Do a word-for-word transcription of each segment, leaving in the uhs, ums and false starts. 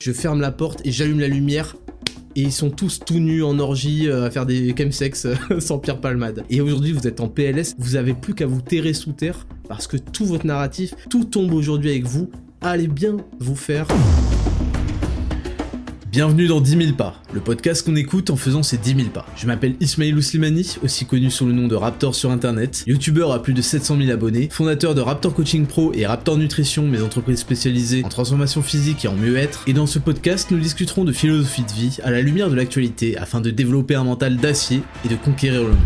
je ferme la porte et j'allume la lumière. Et ils sont tous tout nus en orgie euh, à faire des chemsex euh, sans Pierre Palmade. Et aujourd'hui, vous êtes en P L S, vous avez plus qu'à vous terrer sous terre parce que tout votre narratif, tout tombe aujourd'hui avec vous. Allez bien vous faire... Bienvenue dans dix mille pas, le podcast qu'on écoute en faisant ces dix mille pas. Je m'appelle Ismail Slimani, aussi connu sous le nom de Raptor sur internet, youtubeur à plus de sept cent mille abonnés, fondateur de Raptor Coaching Pro et Raptor Nutrition, mes entreprises spécialisées en transformation physique et en mieux-être. Et dans ce podcast, nous discuterons de philosophie de vie à la lumière de l'actualité afin de développer un mental d'acier et de conquérir le monde.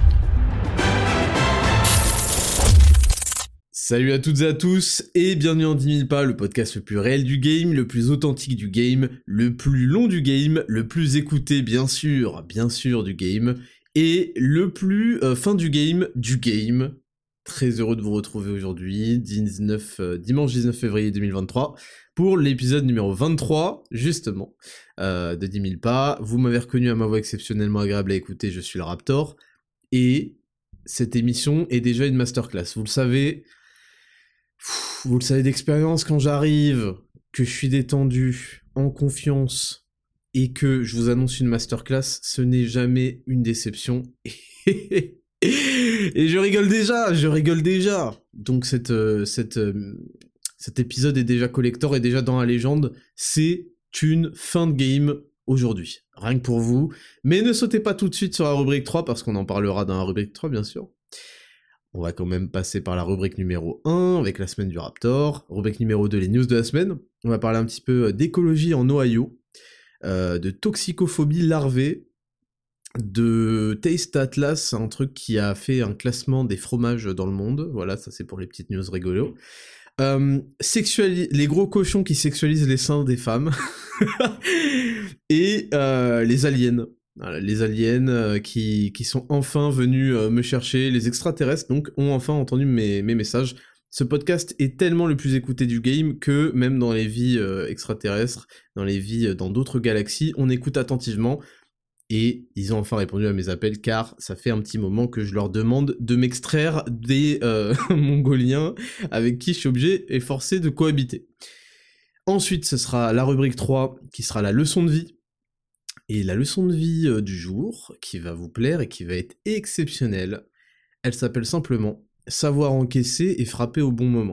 Salut à toutes et à tous, et bienvenue en dix mille pas, le podcast le plus réel du game, le plus authentique du game, le plus long du game, le plus écouté bien sûr, bien sûr du game, et le plus euh, fin du game, du game. Très heureux de vous retrouver aujourd'hui, dix-neuf, euh, dimanche dix-neuf février deux mille vingt-trois, pour l'épisode numéro vingt-trois, justement, euh, de dix mille pas. Vous m'avez reconnu à ma voix exceptionnellement agréable à écouter, je suis le Raptor, et cette émission est déjà une masterclass, vous le savez... Vous le savez d'expérience, quand j'arrive, que je suis détendu, en confiance, et que je vous annonce une masterclass, ce n'est jamais une déception. Et je rigole déjà, je rigole déjà. Donc cette, euh, cette, euh, cet épisode est déjà collector, est déjà dans la légende. C'est une fin de game aujourd'hui, rien que pour vous. Mais ne sautez pas tout de suite sur la rubrique trois, parce qu'on en parlera dans la rubrique trois, bien sûr. On va quand même passer par la rubrique numéro un, avec la semaine du Raptor. Rubrique numéro deux, les news de la semaine. On va parler un petit peu d'écologie en Ohio, euh, de toxicophobie larvée, de Taste Atlas, un truc qui a fait un classement des fromages dans le monde. Voilà, ça c'est pour les petites news rigolos. Euh, sexuali- les gros cochons qui sexualisent les seins des femmes. Et euh, les aliens. Voilà, les aliens euh, qui, qui sont enfin venus euh, me chercher, les extraterrestres donc ont enfin entendu mes, mes messages. Ce podcast est tellement le plus écouté du game que même dans les vies euh, extraterrestres, dans les vies euh, dans d'autres galaxies, on écoute attentivement. Et ils ont enfin répondu à mes appels car ça fait un petit moment que je leur demande de m'extraire des euh, Mongoliens avec qui je suis obligé et forcé de cohabiter. Ensuite, ce sera la rubrique trois qui sera la leçon de vie. Et la leçon de vie euh, du jour, qui va vous plaire et qui va être exceptionnelle, elle s'appelle simplement « Savoir encaisser et frapper au bon moment ».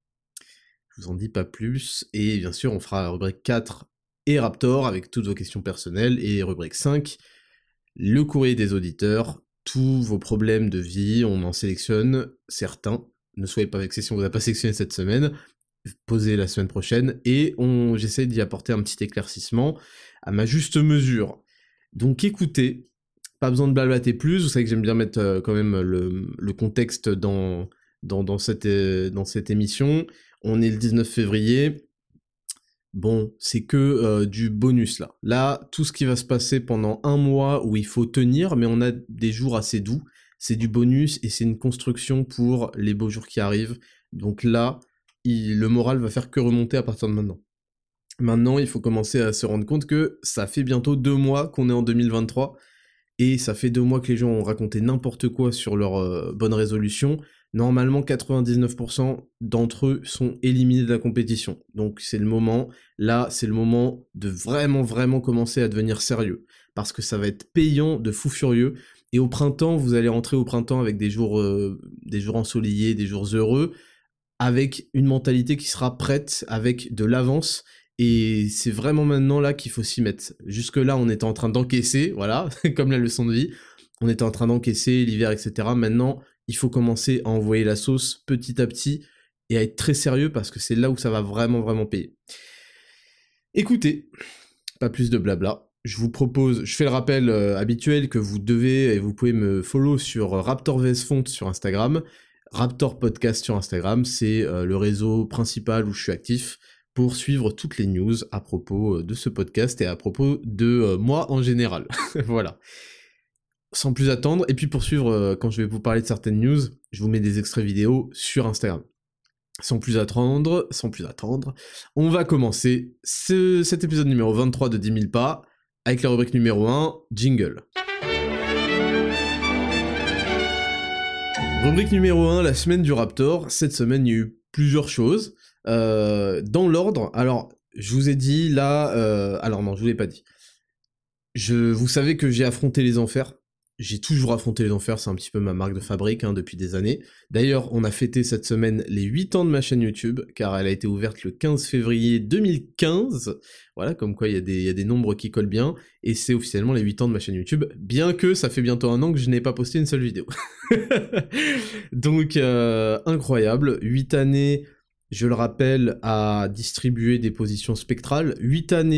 Je vous en dis pas plus, et bien sûr on fera la rubrique quatre et Raptor avec toutes vos questions personnelles, et rubrique cinq, le courrier des auditeurs, tous vos problèmes de vie, on en sélectionne certains, ne soyez pas vexés si on vous a pas sélectionné cette semaine, posez la semaine prochaine, et on j'essaie d'y apporter un petit éclaircissement à ma juste mesure. Donc écoutez, pas besoin de blablater plus, vous savez que j'aime bien mettre euh, quand même le, le contexte dans, dans, dans, cette, euh, dans cette émission. On est le dix-neuf février, bon, c'est que euh, du bonus là. Là, tout ce qui va se passer pendant un mois où il faut tenir, mais on a des jours assez doux, c'est du bonus et c'est une construction pour les beaux jours qui arrivent. Donc là, il, le moral va faire que remonter à partir de maintenant. Maintenant, il faut commencer à se rendre compte que ça fait bientôt deux mois qu'on est en deux mille vingt-trois, et ça fait deux mois que les gens ont raconté n'importe quoi sur leurs euh, bonnes résolutions. Normalement, quatre-vingt-dix-neuf pour cent d'entre eux sont éliminés de la compétition. Donc c'est le moment, là, c'est le moment de vraiment, vraiment commencer à devenir sérieux. Parce que ça va être payant de fou furieux, et au printemps, vous allez rentrer au printemps avec des jours, euh, des jours ensoleillés, des jours heureux, avec une mentalité qui sera prête, avec de l'avance. Et c'est vraiment maintenant là qu'il faut s'y mettre. Jusque là, on était en train d'encaisser, voilà, comme la leçon de vie. On était en train d'encaisser l'hiver, et cetera. Maintenant, il faut commencer à envoyer la sauce petit à petit et à être très sérieux parce que c'est là où ça va vraiment, vraiment payer. Écoutez, pas plus de blabla. Je vous propose, je fais le rappel euh, habituel que vous devez et vous pouvez me follow sur Raptor V S Font sur Instagram, Raptor Podcast sur Instagram, c'est euh, le réseau principal où je suis actif, pour suivre toutes les news à propos de ce podcast et à propos de euh, moi en général. Voilà. Sans plus attendre, et puis pour suivre, euh, quand je vais vous parler de certaines news, je vous mets des extraits vidéo sur Instagram. Sans plus attendre, sans plus attendre, on va commencer ce, cet épisode numéro vingt-trois de dix mille pas, avec la rubrique numéro un, jingle. Rubrique numéro un, la semaine du Raptor. Cette semaine, il y a eu plusieurs choses. Euh, dans l'ordre, alors je vous ai dit là, euh, alors non, je vous l'ai pas dit. Je, vous savez que j'ai affronté les enfers. J'ai toujours affronté les enfers, c'est un petit peu ma marque de fabrique hein, depuis des années. D'ailleurs, on a fêté cette semaine les huit ans de ma chaîne YouTube, car elle a été ouverte le quinze février deux mille quinze. Voilà, comme quoi il y a des, il y a des nombres qui collent bien, et c'est officiellement les huit ans de ma chaîne YouTube, bien que ça fait bientôt un an que je n'ai pas posté une seule vidéo. Donc, euh, incroyable, huit années, je le rappelle, à distribuer des positions spectrales, huit années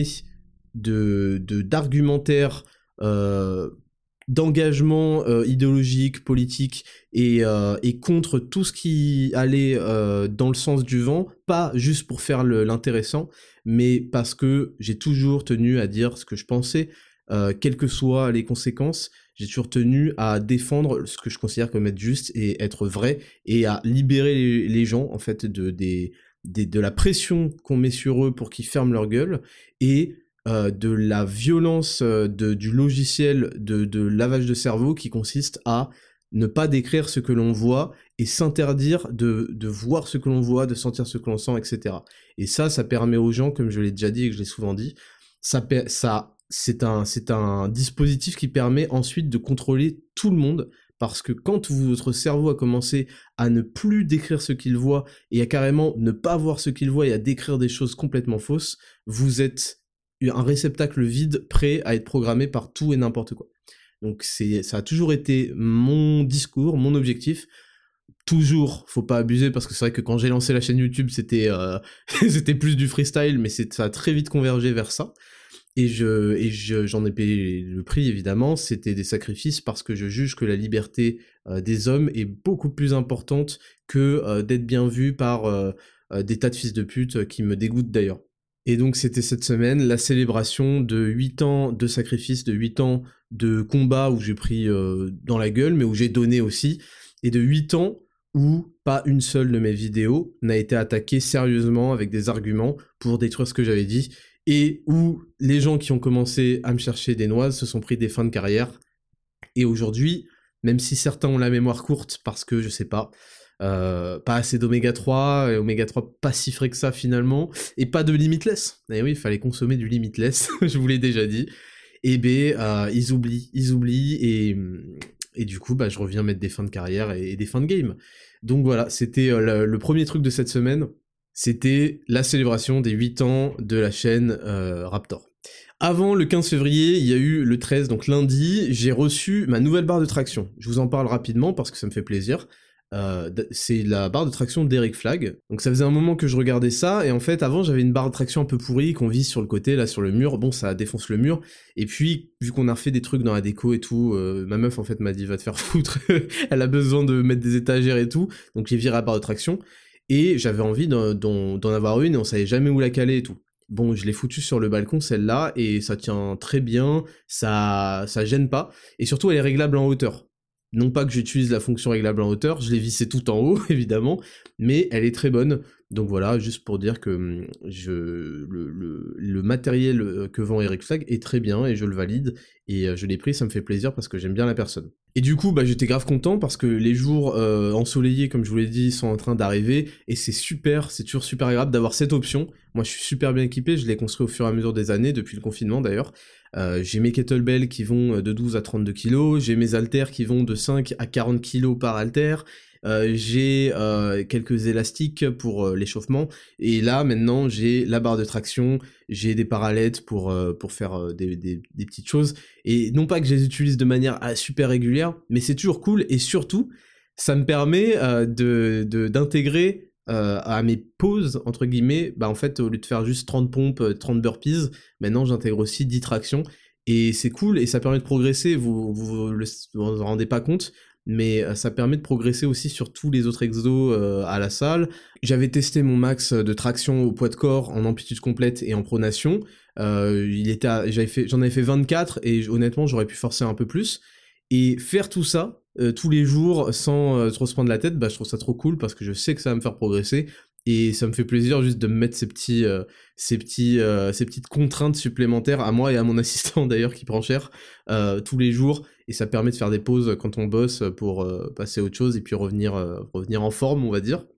de, de, d'argumentaire, euh, d'engagement euh, idéologique, politique, et, euh, et contre tout ce qui allait euh, dans le sens du vent, pas juste pour faire le, l'intéressant, mais parce que j'ai toujours tenu à dire ce que je pensais, euh, quelles que soient les conséquences, j'ai toujours tenu à défendre ce que je considère comme être juste et être vrai, et à libérer les, les gens, en fait, de, des, des, de la pression qu'on met sur eux pour qu'ils ferment leur gueule, et Euh, de la violence euh, de, du logiciel de, de lavage de cerveau qui consiste à ne pas décrire ce que l'on voit et s'interdire de, de voir ce que l'on voit, de sentir ce que l'on sent, et cetera. Et ça, ça permet aux gens, comme je l'ai déjà dit et que je l'ai souvent dit, ça, ça c'est un, c'est un dispositif qui permet ensuite de contrôler tout le monde, parce que quand votre cerveau a commencé à ne plus décrire ce qu'il voit et à carrément ne pas voir ce qu'il voit et à décrire des choses complètement fausses, vous êtes un réceptacle vide prêt à être programmé par tout et n'importe quoi. Donc c'est, ça a toujours été mon discours, mon objectif. Toujours, faut pas abuser, parce que c'est vrai que quand j'ai lancé la chaîne YouTube, c'était euh, c'était plus du freestyle, mais c'est, ça a très vite convergé vers ça. Et, je, et je, j'en ai payé le prix, évidemment, c'était des sacrifices, parce que je juge que la liberté euh, des hommes est beaucoup plus importante que euh, d'être bien vu par euh, euh, des tas de fils de pute, euh, qui me dégoûtent d'ailleurs. Et donc c'était cette semaine la célébration de huit ans de sacrifice, de huit ans de combat où j'ai pris euh, dans la gueule, mais où j'ai donné aussi, et de huit ans où pas une seule de mes vidéos n'a été attaquée sérieusement avec des arguments pour détruire ce que j'avais dit, et où les gens qui ont commencé à me chercher des noises se sont pris des fins de carrière. Et aujourd'hui, même si certains ont la mémoire courte parce que, je sais pas, Euh, pas assez d'oméga trois, et oméga trois pas si frais que ça finalement, et pas de limitless. Et oui, il fallait consommer du limitless, je vous l'ai déjà dit. Et ben, euh, ils oublient, ils oublient, et, et du coup, bah, je reviens mettre des fins de carrière et, et des fins de game. Donc voilà, c'était euh, le, le premier truc de cette semaine, c'était la célébration des huit ans de la chaîne euh, Raptor. Avant le quinze février, il y a eu le treize, donc lundi, j'ai reçu ma nouvelle barre de traction. Je vous en parle rapidement parce que ça me fait plaisir. Euh, c'est la barre de traction d'Eric Flag. Donc ça faisait un moment que je regardais ça, et en fait avant j'avais une barre de traction un peu pourrie qu'on vise sur le côté, là sur le mur, bon ça défonce le mur, et puis vu qu'on a refait des trucs dans la déco et tout, euh, ma meuf en fait m'a dit va te faire foutre, elle a besoin de mettre des étagères et tout, donc j'ai viré la barre de traction, et j'avais envie d'en, d'en, d'en avoir une, et on savait jamais où la caler et tout. Bon, je l'ai foutue sur le balcon, celle-là, et ça tient très bien, ça, ça gêne pas, et surtout elle est réglable en hauteur. Non pas que j'utilise la fonction réglable en hauteur, je l'ai vissée tout en haut, évidemment, mais elle est très bonne. Donc voilà, juste pour dire que je, le, le, le matériel que vend Eric Flag est très bien, et je le valide, et je l'ai pris, ça me fait plaisir parce que j'aime bien la personne. Et du coup, bah, j'étais grave content parce que les jours euh, ensoleillés, comme je vous l'ai dit, sont en train d'arriver, et c'est super, c'est toujours super agréable d'avoir cette option. Moi, je suis super bien équipé, je l'ai construit au fur et à mesure des années, depuis le confinement d'ailleurs. Euh, j'ai mes kettlebells qui vont de douze à trente-deux kilos, j'ai mes haltères qui vont de cinq à quarante kilos par haltère, euh, j'ai euh, quelques élastiques pour euh, l'échauffement, et là maintenant j'ai la barre de traction, j'ai des parallettes pour, euh, pour faire euh, des, des, des petites choses, et non pas que je les utilise de manière ah, super régulière, mais c'est toujours cool, et surtout ça me permet euh, de, de, d'intégrer Euh, à mes pauses, entre guillemets, bah en fait, au lieu de faire juste trente pompes, trente burpees, maintenant j'intègre aussi dix tractions, et c'est cool, et ça permet de progresser, vous vous, vous, le, vous en rendez pas compte, mais ça permet de progresser aussi sur tous les autres exos euh, à la salle. J'avais testé mon max de traction au poids de corps en amplitude complète et en pronation, euh, il était à, j'avais fait, j'en avais fait vingt-quatre, et honnêtement j'aurais pu forcer un peu plus, et faire tout ça, Euh, tous les jours sans euh, trop se prendre la tête, bah je trouve ça trop cool parce que je sais que ça va me faire progresser, et ça me fait plaisir juste de me mettre ces petits, euh, ces petits, euh, ces petites contraintes supplémentaires à moi et à mon assistant d'ailleurs qui prend cher euh, tous les jours, et ça permet de faire des pauses quand on bosse pour euh, passer à autre chose et puis revenir, euh, revenir en forme, on va dire.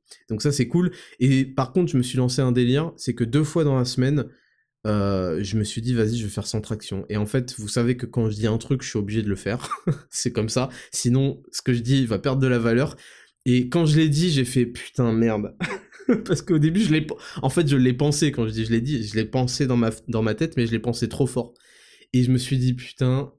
Donc ça, c'est cool. Et par contre, je me suis lancé un délire, c'est que deux fois dans la semaine, euh, je me suis dit, vas-y, je vais faire sans traction. Et en fait, vous savez que quand je dis un truc, je suis obligé de le faire. C'est comme ça. Sinon, ce que je dis va perdre de la valeur. Et quand je l'ai dit, j'ai fait, putain, merde. Parce qu'au début, je l'ai... En fait, je l'ai pensé, quand je dis je l'ai dit, je l'ai pensé dans ma, dans ma tête, mais je l'ai pensé trop fort. Et je me suis dit, putain...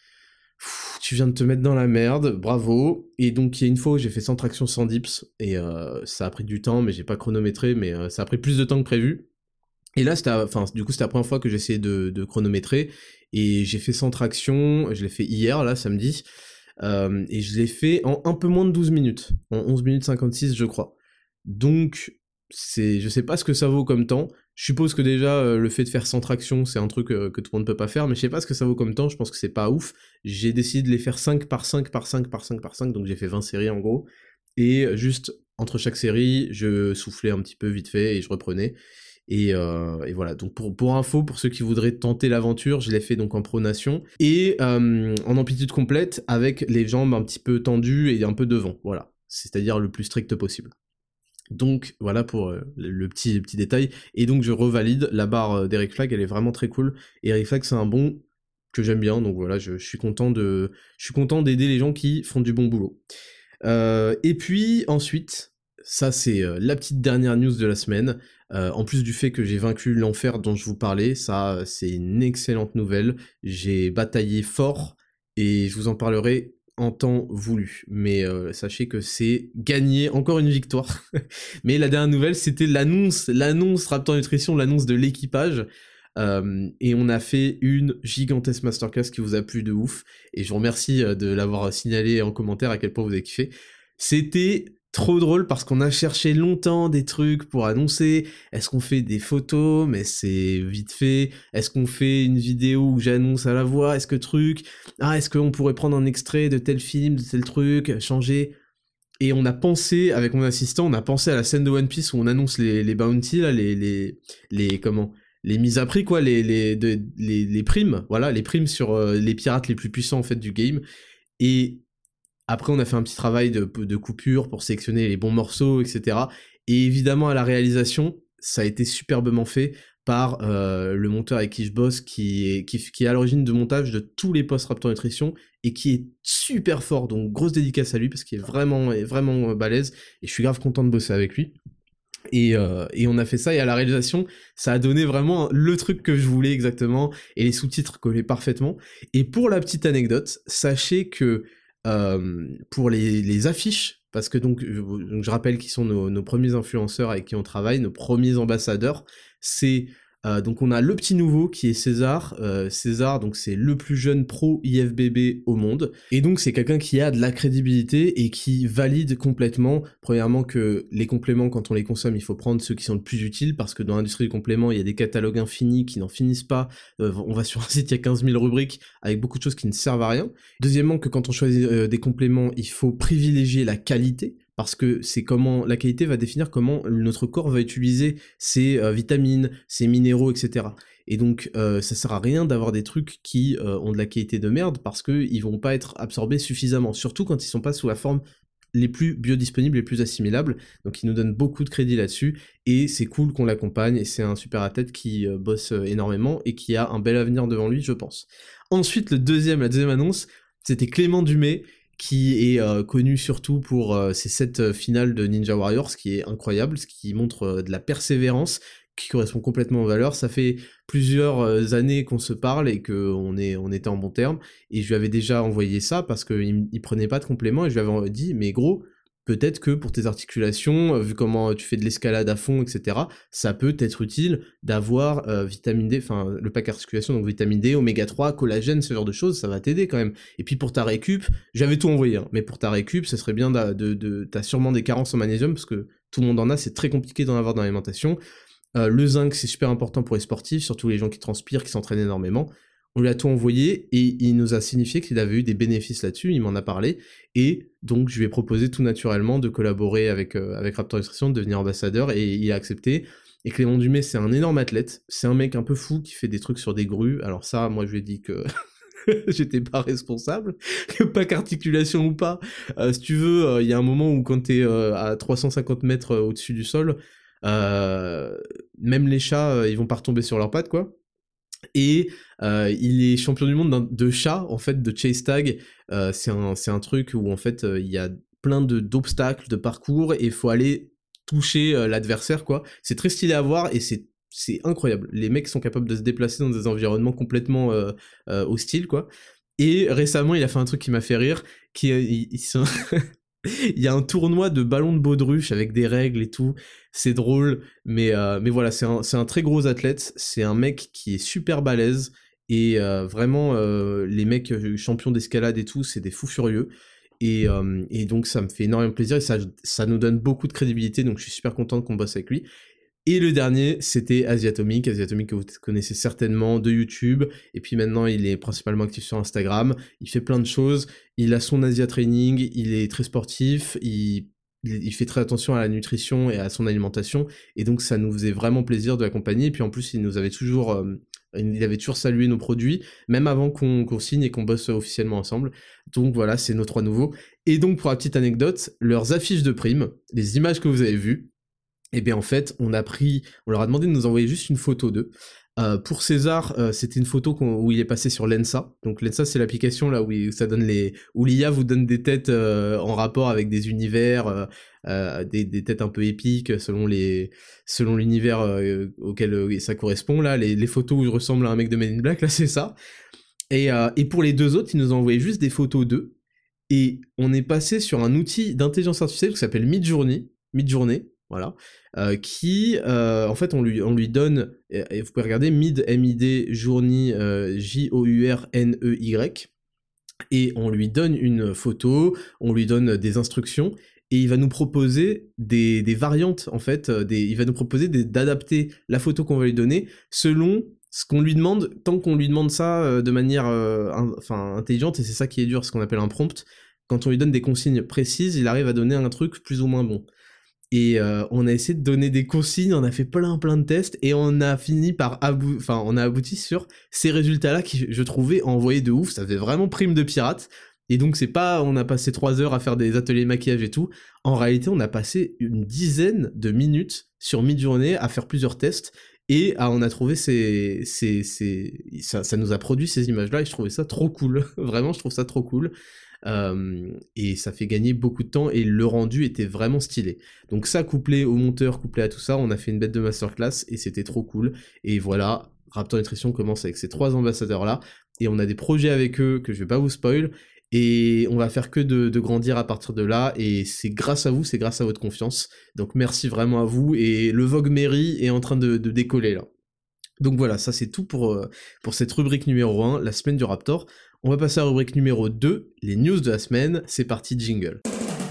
tu viens de te mettre dans la merde, bravo. Et donc il y a une fois où j'ai fait sans traction sans dips, et euh, ça a pris du temps, mais j'ai pas chronométré, mais euh, ça a pris plus de temps que prévu. Et là, c'était, enfin, du coup, c'était la première fois que j'essayais de, de chronométrer, et j'ai fait sans traction, je l'ai fait hier, là, samedi, euh, et je l'ai fait en un peu moins de douze minutes, en onze minutes cinquante-six, je crois. Donc, c'est, je sais pas ce que ça vaut comme temps. Je suppose que déjà, euh, le fait de faire sans traction, c'est un truc euh, que tout le monde peut pas faire, mais je sais pas ce que ça vaut comme temps, je pense que c'est pas ouf. J'ai décidé de les faire cinq par cinq par cinq par cinq par cinq, donc j'ai fait vingt séries en gros, et juste, entre chaque série, je soufflais un petit peu vite fait, et je reprenais. Et, euh, et voilà, donc pour, pour info, pour ceux qui voudraient tenter l'aventure, je l'ai fait donc en pronation, et euh, en amplitude complète, avec les jambes un petit peu tendues et un peu devant, voilà. C'est-à-dire le plus strict possible. Donc voilà pour euh, le petit, le petit détail, et donc je revalide la barre d'Eric Flag, elle est vraiment très cool. Et Eric Flag, c'est un bon que j'aime bien, donc voilà, je, je suis content de, je suis content d'aider les gens qui font du bon boulot. Euh, et puis ensuite, ça c'est euh, la petite dernière news de la semaine, euh, en plus du fait que j'ai vaincu l'enfer dont je vous parlais, ça c'est une excellente nouvelle, j'ai bataillé fort, et je vous en parlerai en temps voulu, mais euh, sachez que c'est gagné, encore une victoire. Mais la dernière nouvelle, c'était l'annonce, l'annonce Raptor Nutrition, l'annonce de l'équipage, euh, et on a fait une gigantesque masterclass qui vous a plu de ouf, et je vous remercie de l'avoir signalé en commentaire à quel point vous avez kiffé. C'était trop drôle parce qu'on a cherché longtemps des trucs pour annoncer. Est-ce qu'on fait des photos? Mais c'est vite fait. Est-ce qu'on fait une vidéo où j'annonce à la voix? Est-ce que truc? Ah, est-ce qu'on pourrait prendre un extrait de tel film, de tel truc, changer? Et on a pensé, avec mon assistant, on a pensé à la scène de One Piece où on annonce les, les bounties, là, les, les, les, comment, les mises à prix, quoi, les, les, de, les, les primes, voilà, les primes sur euh, les pirates les plus puissants, en fait, du game. Et après, on a fait un petit travail de, de coupure pour sélectionner les bons morceaux, et cetera. Et évidemment, à la réalisation, ça a été superbement fait par euh, le monteur avec qui je bosse, qui est, qui, qui est à l'origine de montage de tous les posts Raptor Nutrition, et qui est super fort, donc grosse dédicace à lui, parce qu'il est vraiment, est vraiment balèze, et je suis grave content de bosser avec lui. Et, euh, et on a fait ça, et à la réalisation, ça a donné vraiment le truc que je voulais exactement, et les sous-titres collaient parfaitement. Et pour la petite anecdote, sachez que euh, pour les, les affiches, parce que donc, je, donc je rappelle qui sont nos, nos premiers influenceurs avec qui on travaille, nos premiers ambassadeurs, c'est euh, donc on a le petit nouveau qui est César. Euh, César, donc c'est le plus jeune pro I F B B au monde, et donc c'est quelqu'un qui a de la crédibilité et qui valide complètement, premièrement, que les compléments, quand on les consomme, il faut prendre ceux qui sont le plus utiles, parce que dans l'industrie du complément, il y a des catalogues infinis qui n'en finissent pas. Euh, on va sur un site, il y a quinze mille rubriques avec beaucoup de choses qui ne servent à rien. Deuxièmement, que quand on choisit euh, des compléments, il faut privilégier la qualité, parce que c'est comment la qualité va définir comment notre corps va utiliser ses euh, vitamines, ses minéraux, et cetera. Et donc euh, ça sert à rien d'avoir des trucs qui euh, ont de la qualité de merde, parce que ils vont pas être absorbés suffisamment, surtout quand ils sont pas sous la forme les plus biodisponibles, les plus assimilables. Donc il nous donne beaucoup de crédit là-dessus, et c'est cool qu'on l'accompagne, et c'est un super athlète qui euh, bosse euh, énormément et qui a un bel avenir devant lui, je pense. Ensuite, le deuxième, la deuxième annonce, c'était Clément Dumais, qui est euh, connu surtout pour euh, ses sept finales de Ninja Warrior, ce qui est incroyable, ce qui montre euh, de la persévérance, qui correspond complètement aux valeurs. Ça fait plusieurs euh, années qu'on se parle et qu'on est, on était en bon terme, et je lui avais déjà envoyé ça parce qu'il il prenait pas de compléments, et je lui avais dit, mais gros, peut-être que pour tes articulations, vu comment tu fais de l'escalade à fond, et cetera, ça peut être utile d'avoir euh, vitamine D, enfin le pack articulation, donc vitamine D, oméga trois, collagène, ce genre de choses, ça va t'aider quand même. Et puis pour ta récup, j'avais tout envoyé, hein, mais pour ta récup, ça serait bien de, de, de t'as sûrement des carences en magnésium, parce que tout le monde en a, c'est très compliqué d'en avoir dans l'alimentation. Euh, le zinc, c'est super important pour les sportifs, surtout les gens qui transpirent, qui s'entraînent énormément. On lui a tout envoyé, et il nous a signifié qu'il avait eu des bénéfices là-dessus, il m'en a parlé, et donc je lui ai proposé tout naturellement de collaborer avec, euh, avec Raptor Nutrition, de devenir ambassadeur, et il a accepté. Et Clément Dumais, c'est un énorme athlète, c'est un mec un peu fou qui fait des trucs sur des grues, alors ça, moi je lui ai dit que j'étais pas responsable, pas qu'articulation ou pas. Euh, si tu veux, il euh, y a un moment où quand t'es euh, à trois cent cinquante mètres euh, au-dessus du sol, euh, même les chats, euh, ils vont pas retomber sur leurs pattes, quoi. Et euh, il est champion du monde de chat, en fait, de chase tag. Euh, c'est un, c'est un truc où, en fait, il euh, y a plein de, d'obstacles, de parcours, et il faut aller toucher euh, l'adversaire, quoi. C'est très stylé à voir, et c'est c'est incroyable. Les mecs sont capables de se déplacer dans des environnements complètement euh, euh, hostiles, quoi. Et récemment, il a fait un truc qui m'a fait rire, qui il, il, il y a un tournoi de ballon de baudruche avec des règles et tout, c'est drôle, mais, euh, mais voilà, c'est un, c'est un très gros athlète, c'est un mec qui est super balèze, et euh, vraiment, euh, les mecs champions d'escalade et tout, c'est des fous furieux, et, euh, et donc ça me fait énormément plaisir, et ça, ça nous donne beaucoup de crédibilité, donc je suis super content qu'on bosse avec lui. Et le dernier, c'était Asiatomic, Asiatomic que vous connaissez certainement de YouTube, et puis maintenant il est principalement actif sur Instagram, il fait plein de choses, il a son Asia Training, il est très sportif, il, il fait très attention à la nutrition et à son alimentation, et donc ça nous faisait vraiment plaisir de l'accompagner, et puis en plus il nous avait toujours... Euh, il avait toujours salué nos produits, même avant qu'on, qu'on signe et qu'on bosse officiellement ensemble. Donc voilà, c'est nos trois nouveaux. Et donc pour la petite anecdote, leurs affiches de primes, les images que vous avez vues, et bien en fait, on a pris, on leur a demandé de nous envoyer juste une photo d'eux. Euh, pour César, euh, c'était une photo où il est passé sur Lensa. Donc Lensa, c'est l'application là où, il, où ça donne les, où l'I A vous donne des têtes euh, en rapport avec des univers, euh, euh, des, des têtes un peu épiques selon les, selon l'univers euh, auquel euh, ça correspond là. Les, les photos où je ressemble à un mec de Men in Black, là c'est ça. Et, euh, et pour les deux autres, ils nous ont envoyé juste des photos d'eux. Et on est passé sur un outil d'intelligence artificielle qui s'appelle Midjourney. Midjourney. Voilà, euh, qui, euh, en fait, on lui, on lui donne, et, et vous pouvez regarder, Mid, M I D, Journey, euh, J O U R N E Y, et on lui donne une photo, on lui donne des instructions, et il va nous proposer des, des variantes, en fait, des, il va nous proposer des, d'adapter la photo qu'on va lui donner selon ce qu'on lui demande, tant qu'on lui demande ça euh, de manière euh, un, enfin, intelligente, et c'est ça qui est dur, ce qu'on appelle un prompt. Quand on lui donne des consignes précises, il arrive à donner un truc plus ou moins bon. Et euh, on a essayé de donner des consignes, on a fait plein plein de tests, et on a fini par abou... enfin, on a abouti sur ces résultats-là qui, je trouvais, envoyés de ouf, ça faisait vraiment prime de pirate. Et donc c'est pas, on a passé trois heures à faire des ateliers maquillage et tout. En réalité, on a passé une dizaine de minutes sur Midjourney à faire plusieurs tests, et ah, on a trouvé ces, ces, ces... Ça, ça nous a produit ces images-là, et je trouvais ça trop cool. Vraiment, je trouve ça trop cool. Euh, et ça fait gagner beaucoup de temps, et le rendu était vraiment stylé. Donc ça, couplé au monteur, couplé à tout ça, on a fait une bête de masterclass, et c'était trop cool. Et voilà, Raptor Nutrition commence avec ces trois ambassadeurs-là, et on a des projets avec eux que je vais pas vous spoil, et on va faire que de, de grandir à partir de là, et c'est grâce à vous, c'est grâce à votre confiance. Donc merci vraiment à vous, et le Vogue Mairie est en train de, de décoller là. Donc voilà, ça c'est tout pour, euh, pour cette rubrique numéro un, la semaine du Raptor. On va passer à la rubrique numéro deux, les news de la semaine. C'est parti, jingle.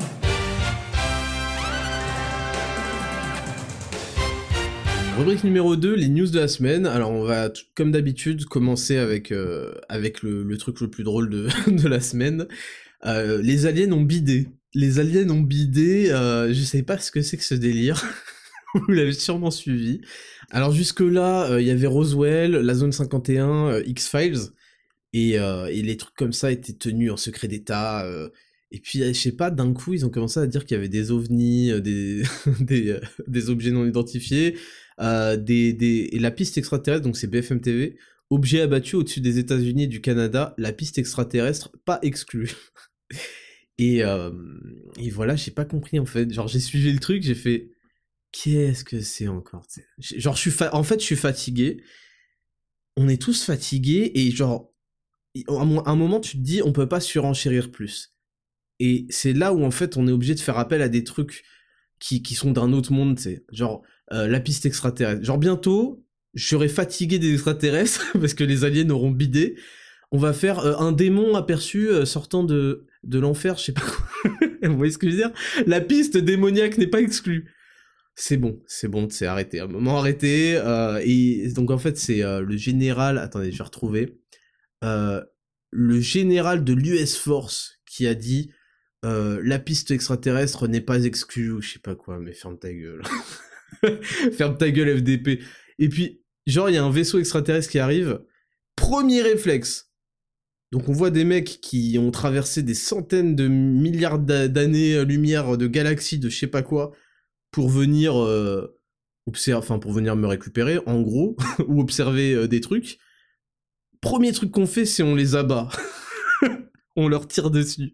Rubrique numéro deux, les news de la semaine. Alors on va, comme d'habitude, commencer avec, euh, avec le, le truc le plus drôle de, de la semaine. Euh, les aliens ont bidé. Les aliens ont bidé, euh, je sais pas ce que c'est que ce délire. Vous l'avez sûrement suivi. Alors jusque-là, il euh, y avait Roswell, la zone cinquante et un, euh, X-Files, et, euh, et les trucs comme ça étaient tenus en secret d'état, euh, et puis je sais pas, d'un coup ils ont commencé à dire qu'il y avait des ovnis, euh, des, des, euh, des objets non identifiés, euh, des, des, et la piste extraterrestre, donc c'est B F M T V, objet abattu au-dessus des États-Unis et du Canada, la piste extraterrestre pas exclue. et, euh, et voilà, j'ai pas compris en fait, genre j'ai suivi le truc, j'ai fait... Qu'est-ce que c'est encore, t'sais. Genre, je suis fa... en fait, je suis fatigué. On est tous fatigués, et genre, à un moment, tu te dis, on peut pas surenchérir plus. Et c'est là où, en fait, on est obligé de faire appel à des trucs qui, qui sont d'un autre monde, tu sais. Genre, euh, la piste extraterrestre. Genre, bientôt, je serai fatigué des extraterrestres, parce que les aliens auront bidé. On va faire euh, un démon aperçu euh, sortant de, de l'enfer, je sais pas quoi. Vous voyez ce que je veux dire? La piste démoniaque n'est pas exclue. C'est bon, c'est bon, c'est arrêté. Un moment arrêté. Euh, et donc en fait, c'est euh, le général... Attendez, je vais retrouver. Euh, le général de l'U S Force qui a dit euh, la piste extraterrestre n'est pas exclue, ou je sais pas quoi, mais ferme ta gueule. Ferme ta gueule, F D P. Et puis, genre, il y a un vaisseau extraterrestre qui arrive. Premier réflexe. Donc on voit des mecs qui ont traversé des centaines de milliards d'années-lumière de galaxies, de je sais pas quoi, pour venir euh, observer, enfin pour venir me récupérer, en gros, ou observer euh, des trucs. Premier truc qu'on fait, c'est on les abat. On leur tire dessus.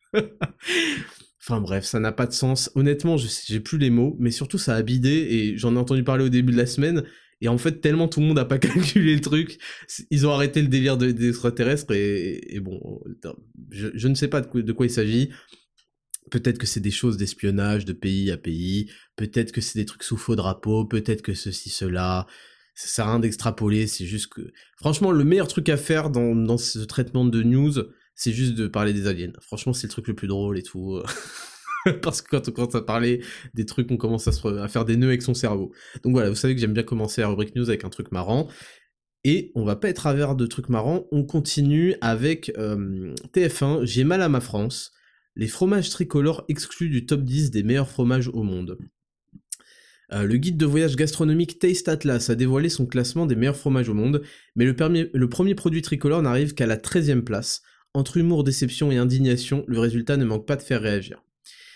Enfin bref, ça n'a pas de sens. Honnêtement, je sais, j'ai plus les mots, mais surtout ça a bidé, et j'en ai entendu parler au début de la semaine, et en fait, tellement tout le monde a pas calculé le truc, ils ont arrêté le délire de, des extraterrestres, et, et bon, je, je ne sais pas de quoi, de quoi il s'agit. Peut-être que c'est des choses d'espionnage de pays à pays, peut-être que c'est des trucs sous faux drapeau, peut-être que ceci, cela... Ça sert à rien d'extrapoler, c'est juste que... Franchement, le meilleur truc à faire dans, dans ce traitement de news, c'est juste de parler des aliens. Franchement, c'est le truc le plus drôle et tout. Parce que quand on commence à parler des trucs, on commence à, se, à faire des nœuds avec son cerveau. Donc voilà, vous savez que j'aime bien commencer la rubrique news avec un truc marrant. Et on va pas être à travers de trucs marrants, on continue avec euh, T F un, J'ai mal à ma France, les fromages tricolores exclus du top dix des meilleurs fromages au monde. Euh, le guide de voyage gastronomique Taste Atlas a dévoilé son classement des meilleurs fromages au monde, mais le, permis, le premier produit tricolore n'arrive qu'à la treizième place. Entre humour, déception et indignation, le résultat ne manque pas de faire réagir.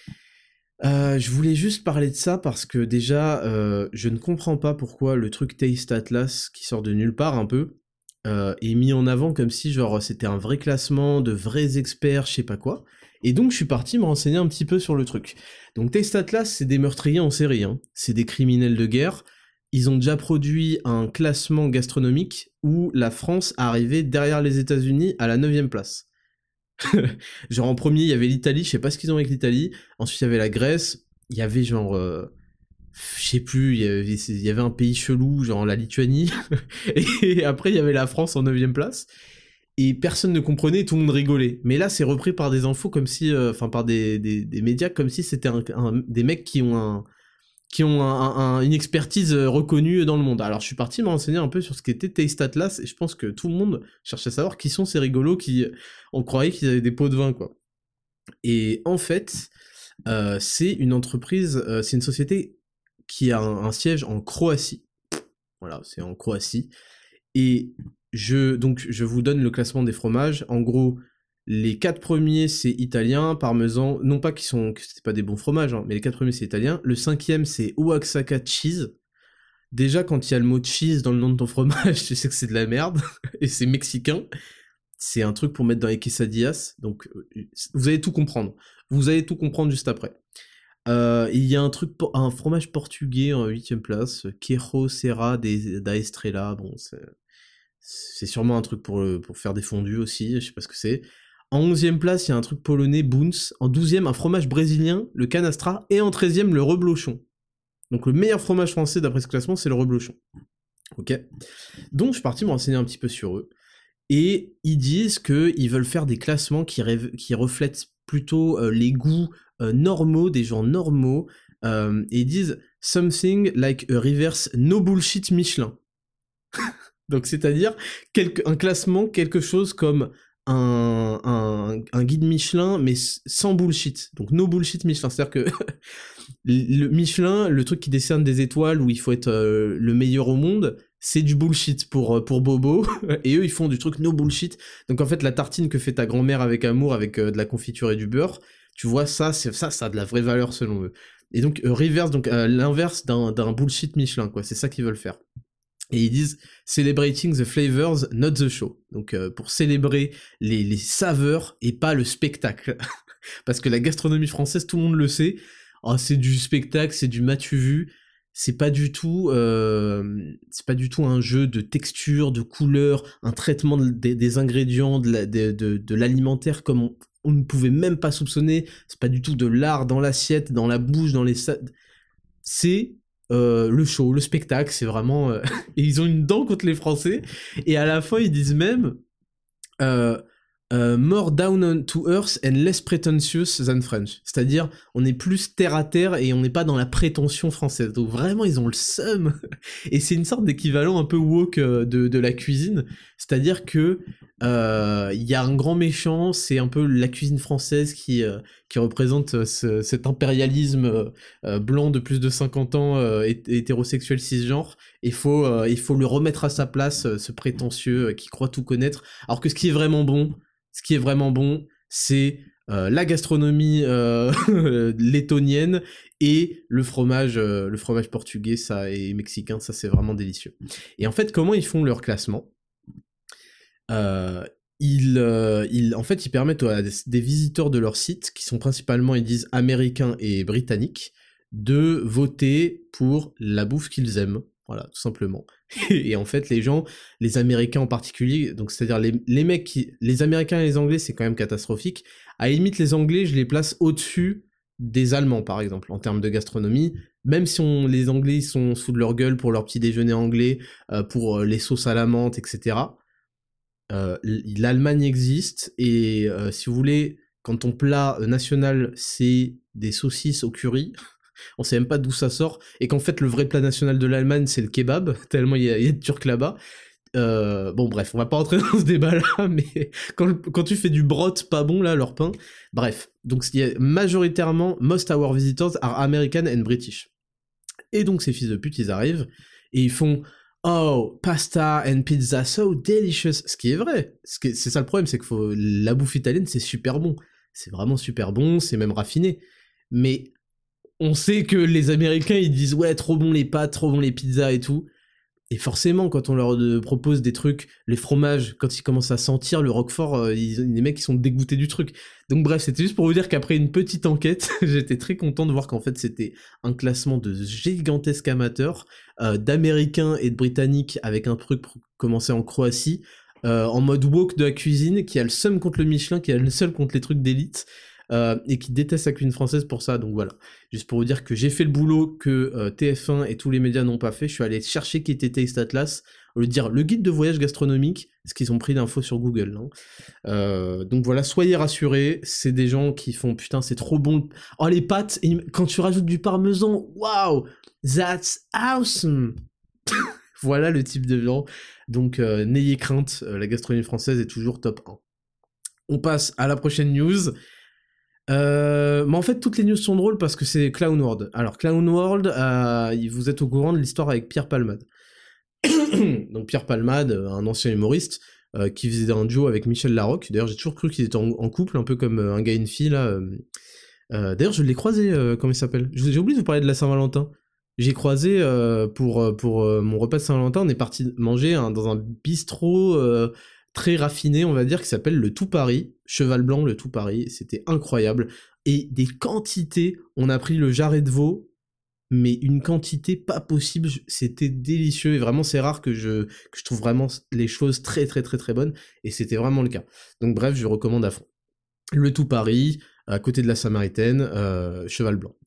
Euh, je voulais juste parler de ça parce que déjà, euh, je ne comprends pas pourquoi le truc Taste Atlas, qui sort de nulle part un peu, euh, est mis en avant comme si genre c'était un vrai classement de vrais experts, je sais pas quoi. Et donc je suis parti me renseigner un petit peu sur le truc. Donc Taste Atlas, c'est des meurtriers en série, hein. C'est des criminels de guerre. Ils ont déjà produit un classement gastronomique où la France arrivait derrière les États-Unis à la neuvième place. Genre en premier, il y avait l'Italie, je sais pas ce qu'ils ont avec l'Italie. Ensuite, il y avait la Grèce. Il y avait genre... Euh, je sais plus, il y, avait, il y avait un pays chelou, genre la Lituanie. Et après, il y avait la France en neuvième place. Et personne ne comprenait, tout le monde rigolait. Mais là, c'est repris par des infos comme si... Enfin, euh, par des, des, des médias comme si c'était un, un, des mecs qui ont un... qui ont un, un, une expertise reconnue dans le monde. Alors je suis parti me renseigner un peu sur ce qu'était Taste Atlas, et je pense que tout le monde cherche à savoir qui sont ces rigolos qui... On croyait qu'ils avaient des pots de vin, quoi. Et en fait, euh, c'est une entreprise, euh, c'est une société qui a un, un siège en Croatie. Voilà, c'est en Croatie. Et je, donc, je vous donne le classement des fromages. En gros, les quatre premiers, c'est italien, parmesan, non pas qu'ils sont, que c'est pas des bons fromages, hein, mais les quatre premiers, c'est italien. Le cinquième, c'est Oaxaca Cheese. Déjà, quand il y a le mot cheese dans le nom de ton fromage, tu sais que c'est de la merde, et c'est mexicain. C'est un truc pour mettre dans les quesadillas, donc vous allez tout comprendre. Vous allez tout comprendre juste après. Euh, il y a un truc, un fromage portugais en huitième place, Queijo Serra da Estrela, bon, c'est... C'est sûrement un truc pour, pour faire des fondus aussi, je sais pas ce que c'est. En onzième place, il y a un truc polonais, Boons. En douzième, un fromage brésilien, le canastra. Et en treizième, le reblochon. Donc le meilleur fromage français d'après ce classement, c'est le reblochon. Ok. Donc je suis parti me renseigner un petit peu sur eux. Et ils disent qu'ils veulent faire des classements qui, rêve, qui reflètent plutôt euh, les goûts euh, normaux, des gens normaux. Euh, et ils disent « something like a reverse no bullshit Michelin ». Donc c'est-à-dire quelque, un classement, quelque chose comme un, un, un guide Michelin, mais sans bullshit. Donc no bullshit Michelin. C'est-à-dire que le Michelin, le truc qui décerne des étoiles où il faut être euh, le meilleur au monde, c'est du bullshit pour, pour Bobo. Et eux, ils font du truc no bullshit. Donc en fait, la tartine que fait ta grand-mère avec amour, avec euh, de la confiture et du beurre, tu vois, ça, c'est, ça, ça a de la vraie valeur selon eux. Et donc, euh, reverse, donc euh, l'inverse d'un, d'un bullshit Michelin, quoi. C'est ça qu'ils veulent faire. Et ils disent « Celebrating the flavors, not the show ». Donc euh, pour célébrer les, les saveurs et pas le spectacle. Parce que la gastronomie française, tout le monde le sait, oh, c'est du spectacle, c'est du m'as-tu vu, c'est pas du tout euh, c'est pas du tout un jeu de texture, de couleur, un traitement de, de, des ingrédients, de, la, de, de, de l'alimentaire comme on, on ne pouvait même pas soupçonner, c'est pas du tout de l'art dans l'assiette, dans la bouche, dans les... C'est... Euh, le show, le spectacle, c'est vraiment... Euh... et ils ont une dent contre les Français, et à la fin, ils disent même euh, euh, more down to earth and less pretentious than French. C'est-à-dire, on est plus terre à terre, et on n'est pas dans la prétention française. Donc vraiment, ils ont le seum. Et c'est une sorte d'équivalent un peu woke de, de la cuisine. C'est-à-dire que il euh, y a un grand méchant, c'est un peu la cuisine française qui, euh, qui représente ce, cet impérialisme euh, blanc de plus de cinquante ans, euh, hétérosexuel cisgenre. Il faut, euh, il faut le remettre à sa place, ce prétentieux qui croit tout connaître. Alors que ce qui est vraiment bon, Ce qui est vraiment bon, c'est euh, la gastronomie euh, lettonienne et le fromage, euh, le fromage portugais, ça, et mexicain, ça c'est vraiment délicieux. Et en fait, comment ils font leur classement ? euh, ils, euh, ils, en fait, ils permettent à des, des visiteurs de leur site, qui sont principalement, ils disent, américains et britanniques, de voter pour la bouffe qu'ils aiment. Voilà, tout simplement. Et en fait, les gens, les Américains en particulier, donc c'est-à-dire les, les mecs qui... Les Américains et les Anglais, c'est quand même catastrophique. À la limite, les Anglais, je les place au-dessus des Allemands, par exemple, en termes de gastronomie. Même si on, les Anglais, ils sont sous de leur gueule pour leur petit déjeuner anglais, euh, pour les sauces à la menthe, et cetera. Euh, L'Allemagne existe, et euh, si vous voulez, quand ton plat national, c'est des saucisses au curry... on sait même pas d'où ça sort, et qu'en fait le vrai plat national de l'Allemagne c'est le kebab, tellement il y, y a de Turcs là-bas. Euh, bon bref, on va pas rentrer dans ce débat-là, mais quand, quand tu fais du brot pas bon là, leur pain, bref. Donc il y a majoritairement, most our visitors are American and British. Et donc ces fils de pute, ils arrivent, et ils font « Oh, pasta and pizza, so delicious », ce qui est vrai. C'est ça le problème, c'est que faut, la bouffe italienne c'est super bon. C'est vraiment super bon, c'est même raffiné. Mais on sait que les Américains, ils disent « Ouais, trop bon les pâtes, trop bon les pizzas et tout ». Et forcément, quand on leur de, propose des trucs, les fromages, quand ils commencent à sentir le roquefort, euh, ils, les mecs, ils sont dégoûtés du truc. Donc bref, c'était juste pour vous dire qu'après une petite enquête, j'étais très content de voir qu'en fait, c'était un classement de gigantesques amateurs, euh, d'Américains et de Britanniques, avec un truc pour commencer en Croatie, euh, en mode woke de la cuisine, qui a le seum contre le Michelin, qui a le seum contre les trucs d'élite. Euh, et qui déteste la cuisine française pour ça, donc voilà. Juste pour vous dire que j'ai fait le boulot que euh, T F un et tous les médias n'ont pas fait, je suis allé chercher qui était Taste Atlas, au lieu de dire le guide de voyage gastronomique, parce qu'ils ont pris l'info sur Google, non euh, donc voilà, soyez rassurés, c'est des gens qui font, putain, c'est trop bon, oh les pâtes, et quand tu rajoutes du parmesan, wow, that's awesome. Voilà le type de gens, donc euh, n'ayez crainte, euh, la gastronomie française est toujours top un. On passe à la prochaine news. Euh, mais en fait, toutes les news sont drôles parce que c'est Clown World. Alors, Clown World, euh, vous êtes au courant de l'histoire avec Pierre Palmade. Donc, Pierre Palmade, un ancien humoriste, euh, qui faisait un duo avec Michel Larocque. D'ailleurs, j'ai toujours cru qu'ils étaient en, en couple, un peu comme euh, un gars et une fille, là. Euh, D'ailleurs, je l'ai croisé, euh, comment il s'appelle ? J'ai oublié de vous parler de la Saint-Valentin. J'ai croisé, euh, pour, pour euh, mon repas de Saint-Valentin, on est parti manger hein, dans un bistrot... Euh, très raffiné, on va dire, qui s'appelle le Tout Paris, Cheval Blanc, le Tout Paris, c'était incroyable, et des quantités, on a pris le jarret de veau, mais une quantité pas possible, c'était délicieux, et vraiment c'est rare que je, que je trouve vraiment les choses très très très très bonnes, et c'était vraiment le cas. Donc bref, je recommande à fond. Le Tout Paris, à côté de la Samaritaine, euh, Cheval Blanc.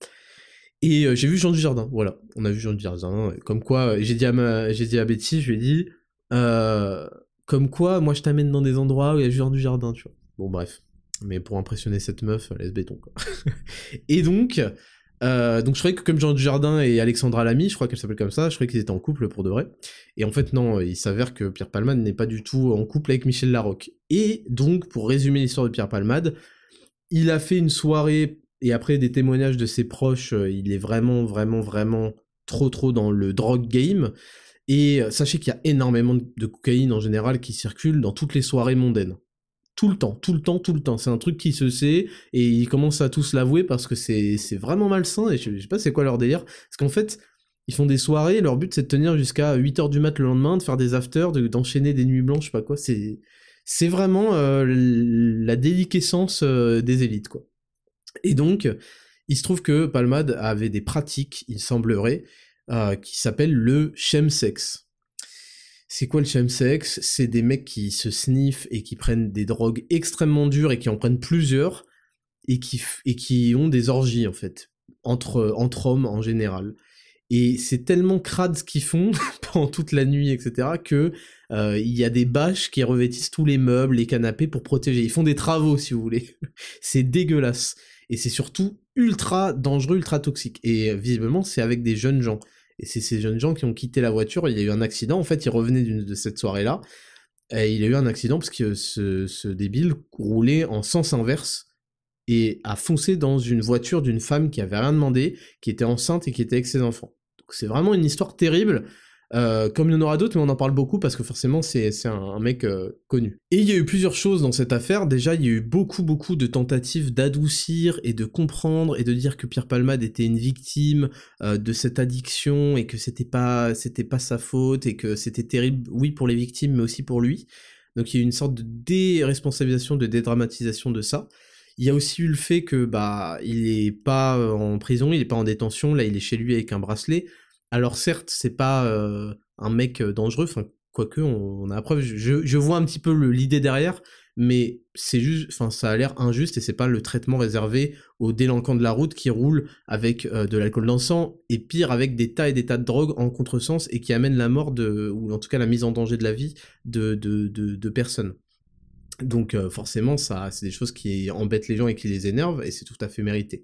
Et euh, j'ai vu Jean Dujardin, voilà, on a vu Jean Dujardin, comme quoi, j'ai dit à ma, j'ai dit à Betty, je lui ai dit, euh, comme quoi, moi je t'amène dans des endroits où il y a Jean Dujardin, tu vois. Bon bref, mais pour impressionner cette meuf, laisse béton quoi. Et donc, euh, donc je croyais que comme Jean Dujardin et Alexandra Lamy, je crois qu'elle s'appelle comme ça, je croyais qu'ils étaient en couple pour de vrai. Et en fait non, il s'avère que Pierre Palmade n'est pas du tout en couple avec Michel Larocque. Et donc, pour résumer l'histoire de Pierre Palmade, il a fait une soirée, et après des témoignages de ses proches, il est vraiment, vraiment, vraiment trop trop dans le drogue game. Et sachez qu'il y a énormément de cocaïne en général qui circule dans toutes les soirées mondaines. Tout le temps, tout le temps, tout le temps. C'est un truc qui se sait, et ils commencent à tous l'avouer parce que c'est vraiment malsain, et je sais pas c'est quoi leur délire. Parce qu'en fait, ils font des soirées, leur but c'est de tenir jusqu'à huit heures du mat le lendemain, de faire des afters, d'enchaîner des nuits blanches, je sais pas quoi. C'est vraiment euh, la déliquescence euh, des élites, quoi. Et donc, il se trouve que Palmade avait des pratiques, il semblerait, Euh, qui s'appelle le chemsex. C'est quoi le chemsex ? C'est des mecs qui se sniffent et qui prennent des drogues extrêmement dures et qui en prennent plusieurs et qui, et qui ont des orgies en fait, entre, entre hommes en général. Et c'est tellement crade ce qu'ils font pendant toute la nuit, et cetera, que euh, il y a des bâches qui revêtissent tous les meubles, les canapés pour protéger. Ils font des travaux si vous voulez. C'est dégueulasse. Et c'est surtout ultra dangereux, ultra toxique. Et visiblement c'est avec des jeunes gens. Et c'est ces jeunes gens qui ont quitté la voiture, il y a eu un accident, en fait, ils revenaient de cette soirée-là, et il y a eu un accident parce que ce, ce débile roulait en sens inverse, et a foncé dans une voiture d'une femme qui avait rien demandé, qui était enceinte et qui était avec ses enfants. Donc c'est vraiment une histoire terrible, Euh, comme il y en aura d'autres, mais on en parle beaucoup parce que forcément c'est, c'est un, un mec euh, connu. Et il y a eu plusieurs choses dans cette affaire. Déjà, il y a eu beaucoup beaucoup de tentatives d'adoucir et de comprendre et de dire que Pierre Palmade était une victime euh, de cette addiction et que c'était pas c'était pas sa faute et que c'était terrible, oui pour les victimes mais aussi pour lui. Donc il y a eu une sorte de déresponsabilisation, de dédramatisation de ça. Il y a aussi eu le fait que bah il est pas en prison, il est pas en détention, là il est chez lui avec un bracelet. Alors certes, c'est pas euh, un mec dangereux, enfin quoique on, on a la preuve, je, je vois un petit peu le, l'idée derrière, mais c'est juste, enfin ça a l'air injuste et c'est pas le traitement réservé aux délinquants de la route qui roulent avec euh, de l'alcool dans le sang et pire avec des tas et des tas de drogues en contresens et qui amènent la mort de, ou en tout cas la mise en danger de la vie de de, de, de personnes. Donc euh, forcément ça, c'est des choses qui embêtent les gens et qui les énervent et c'est tout à fait mérité.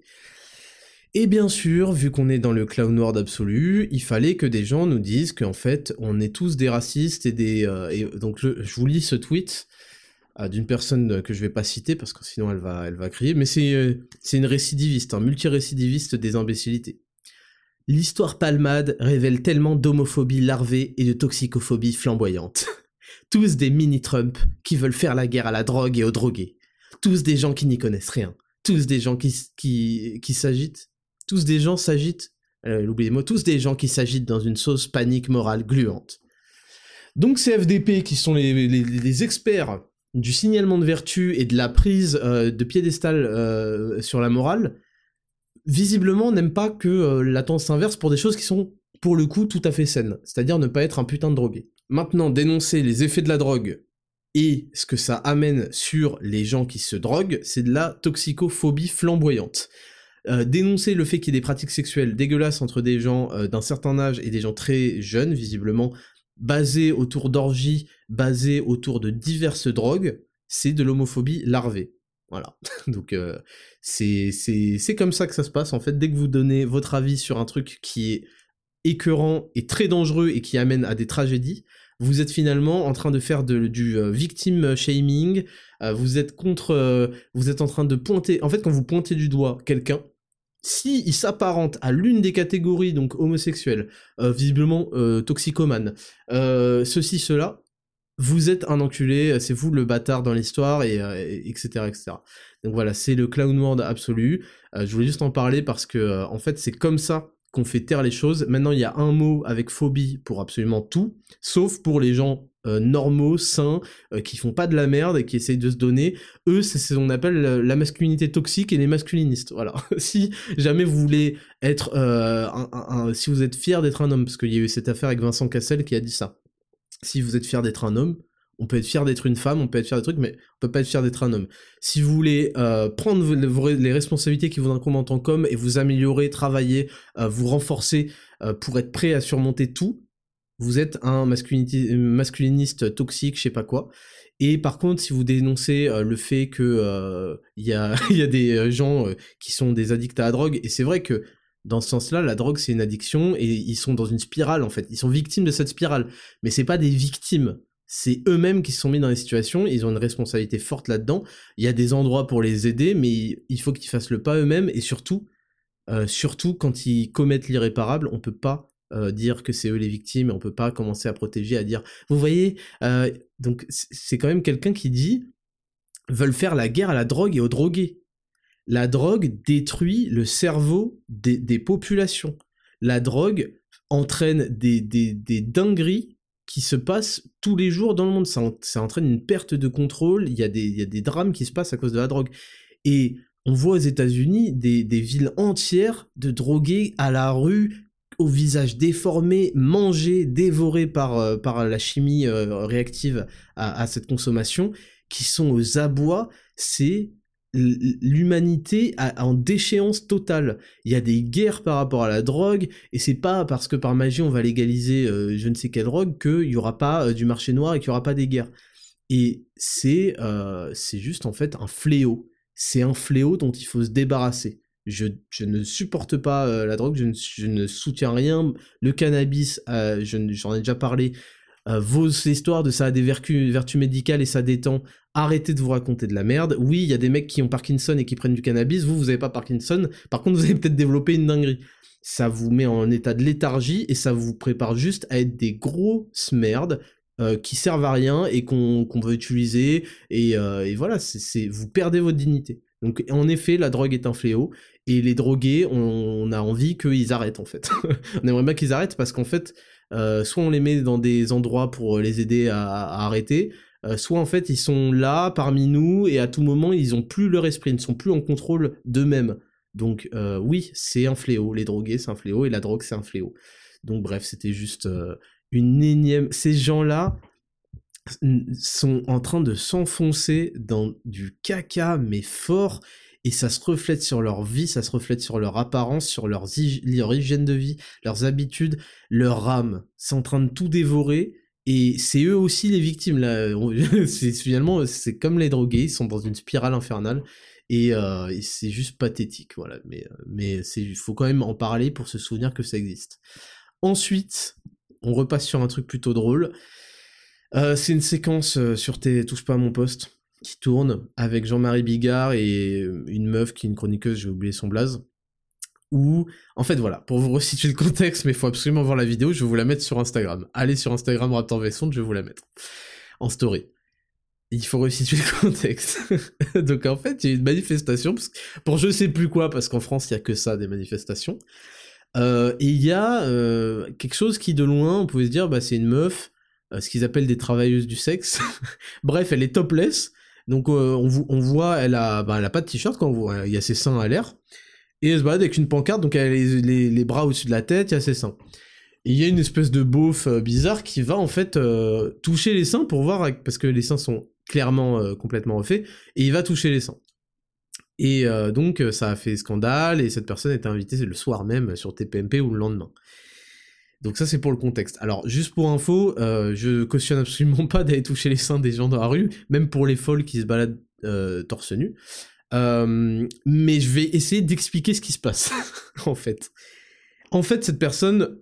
Et bien sûr, vu qu'on est dans le clown world absolu, il fallait que des gens nous disent qu'en fait, on est tous des racistes et des... Euh, et donc je, je vous lis ce tweet euh, d'une personne que je vais pas citer, parce que sinon elle va, elle va crier, mais c'est, euh, c'est une récidiviste, un multirécidiviste des imbécilités. L'histoire Palmade révèle tellement d'homophobie larvée et de toxicophobie flamboyante. Tous des mini-Trump qui veulent faire la guerre à la drogue et aux drogués. Tous des gens qui n'y connaissent rien. Tous des gens qui, qui, qui s'agitent. Tous des gens s'agitent, euh, oubliez moi, tous des gens qui s'agitent dans une sauce panique morale gluante. Donc ces F D P, qui sont les, les, les experts du signalement de vertu et de la prise euh, de piédestal euh, sur la morale, visiblement n'aiment pas que euh, la tendance s'inverse pour des choses qui sont, pour le coup, tout à fait saines, c'est-à-dire ne pas être un putain de drogué. Maintenant, dénoncer les effets de la drogue et ce que ça amène sur les gens qui se droguent, c'est de la toxicophobie flamboyante. Euh, dénoncer le fait qu'il y ait des pratiques sexuelles dégueulasses entre des gens euh, d'un certain âge et des gens très jeunes, visiblement, basées autour d'orgies, basées autour de diverses drogues, c'est de l'homophobie larvée. Voilà. Donc euh, c'est, c'est, c'est comme ça que ça se passe, en fait. Dès que vous donnez votre avis sur un truc qui est écœurant et très dangereux et qui amène à des tragédies, vous êtes finalement en train de faire de, du euh, victim shaming, euh, vous êtes contre... Euh, vous êtes en train de pointer... En fait, quand vous pointez du doigt quelqu'un, si il s'apparente à l'une des catégories, donc homosexuel, euh, visiblement euh, toxicomane, euh, ceci, cela, vous êtes un enculé, c'est vous le bâtard dans l'histoire, et, euh, et etc., et cetera. Donc voilà, c'est le clown world absolu. Euh, je voulais juste en parler parce que, euh, en fait, c'est comme ça qu'on fait taire les choses. Maintenant, il y a un mot avec phobie pour absolument tout, sauf pour les gens euh, normaux, sains, euh, qui font pas de la merde et qui essayent de se donner. Eux, c'est ce qu'on appelle la masculinité toxique et les masculinistes. Voilà. Si jamais vous voulez être, euh, un, un, un, si vous êtes fier d'être un homme, parce qu'il y a eu cette affaire avec Vincent Cassel qui a dit ça. Si vous êtes fier d'être un homme, on peut être fier d'être une femme, on peut être fier des trucs, mais on peut pas être fier d'être un homme. Si vous voulez euh, prendre vos, les responsabilités qui vous incombent en tant qu'homme et vous améliorer, travailler, euh, vous renforcer euh, pour être prêt à surmonter tout, vous êtes un masculiniste toxique, je sais pas quoi. Et par contre, si vous dénoncez euh, le fait que euh, y a il y a des gens euh, qui sont des addicts à la drogue, et c'est vrai que dans ce sens-là, la drogue c'est une addiction et ils sont dans une spirale en fait. Ils sont victimes de cette spirale, mais c'est pas des victimes. C'est eux-mêmes qui se sont mis dans les situations, ils ont une responsabilité forte là-dedans. Il y a des endroits pour les aider, mais il faut qu'ils fassent le pas eux-mêmes et surtout, euh, surtout quand ils commettent l'irréparable, on peut pas euh, dire que c'est eux les victimes, et on peut pas commencer à protéger, à dire, vous voyez, euh, donc c'est quand même quelqu'un qui dit, veulent faire la guerre à la drogue et aux drogués. La drogue détruit le cerveau des, des populations. La drogue entraîne des, des, des dingueries qui se passent tous les jours dans le monde. Ça, ça entraîne une perte de contrôle, il y a des, il y a des drames qui se passent à cause de la drogue. Et on voit aux États-Unis des, des villes entières de drogués à la rue, au visage déformé, mangés, dévorés par, euh, par la chimie euh, réactive à, à cette consommation, qui sont aux abois. C'est l'humanité en déchéance totale. Il y a des guerres par rapport à la drogue, et c'est pas parce que par magie on va légaliser euh, je ne sais quelle drogue qu'il y aura pas euh, du marché noir et qu'il y aura pas des guerres. Et c'est euh, c'est juste en fait un fléau. C'est un fléau dont il faut se débarrasser. Je, je ne supporte pas euh, la drogue, je ne, je ne soutiens rien. Le cannabis, euh, je, j'en ai déjà parlé, euh, vos histoires de ça a des vertus, vertus médicales et ça détend, arrêtez de vous raconter de la merde. Oui, il y a des mecs qui ont Parkinson et qui prennent du cannabis, vous, vous avez pas Parkinson, par contre, vous avez peut-être développé une dinguerie. Ça vous met en état de léthargie et ça vous prépare juste à être des grosses merdes euh, qui servent à rien et qu'on qu'on veut utiliser, et, euh, et voilà, c'est, c'est, vous perdez votre dignité. Donc en effet, la drogue est un fléau, et les drogués, on, on a envie qu'ils arrêtent en fait. On aimerait bien qu'ils arrêtent parce qu'en fait, euh, soit on les met dans des endroits pour les aider à, à arrêter, euh, soit en fait ils sont là parmi nous et à tout moment ils ont plus leur esprit, ils ne sont plus en contrôle d'eux-mêmes. Donc euh, oui, c'est un fléau, les drogués c'est un fléau et la drogue c'est un fléau. Donc bref, c'était juste euh, une énième... Ces gens-là sont en train de s'enfoncer dans du caca, mais fort, et ça se reflète sur leur vie, ça se reflète sur leur apparence, sur leurs hy- leur hygiène de vie, leurs habitudes, leur âme. C'est en train de tout dévorer, et c'est eux aussi les victimes, là. c'est, finalement, c'est comme les drogués, ils sont dans une spirale infernale, et, euh, et c'est juste pathétique, voilà. Mais, mais il faut quand même en parler pour se souvenir que ça existe. Ensuite, on repasse sur un truc plutôt drôle. Euh, c'est une séquence euh, sur tes Touche pas à mon poste qui tourne avec Jean-Marie Bigard et une meuf qui est une chroniqueuse, j'ai oublié son blaze, où, en fait voilà, pour vous resituer le contexte, mais il faut absolument voir la vidéo, je vais vous la mettre sur Instagram. Allez sur Instagram Raptor Vesson, je vais vous la mettre en story. Il faut resituer le contexte. Donc en fait, il y a une manifestation, parce que, pour je sais plus quoi, parce qu'en France, il y a que ça, des manifestations, euh, et il y a euh, quelque chose qui, de loin, on pouvait se dire, bah c'est une meuf, euh, ce qu'ils appellent des travailleuses du sexe. Bref, elle est topless, donc euh, on, on voit, elle a, bah, elle a pas de t-shirt quand on voit, il y a ses seins à l'air, et elle se balade avec une pancarte, donc elle a les, les, les bras au-dessus de la tête, il y a ses seins. Et il y a une espèce de beauf euh, bizarre qui va en fait euh, toucher les seins pour voir, parce que les seins sont clairement euh, complètement refaits, et il va toucher les seins. Et euh, donc ça a fait scandale, et cette personne était invitée le soir même sur T P M P ou le lendemain. Donc ça c'est pour le contexte. Alors juste pour info, euh, je cautionne absolument pas d'aller toucher les seins des gens dans la rue, même pour les folles qui se baladent euh, torse nu. Euh, mais je vais essayer d'expliquer ce qui se passe, en fait. En fait, cette personne...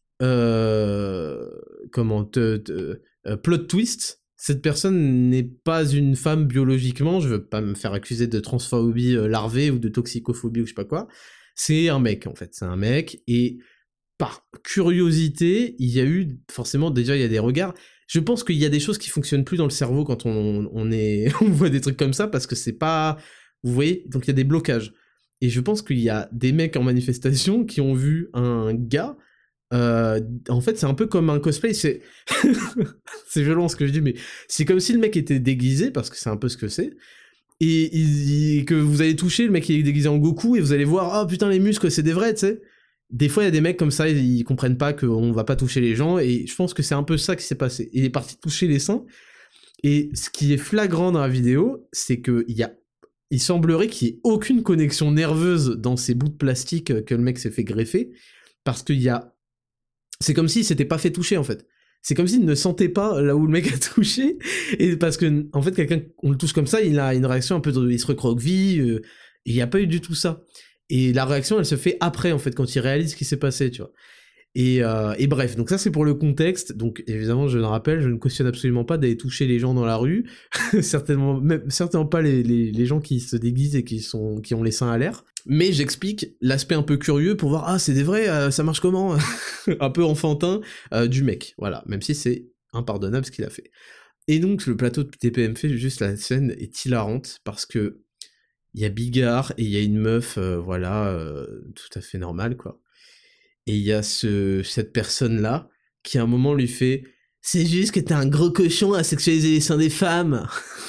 Euh, comment... Te, te, euh, plot twist, cette personne n'est pas une femme biologiquement, je veux pas me faire accuser de transphobie euh, larvée ou de toxicophobie ou je sais pas quoi. C'est un mec, en fait. C'est un mec, et... par curiosité, il y a eu, forcément, déjà, il y a des regards. Je pense qu'il y a des choses qui fonctionnent plus dans le cerveau quand on, on est, on voit des trucs comme ça, parce que c'est pas, vous voyez, donc il y a des blocages. Et je pense qu'il y a des mecs en manifestation qui ont vu un gars, euh, en fait, c'est un peu comme un cosplay, c'est, c'est violent ce que je dis, mais c'est comme si le mec était déguisé, parce que c'est un peu ce que c'est, et, et que vous allez toucher, le mec qui est déguisé en Goku, et vous allez voir, ah oh, putain, les muscles, c'est des vrais, tu sais. Des fois, il y a des mecs comme ça, ils comprennent pas qu'on va pas toucher les gens, et je pense que c'est un peu ça qui s'est passé. Il est parti toucher les seins, et ce qui est flagrant dans la vidéo, c'est que il y a, il semblerait qu'il y ait aucune connexion nerveuse dans ces bouts de plastique que le mec s'est fait greffer, parce qu'il y a, c'est comme s'il s'était pas fait toucher, en fait. C'est comme s'il ne sentait pas là où le mec a touché, et parce que, en fait, quelqu'un, on le touche comme ça, il a une réaction un peu de, il se recroqueville, euh, et il y a pas eu du tout ça. Et la réaction, elle se fait après, en fait, quand il réalise ce qui s'est passé, tu vois. Et, euh, et bref, donc ça, c'est pour le contexte. Donc, évidemment, je le rappelle, je ne cautionne absolument pas d'aller toucher les gens dans la rue. certainement, même, certainement pas les, les, les gens qui se déguisent et qui, sont, qui ont les seins à l'air. Mais j'explique l'aspect un peu curieux pour voir, ah, c'est des vrais, euh, ça marche comment? Un peu enfantin euh, du mec. Voilà, même si c'est impardonnable ce qu'il a fait. Et donc, le plateau de T P M P, juste la scène est hilarante, parce que il y a Bigard et il y a une meuf, euh, voilà, euh, tout à fait normale, quoi. Et il y a ce, cette personne-là qui, à un moment, lui fait « C'est juste que t'es un gros cochon à sexualiser les seins des femmes !»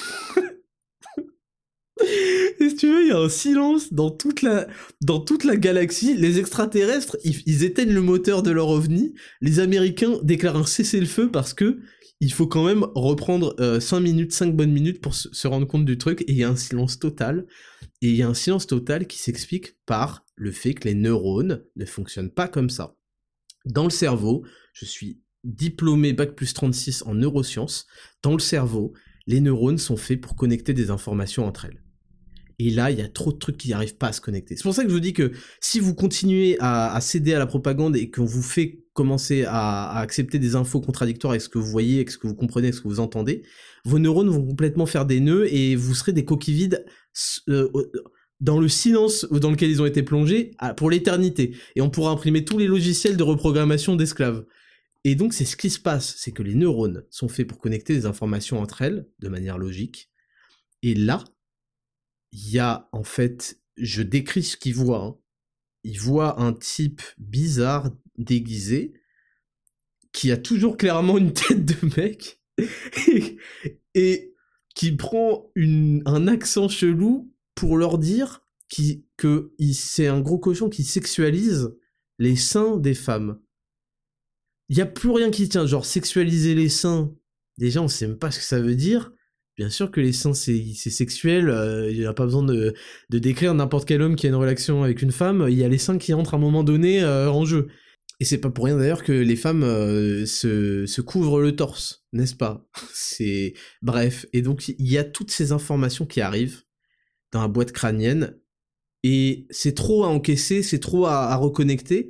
Et si tu veux, il y a un silence dans toute la, dans toute la galaxie. Les extraterrestres, ils, ils éteignent le moteur de leur ovni. Les Américains déclarent un cessez-le-feu parce que il faut quand même reprendre euh, cinq minutes, cinq bonnes minutes pour se, se rendre compte du truc, et il y a un silence total. Et il y a un silence total qui s'explique par le fait que les neurones ne fonctionnent pas comme ça. Dans le cerveau, je suis diplômé bac plus trente-six en neurosciences, dans le cerveau, les neurones sont faits pour connecter des informations entre elles. Et là, il y a trop de trucs qui n'arrivent pas à se connecter. C'est pour ça que je vous dis que si vous continuez à, à céder à la propagande et qu'on vous fait commencer à, à accepter des infos contradictoires avec ce que vous voyez, avec ce que vous comprenez, avec ce que vous entendez, vos neurones vont complètement faire des nœuds et vous serez des coquilles vides euh, dans le silence dans lequel ils ont été plongés pour l'éternité. Et on pourra imprimer tous les logiciels de reprogrammation d'esclaves. Et donc, c'est ce qui se passe, c'est que les neurones sont faits pour connecter les informations entre elles de manière logique. Et là, il y a, en fait, je décris ce qu'il voit, hein. Il voit un type bizarre, déguisé, qui a toujours clairement une tête de mec, et, et qui prend une, un accent chelou pour leur dire qui, que il, c'est un gros cochon qui sexualise les seins des femmes. Il n'y a plus rien qui tient, genre sexualiser les seins, déjà on sait même pas ce que ça veut dire. Bien sûr que les seins, c'est, c'est sexuel, il euh, n'y a pas besoin de, de décrire n'importe quel homme qui a une relation avec une femme, il y a les seins qui entrent à un moment donné euh, en jeu. Et c'est pas pour rien d'ailleurs que les femmes euh, se, se couvrent le torse, n'est-ce pas? C'est... Bref, et donc il y a toutes ces informations qui arrivent dans la boîte crânienne, et c'est trop à encaisser, c'est trop à, à reconnecter,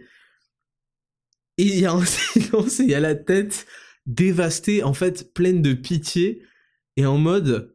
et il y a un silence, et il y a la tête dévastée, en fait, pleine de pitié, et en mode,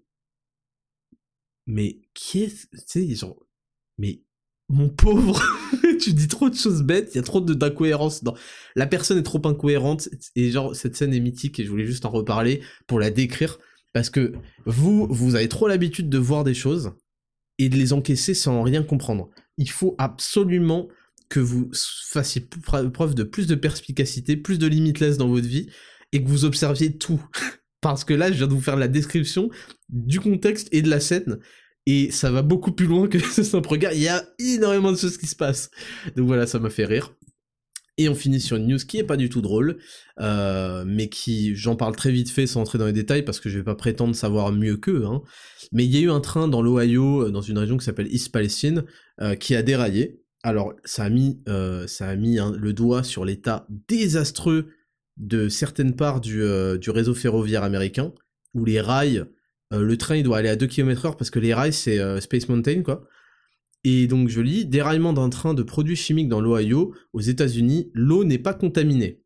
mais qui est, tu sais, genre, mais mon pauvre, tu dis trop de choses bêtes, il y a trop de, d'incohérences, dans... la personne est trop incohérente, et genre, cette scène est mythique, et je voulais juste en reparler pour la décrire, parce que vous, vous avez trop l'habitude de voir des choses, et de les encaisser sans rien comprendre. Il faut absolument que vous fassiez preuve de plus de perspicacité, plus de limitless dans votre vie, et que vous observiez tout. Parce que là, je viens de vous faire la description du contexte et de la scène, et ça va beaucoup plus loin que ce simple regard, il y a énormément de choses qui se passent. Donc voilà, ça m'a fait rire. Et on finit sur une news qui est pas du tout drôle, euh, mais qui, j'en parle très vite fait sans entrer dans les détails, parce que je vais pas prétendre savoir mieux qu'eux, hein. Mais il y a eu un train dans l'Ohio, dans une région qui s'appelle East Palestine, euh, qui a déraillé. Alors, ça a mis, euh, ça a mis hein, le doigt sur l'état désastreux de certaines parts du, euh, du réseau ferroviaire américain, où les rails, euh, le train il doit aller à deux kilomètres heure parce que les rails c'est euh, Space Mountain quoi. Et donc je lis, déraillement d'un train de produits chimiques dans l'Ohio, aux États-Unis, l'eau n'est pas contaminée.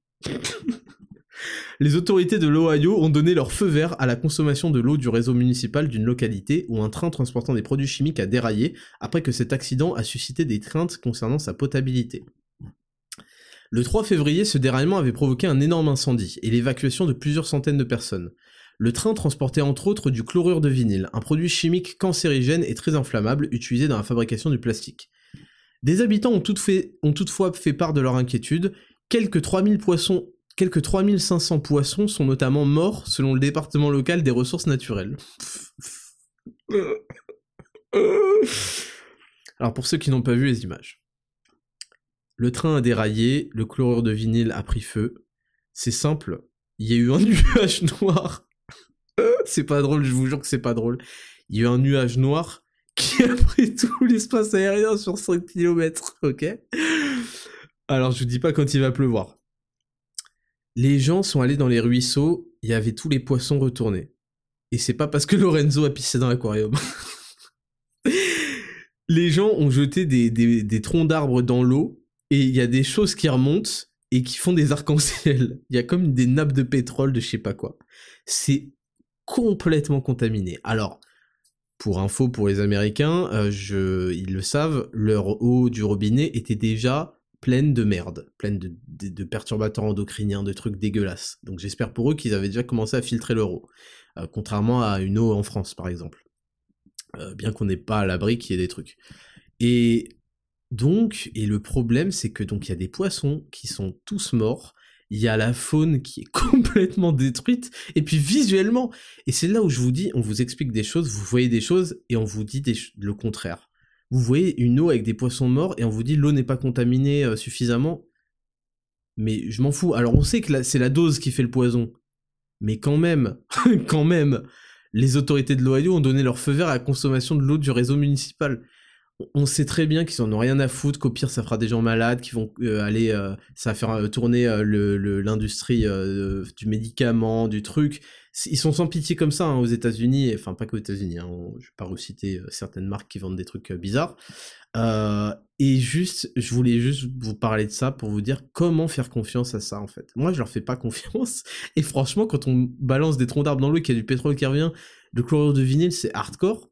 Les autorités de l'Ohio ont donné leur feu vert à la consommation de l'eau du réseau municipal d'une localité où un train transportant des produits chimiques a déraillé après que cet accident a suscité des craintes concernant sa potabilité. Le trois février, ce déraillement avait provoqué un énorme incendie et l'évacuation de plusieurs centaines de personnes. Le train transportait entre autres du chlorure de vinyle, un produit chimique cancérigène et très inflammable utilisé dans la fabrication du plastique. Des habitants ont, tout fait, ont toutefois fait part de leur inquiétude. Quelques trois mille poissons, quelques trois mille cinq cents poissons sont notamment morts selon le département local des ressources naturelles. Alors pour ceux qui n'ont pas vu les images. Le train a déraillé, le chlorure de vinyle a pris feu. C'est simple, il y a eu un nuage noir. C'est pas drôle, je vous jure que c'est pas drôle. Il y a eu un nuage noir qui a pris tout l'espace aérien sur cinq kilomètres, ok? Alors je vous dis pas quand il va pleuvoir. Les gens sont allés dans les ruisseaux, il y avait tous les poissons retournés. Et c'est pas parce que Lorenzo a pissé dans l'aquarium. Les gens ont jeté des, des, des troncs d'arbres dans l'eau, et il y a des choses qui remontent et qui font des arcs-en-ciel. Il y a comme des nappes de pétrole de je sais pas quoi. C'est complètement contaminé. Alors, pour info pour les Américains, euh, je, ils le savent, leur eau du robinet était déjà pleine de merde, pleine de, de, de perturbateurs endocriniens, de trucs dégueulasses. Donc j'espère pour eux qu'ils avaient déjà commencé à filtrer leur eau. Euh, contrairement à une eau en France, par exemple. Euh, bien qu'on n'ait pas à l'abri qu'il y ait des trucs. Et... Donc, et le problème, c'est que donc il y a des poissons qui sont tous morts, il y a la faune qui est complètement détruite, et puis visuellement, et c'est là où je vous dis, on vous explique des choses, vous voyez des choses, et on vous dit des, le contraire. Vous voyez une eau avec des poissons morts, et on vous dit l'eau n'est pas contaminée euh, suffisamment, mais je m'en fous. Alors on sait que la, c'est la dose qui fait le poison, mais quand même, quand même, les autorités de l'Ohio ont donné leur feu vert à la consommation de l'eau du réseau municipal. on sait très bien qu'ils en ont rien à foutre, qu'au pire ça fera des gens malades, qui vont euh, aller, euh, ça va faire euh, tourner euh, le, le, l'industrie euh, du médicament, du truc. Ils sont sans pitié comme ça hein, aux États-Unis, enfin pas qu'aux États-Unis. Hein, je vais pas reciter euh, certaines marques qui vendent des trucs euh, bizarres. Euh, et juste, je voulais juste vous parler de ça pour vous dire comment faire confiance à ça en fait. Moi, je leur fais pas confiance. Et franchement, quand on balance des troncs d'arbres dans l'eau et qu'il y a du pétrole qui revient, le chlorure de vinyle, c'est hardcore.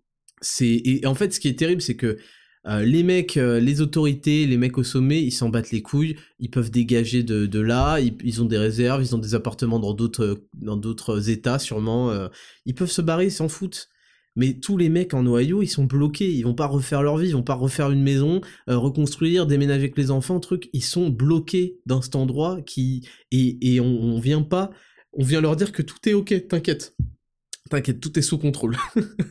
C'est et en fait, ce qui est terrible, c'est que euh, les mecs, euh, les autorités, les mecs au sommet, ils s'en battent les couilles. Ils peuvent dégager de, de là. Ils, ils ont des réserves, ils ont des appartements dans d'autres dans d'autres États sûrement. Euh, ils peuvent se barrer, ils s'en foutent. Mais tous les mecs en Ohio, ils sont bloqués. Ils vont pas refaire leur vie, ils vont pas refaire une maison, euh, reconstruire, déménager avec les enfants, truc. Ils sont bloqués dans cet endroit qui et et on, on vient pas, on vient leur dire que tout est ok, t'inquiète. T'inquiète, tout est sous contrôle.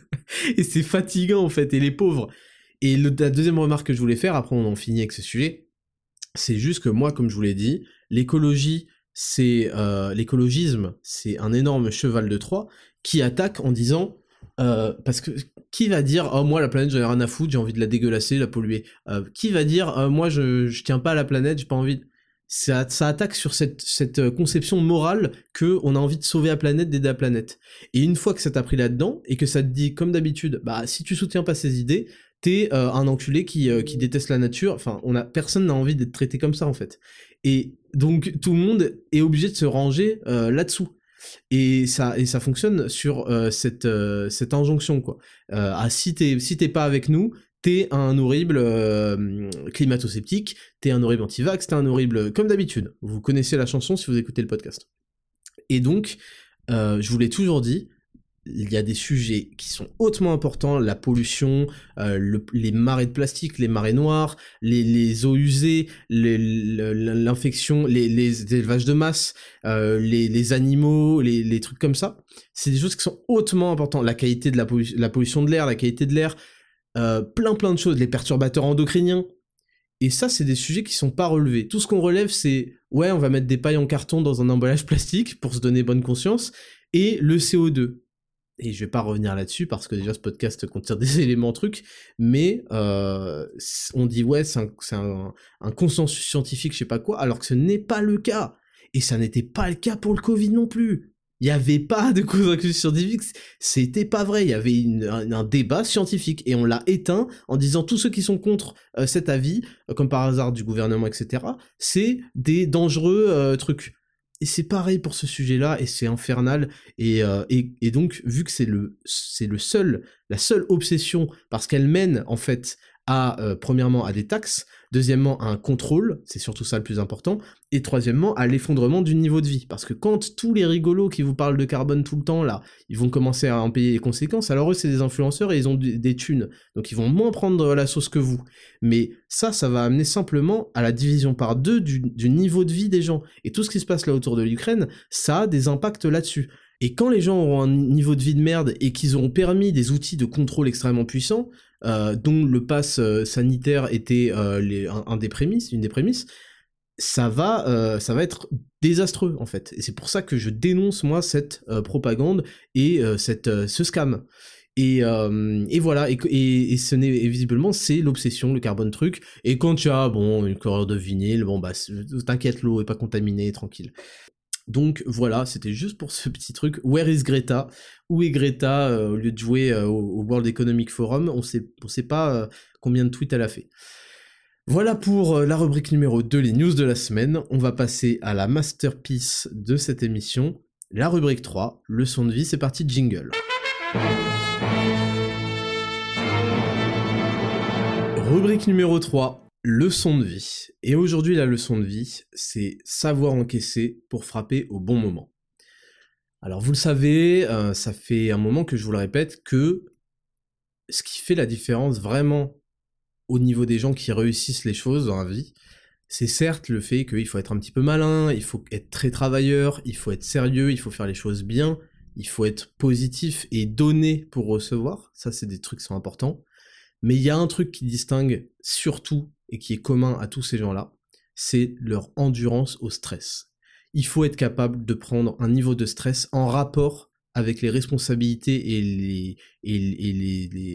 Et c'est fatigant en fait, et les pauvres. Et le, la deuxième remarque que je voulais faire, après on en finit avec ce sujet, c'est juste que moi, comme je vous l'ai dit, l'écologie, c'est euh, l'écologisme, c'est un énorme cheval de Troie qui attaque en disant, euh, parce que qui va dire, oh moi la planète j'en ai rien à foutre, j'ai envie de la dégueulasser, la polluer. Euh, qui va dire, euh, moi je, je tiens pas à la planète, j'ai pas envie. De... Ça, ça attaque sur cette, cette conception morale que on a envie de sauver la planète, d'aider la planète. Et une fois que ça t'a pris là-dedans, et que ça te dit, comme d'habitude, bah si tu soutiens pas ces idées, t'es euh, un enculé qui, euh, qui déteste la nature, enfin, on a, personne n'a envie d'être traité comme ça, en fait. Et donc, tout le monde est obligé de se ranger euh, là-dessous. Et ça, et ça fonctionne sur euh, cette, euh, cette injonction, quoi. Euh, ah, si t'es, si t'es pas avec nous, t'es un horrible euh, climato-sceptique, t'es un horrible anti-vax, t'es un horrible... Comme d'habitude, vous connaissez la chanson si vous écoutez le podcast. Et donc, euh, je vous l'ai toujours dit, il y a des sujets qui sont hautement importants, la pollution, euh, le, les marées de plastique, les marées noires, les, les eaux usées, les, l'infection, les, les élevages de masse, euh, les, les animaux, les, les trucs comme ça. C'est des choses qui sont hautement importantes. La qualité de la, pollu- la pollution de l'air, la qualité de l'air, euh, plein plein de choses, les perturbateurs endocriniens. Et ça, c'est des sujets qui sont pas relevés. Tout ce qu'on relève, c'est ouais, on va mettre des pailles en carton dans un emballage plastique pour se donner bonne conscience, et le C O deux. Et je vais pas revenir là-dessus parce que déjà ce podcast contient des éléments trucs, mais euh, on dit ouais c'est un, c'est un, un consensus scientifique je sais pas quoi, alors que ce n'est pas le cas. Et ça n'était pas le cas pour le Covid non plus. Il y avait pas de consensus scientifique, c'était pas vrai, il y avait une, un, un débat scientifique, et on l'a éteint en disant tous ceux qui sont contre euh, cet avis, euh, comme par hasard du gouvernement, et cetera, c'est des dangereux euh, trucs. Et c'est pareil pour ce sujet-là, et c'est infernal, et, euh, et, et donc, vu que c'est le, c'est le seul, la seule obsession, parce qu'elle mène, en fait, à, euh, premièrement, à des taxes, deuxièmement, à un contrôle, c'est surtout ça le plus important, et troisièmement, à l'effondrement du niveau de vie, parce que quand tous les rigolos qui vous parlent de carbone tout le temps, là, ils vont commencer à en payer les conséquences, alors eux, c'est des influenceurs et ils ont des, des thunes, donc ils vont moins prendre la sauce que vous. Mais ça, ça va amener simplement à la division par deux du, du niveau de vie des gens, et tout ce qui se passe là autour de l'Ukraine, ça a des impacts là-dessus. Et quand les gens auront un niveau de vie de merde et qu'ils auront permis des outils de contrôle extrêmement puissants, euh, dont le pass euh, sanitaire était euh, les, un, un des prémices, une des prémices, ça va, euh, ça va être désastreux en fait. Et c'est pour ça que je dénonce moi cette euh, propagande et euh, cette, euh, ce scam. Et, euh, et voilà, et, et, et ce n'est et visiblement c'est l'obsession, le carbone truc. Et quand tu as bon une chlorure de vinyle, bon bah t'inquiète, l'eau est pas contaminée, tranquille. Donc voilà, c'était juste pour ce petit truc. Where is Greta? Où est Greta euh, au lieu de jouer euh, au World Economic Forum? On sait, on sait pas euh, combien de tweets elle a fait. Voilà pour euh, la rubrique numéro deux, les news de la semaine. On va passer à la masterpiece de cette émission, la rubrique trois, leçon de vie. C'est parti, jingle. Rubrique numéro trois. Leçon de vie. Et aujourd'hui, la leçon de vie, c'est savoir encaisser pour frapper au bon moment. Alors vous le savez, euh, ça fait un moment que je vous le répète, que ce qui fait la différence vraiment au niveau des gens qui réussissent les choses dans la vie, c'est certes le fait qu'il faut être un petit peu malin, il faut être très travailleur, il faut être sérieux, il faut faire les choses bien, il faut être positif et donner pour recevoir, ça c'est des trucs qui sont importants. Mais il y a un truc qui distingue surtout et qui est commun à tous ces gens-là, c'est leur endurance au stress. Il faut être capable de prendre un niveau de stress en rapport avec les responsabilités et les, et, et les, les,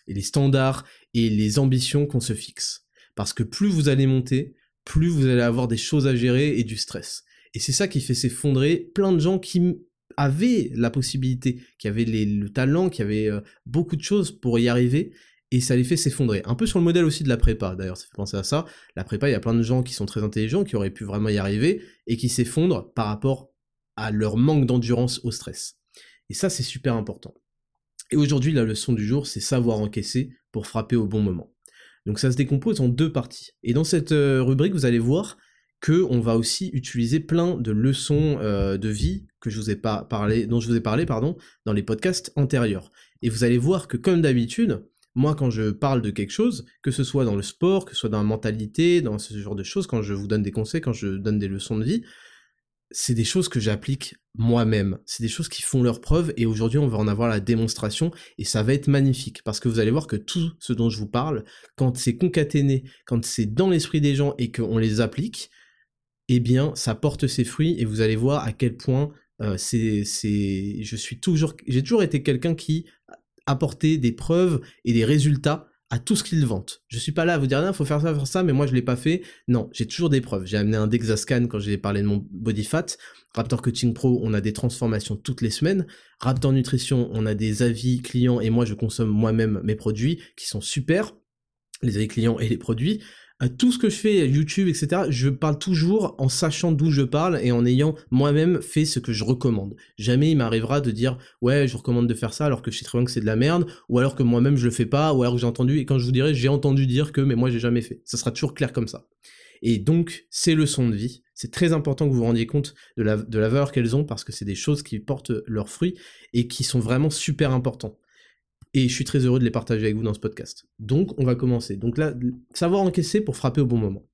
et les standards et les ambitions qu'on se fixe. Parce que plus vous allez monter, plus vous allez avoir des choses à gérer et du stress. Et c'est ça qui fait s'effondrer plein de gens qui avaient la possibilité, qui avaient les, le talent, qui avaient euh, beaucoup de choses pour y arriver, et ça les fait s'effondrer. Un peu sur le modèle aussi de la prépa, d'ailleurs, ça fait penser à ça. La prépa, il y a plein de gens qui sont très intelligents, qui auraient pu vraiment y arriver, et qui s'effondrent par rapport à leur manque d'endurance au stress. Et ça, c'est super important. Et aujourd'hui, la leçon du jour, c'est savoir encaisser pour frapper au bon moment. Donc ça se décompose en deux parties. Et dans cette euh, rubrique, vous allez voir qu'on va aussi utiliser plein de leçons euh, de vie que je vous ai pas parlé, dont je vous ai parlé pardon, dans les podcasts antérieurs. Et vous allez voir que comme d'habitude, moi quand je parle de quelque chose, que ce soit dans le sport, que ce soit dans la mentalité, dans ce genre de choses, quand je vous donne des conseils, quand je donne des leçons de vie, c'est des choses que j'applique moi-même. C'est des choses qui font leur preuve et aujourd'hui on va en avoir la démonstration et ça va être magnifique parce que vous allez voir que tout ce dont je vous parle, quand c'est concaténé, quand c'est dans l'esprit des gens et qu'on les applique, eh bien ça porte ses fruits et vous allez voir à quel point euh, c'est, c'est, je suis toujours, j'ai toujours été quelqu'un qui apportait des preuves et des résultats à tout ce qu'ils vantent. Je suis pas là à vous dire non, faut faire ça, faire ça, mais moi je l'ai pas fait. Non, j'ai toujours des preuves. J'ai amené un Dexascan quand j'ai parlé de mon body fat. Raptor Coaching Pro, on a des transformations toutes les semaines. Raptor Nutrition, on a des avis clients et moi je consomme moi-même mes produits qui sont super. Les avis clients et les produits. Tout ce que je fais, YouTube, et cetera, je parle toujours en sachant d'où je parle et en ayant moi-même fait ce que je recommande. Jamais il m'arrivera de dire « ouais, je recommande de faire ça alors que je sais très bien que c'est de la merde » ou alors que moi-même je le fais pas, ou alors que j'ai entendu, et quand je vous dirai « j'ai entendu dire que, mais moi j'ai jamais fait ». Ça sera toujours clair comme ça. Et donc, ces leçons de vie, c'est très important que vous vous rendiez compte de la, de la valeur qu'elles ont parce que c'est des choses qui portent leurs fruits et qui sont vraiment super importants. Et je suis très heureux de les partager avec vous dans ce podcast. Donc, on va commencer. Donc là, savoir encaisser pour frapper au bon moment.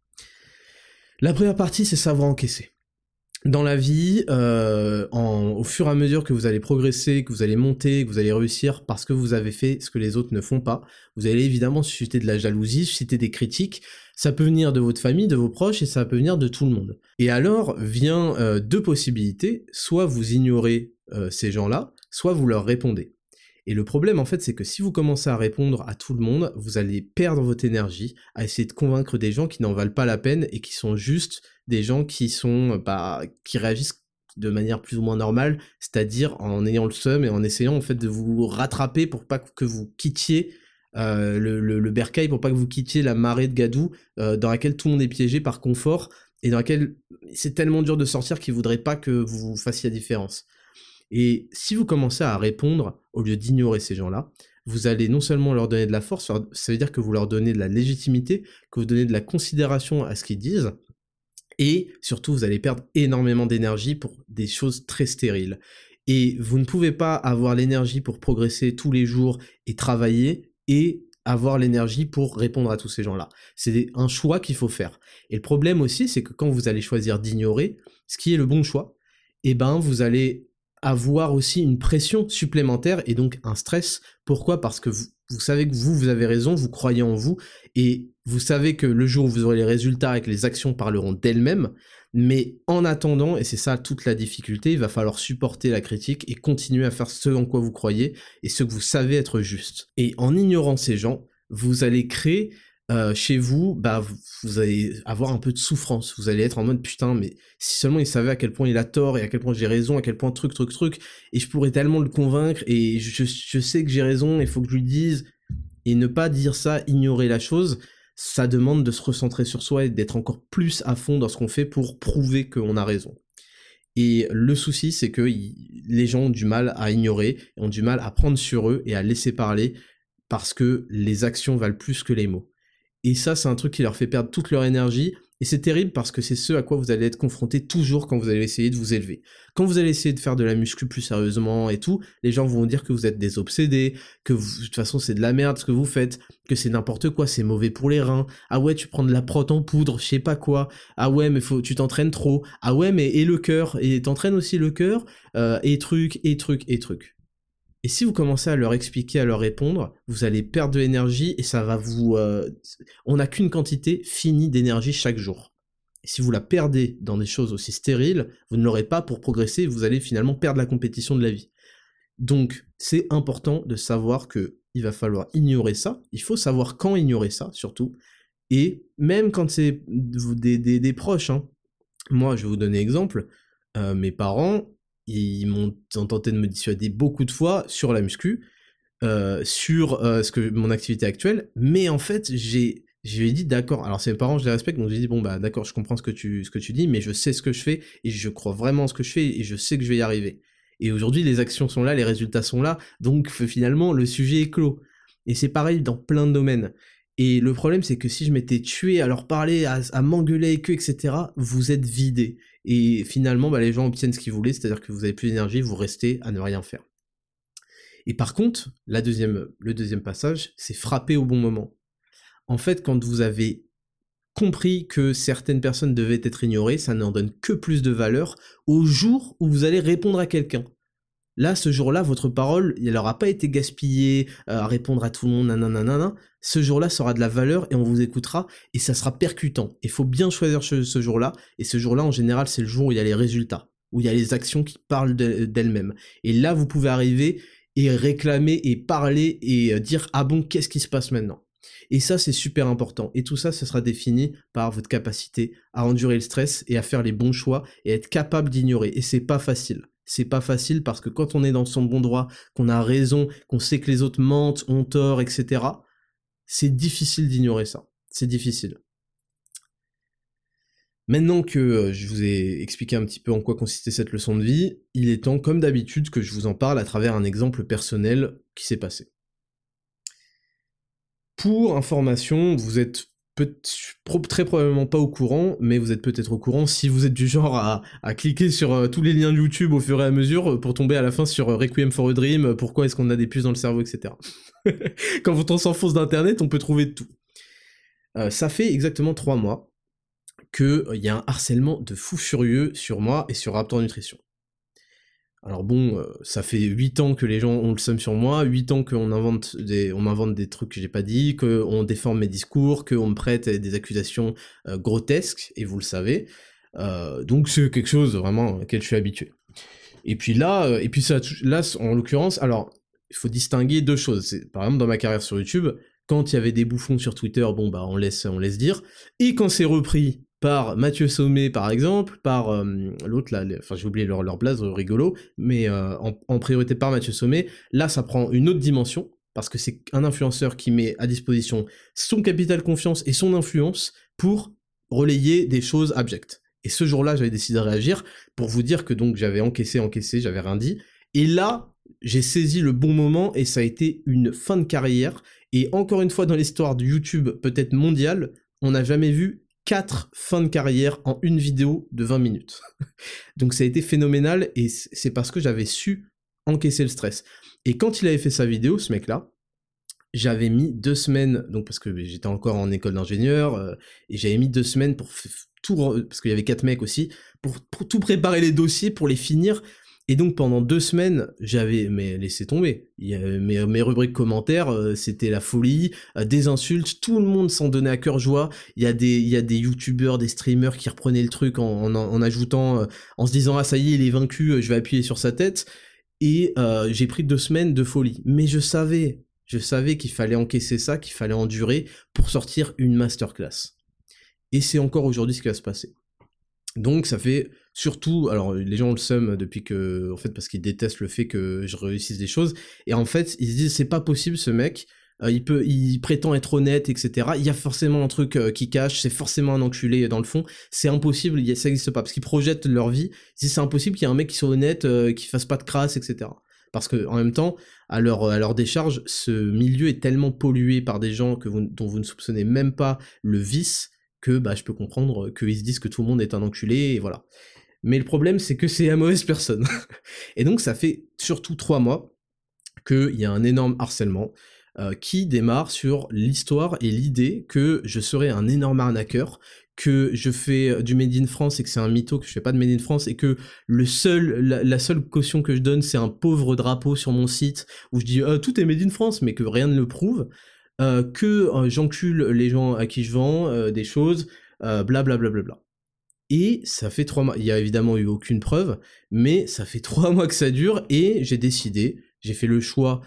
La première partie, c'est savoir encaisser. Dans la vie, euh, en, au fur et à mesure que vous allez progresser, que vous allez monter, que vous allez réussir parce que vous avez fait ce que les autres ne font pas, vous allez évidemment susciter de la jalousie, susciter des critiques. Ça peut venir de votre famille, de vos proches, et ça peut venir de tout le monde. Et alors, vient euh, deux possibilités. Soit vous ignorez euh, ces gens-là, soit vous leur répondez. Et le problème, en fait, c'est que si vous commencez à répondre à tout le monde, vous allez perdre votre énergie à essayer de convaincre des gens qui n'en valent pas la peine et qui sont juste des gens qui sont, bah, qui réagissent de manière plus ou moins normale, c'est-à-dire en ayant le seum et en essayant, en fait, de vous rattraper pour pas que vous quittiez euh, le, le, le bercail, pour pas que vous quittiez la marée de gadou euh, dans laquelle tout le monde est piégé par confort et dans laquelle c'est tellement dur de sortir qu'ils voudraient pas que vous fassiez la différence. Et si vous commencez à répondre, au lieu d'ignorer ces gens-là, vous allez non seulement leur donner de la force, ça veut dire que vous leur donnez de la légitimité, que vous donnez de la considération à ce qu'ils disent, et surtout vous allez perdre énormément d'énergie pour des choses très stériles. Et vous ne pouvez pas avoir l'énergie pour progresser tous les jours et travailler, et avoir l'énergie pour répondre à tous ces gens-là. C'est un choix qu'il faut faire. Et le problème aussi, c'est que quand vous allez choisir d'ignorer, ce qui est le bon choix, eh ben vous allez avoir aussi une pression supplémentaire et donc un stress. Pourquoi ? Parce que vous, vous savez que vous, vous avez raison, vous croyez en vous, et vous savez que le jour où vous aurez les résultats et que les actions parleront d'elles-mêmes, mais en attendant, et c'est ça toute la difficulté, il va falloir supporter la critique et continuer à faire ce en quoi vous croyez et ce que vous savez être juste. Et en ignorant ces gens, vous allez créer Euh, chez vous, bah vous, vous allez avoir un peu de souffrance, vous allez être en mode putain mais si seulement il savait à quel point il a tort et à quel point j'ai raison, à quel point truc truc truc, et je pourrais tellement le convaincre et je, je sais que j'ai raison, il faut que je lui dise, et ne pas dire ça, ignorer la chose, ça demande de se recentrer sur soi et d'être encore plus à fond dans ce qu'on fait pour prouver qu'on a raison. Et le souci c'est que y, les gens ont du mal à ignorer, ont du mal à prendre sur eux et à laisser parler parce que les actions valent plus que les mots. Et ça, c'est un truc qui leur fait perdre toute leur énergie, et c'est terrible parce que c'est ce à quoi vous allez être confronté toujours quand vous allez essayer de vous élever. Quand vous allez essayer de faire de la muscu plus sérieusement et tout, les gens vont dire que vous êtes des obsédés, que vous, de toute façon c'est de la merde ce que vous faites, que c'est n'importe quoi, c'est mauvais pour les reins, ah ouais tu prends de la prot en poudre, je sais pas quoi, ah ouais mais faut, tu t'entraînes trop, ah ouais mais et le cœur, et t'entraînes aussi le cœur, euh, et truc, et truc, et truc. Et si vous commencez à leur expliquer, à leur répondre, vous allez perdre de l'énergie et ça va vous... Euh, on n'a qu'une quantité finie d'énergie chaque jour. Et si vous la perdez dans des choses aussi stériles, vous ne l'aurez pas pour progresser et vous allez finalement perdre la compétition de la vie. Donc, c'est important de savoir que il va falloir ignorer ça, il faut savoir quand ignorer ça, surtout, et même quand c'est des, des, des proches, hein. Moi, je vais vous donner exemple, euh, mes parents, ils m'ont tenté de me dissuader beaucoup de fois sur la muscu, euh, sur euh, ce que mon activité actuelle, mais en fait, j'ai... Je lui ai dit d'accord, alors c'est mes parents, je les respecte, donc j'ai dit bon bah d'accord, je comprends ce que tu ce que tu dis, mais je sais ce que je fais, et je crois vraiment en ce que je fais, et je sais que je vais y arriver. Et aujourd'hui, les actions sont là, les résultats sont là, donc finalement, le sujet est clos. Et c'est pareil dans plein de domaines. Et le problème, c'est que si je m'étais tué à leur parler, à, à m'engueuler avec eux, et cetera, vous êtes vidés. Et finalement, bah, les gens obtiennent ce qu'ils voulaient, c'est-à-dire que vous avez plus d'énergie, vous restez à ne rien faire. Et par contre, la deuxième, le deuxième passage, c'est frapper au bon moment. En fait, quand vous avez compris que certaines personnes devaient être ignorées, ça n'en donne que plus de valeur au jour où vous allez répondre à quelqu'un. Là, ce jour-là, votre parole, elle n'aura pas été gaspillée euh, à répondre à tout le monde, nanana. Ce jour-là, ça aura de la valeur et on vous écoutera et ça sera percutant. Il faut bien choisir ce, ce jour-là. Et ce jour-là, en général, c'est le jour où il y a les résultats, où il y a les actions qui parlent de, d'elles-mêmes. Et là, vous pouvez arriver et réclamer et parler et dire « Ah bon, qu'est-ce qui se passe maintenant ?» Et ça, c'est super important. Et tout ça, ça sera défini par votre capacité à endurer le stress et à faire les bons choix et à être capable d'ignorer. Et c'est pas facile. C'est pas facile parce que quand on est dans son bon droit, qu'on a raison, qu'on sait que les autres mentent, ont tort, et cetera, c'est difficile d'ignorer ça. C'est difficile. Maintenant que je vous ai expliqué un petit peu en quoi consistait cette leçon de vie, il est temps, comme d'habitude, que je vous en parle à travers un exemple personnel qui s'est passé. Pour information, vous êtes peut- très probablement pas au courant, mais vous êtes peut-être au courant si vous êtes du genre à, à cliquer sur euh, tous les liens de YouTube au fur et à mesure pour tomber à la fin sur euh, Requiem for a Dream, euh, pourquoi est-ce qu'on a des puces dans le cerveau, et cetera. Quand on s'enfonce d'internet, on peut trouver de tout. Euh, ça fait exactement trois mois qu'il euh, y a un harcèlement de fou furieux sur moi et sur Raptor Nutrition. Alors bon, euh, ça fait huit ans que les gens ont le seum sur moi, huit ans qu'on invente des, on m'invente des trucs que j'ai pas dit, qu'on déforme mes discours, qu'on me prête des accusations euh, grotesques, et vous le savez. Euh, donc c'est quelque chose vraiment auquel je suis habitué. Et puis là, euh, et puis ça, là en l'occurrence, alors il faut distinguer deux choses. C'est, par exemple, dans ma carrière sur YouTube, quand il y avait des bouffons sur Twitter, bon bah on laisse, on laisse dire, et quand c'est repris par Mathieu Sommet par exemple, par euh, l'autre là, enfin j'ai oublié leur, leur blaze rigolo, mais euh, en, en priorité par Mathieu Sommet, là ça prend une autre dimension, parce que c'est un influenceur qui met à disposition son capital confiance et son influence pour relayer des choses abjectes. Et ce jour-là, j'avais décidé de réagir pour vous dire que donc j'avais encaissé, encaissé, j'avais rien dit, et là, j'ai saisi le bon moment et ça a été une fin de carrière, et encore une fois dans l'histoire de YouTube, peut-être mondiale, on n'a jamais vu quatre fins de carrière en une vidéo de vingt minutes. Donc ça a été phénoménal, et c'est parce que j'avais su encaisser le stress. Et quand il avait fait sa vidéo, ce mec-là, j'avais mis deux semaines, donc parce que j'étais encore en école d'ingénieur, euh, et j'avais mis deux semaines pour tout, parce qu'il y avait quatre mecs aussi, pour, pour tout préparer les dossiers, pour les finir. Et donc pendant deux semaines, j'avais mais laissé tomber. Il y a, mes, mes rubriques commentaires, euh, c'était la folie, euh, des insultes, tout le monde s'en donnait à cœur joie. Il y a des, il y a des youtubeurs, des streamers qui reprenaient le truc en, en, en ajoutant, euh, en se disant ah ça y est, il est vaincu, euh, je vais appuyer sur sa tête. Et euh, j'ai pris deux semaines de folie. Mais je savais, je savais qu'il fallait encaisser ça, qu'il fallait endurer pour sortir une masterclass. Et c'est encore aujourd'hui ce qui va se passer. Donc ça fait surtout, alors les gens ont le seum depuis que, en fait parce qu'ils détestent le fait que je réussisse des choses, et en fait ils se disent c'est pas possible ce mec, euh, il peut, il prétend être honnête, et cetera. Il y a forcément un truc euh, qui cache, c'est forcément un enculé dans le fond, c'est impossible, y a, ça existe pas, parce qu'ils projettent leur vie, ils disent c'est impossible qu'il y ait un mec qui soit honnête, euh, qui fasse pas de crasse, et cetera. Parce que en même temps, à leur, à leur décharge, ce milieu est tellement pollué par des gens que vous, dont vous ne soupçonnez même pas le vice, que bah, je peux comprendre qu'ils se disent que tout le monde est un enculé, et voilà. Mais le problème, c'est que c'est la mauvaise personne. Et donc, ça fait surtout trois mois qu'il y a un énorme harcèlement euh, qui démarre sur l'histoire et l'idée que je serais un énorme arnaqueur, que je fais du Made in France et que c'est un mytho, que je fais pas de Made in France, et que le seul, la, la seule caution que je donne, c'est un pauvre drapeau sur mon site où je dis euh, tout est Made in France, mais que rien ne le prouve. Euh, que euh, j'encule les gens à qui je vends euh, des choses, blablabla. Euh, bla bla bla. Et ça fait trois mois, il y a évidemment eu aucune preuve, mais ça fait trois mois que ça dure, et j'ai décidé, j'ai fait le choix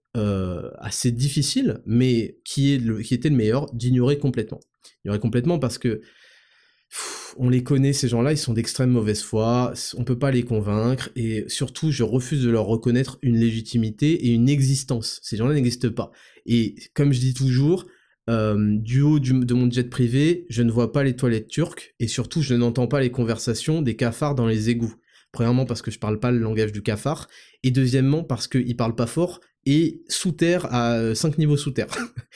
euh, assez difficile, mais qui, est le, qui était le meilleur, d'ignorer complètement. Ignorer complètement parce que pff, on les connaît, ces gens-là, ils sont d'extrême mauvaise foi, on peut pas les convaincre, et surtout, je refuse de leur reconnaître une légitimité et une existence. Ces gens-là n'existent pas. Et comme je dis toujours, euh, du haut du, de mon jet privé, je ne vois pas les toilettes turques, et surtout, je n'entends pas les conversations des cafards dans les égouts. Premièrement, parce que je parle pas le langage du cafard, et deuxièmement, parce qu'ils parlent pas fort, et sous terre, à cinq niveaux sous terre.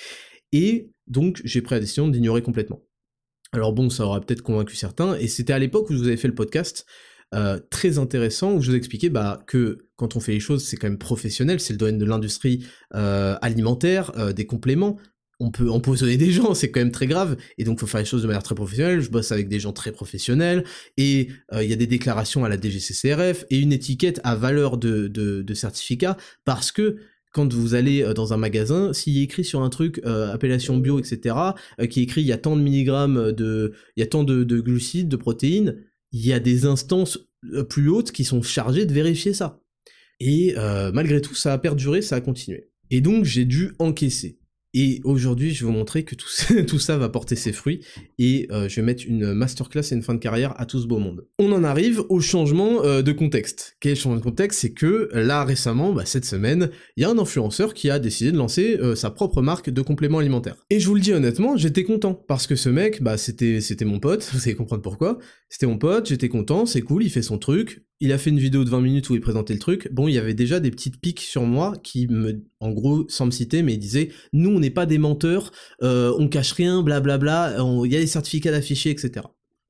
Et donc, j'ai pris la décision d'ignorer complètement. Alors bon, ça aura peut-être convaincu certains, et c'était à l'époque où je vous avais fait le podcast, euh, très intéressant, où je vous expliquais bah, que quand on fait les choses, c'est quand même professionnel, c'est le domaine de l'industrie euh, alimentaire, euh, des compléments, on peut empoisonner des gens, c'est quand même très grave, et donc faut faire les choses de manière très professionnelle, je bosse avec des gens très professionnels, et il euh, y a des déclarations à la D G C C R F, et une étiquette à valeur de, de, de certificat, parce que quand vous allez dans un magasin, s'il est écrit sur un truc, euh, appellation bio, et cetera, euh, qui est écrit il y a tant de milligrammes de, il y a tant de, de glucides, de protéines, il y a des instances plus hautes qui sont chargées de vérifier ça. Et euh, malgré tout, ça a perduré, ça a continué. Et donc j'ai dû encaisser. Et aujourd'hui, je vais vous montrer que tout ça, tout ça va porter ses fruits, et euh, je vais mettre une masterclass et une fin de carrière à tout ce beau monde. On en arrive au changement euh, de contexte. Quel changement de contexte? C'est que là, récemment, bah, cette semaine, il y a un influenceur qui a décidé de lancer euh, sa propre marque de compléments alimentaires. Et je vous le dis honnêtement, j'étais content, parce que ce mec, bah, c'était, c'était mon pote, vous allez comprendre pourquoi. C'était mon pote, j'étais content, c'est cool, il fait son truc. Il a fait une vidéo de vingt minutes où il présentait le truc. Bon, il y avait déjà des petites piques sur moi qui me, en gros, sans me citer, mais il disait « Nous, on n'est pas des menteurs, euh, on cache rien, blablabla, il y a des certificats d'affichés, et cetera »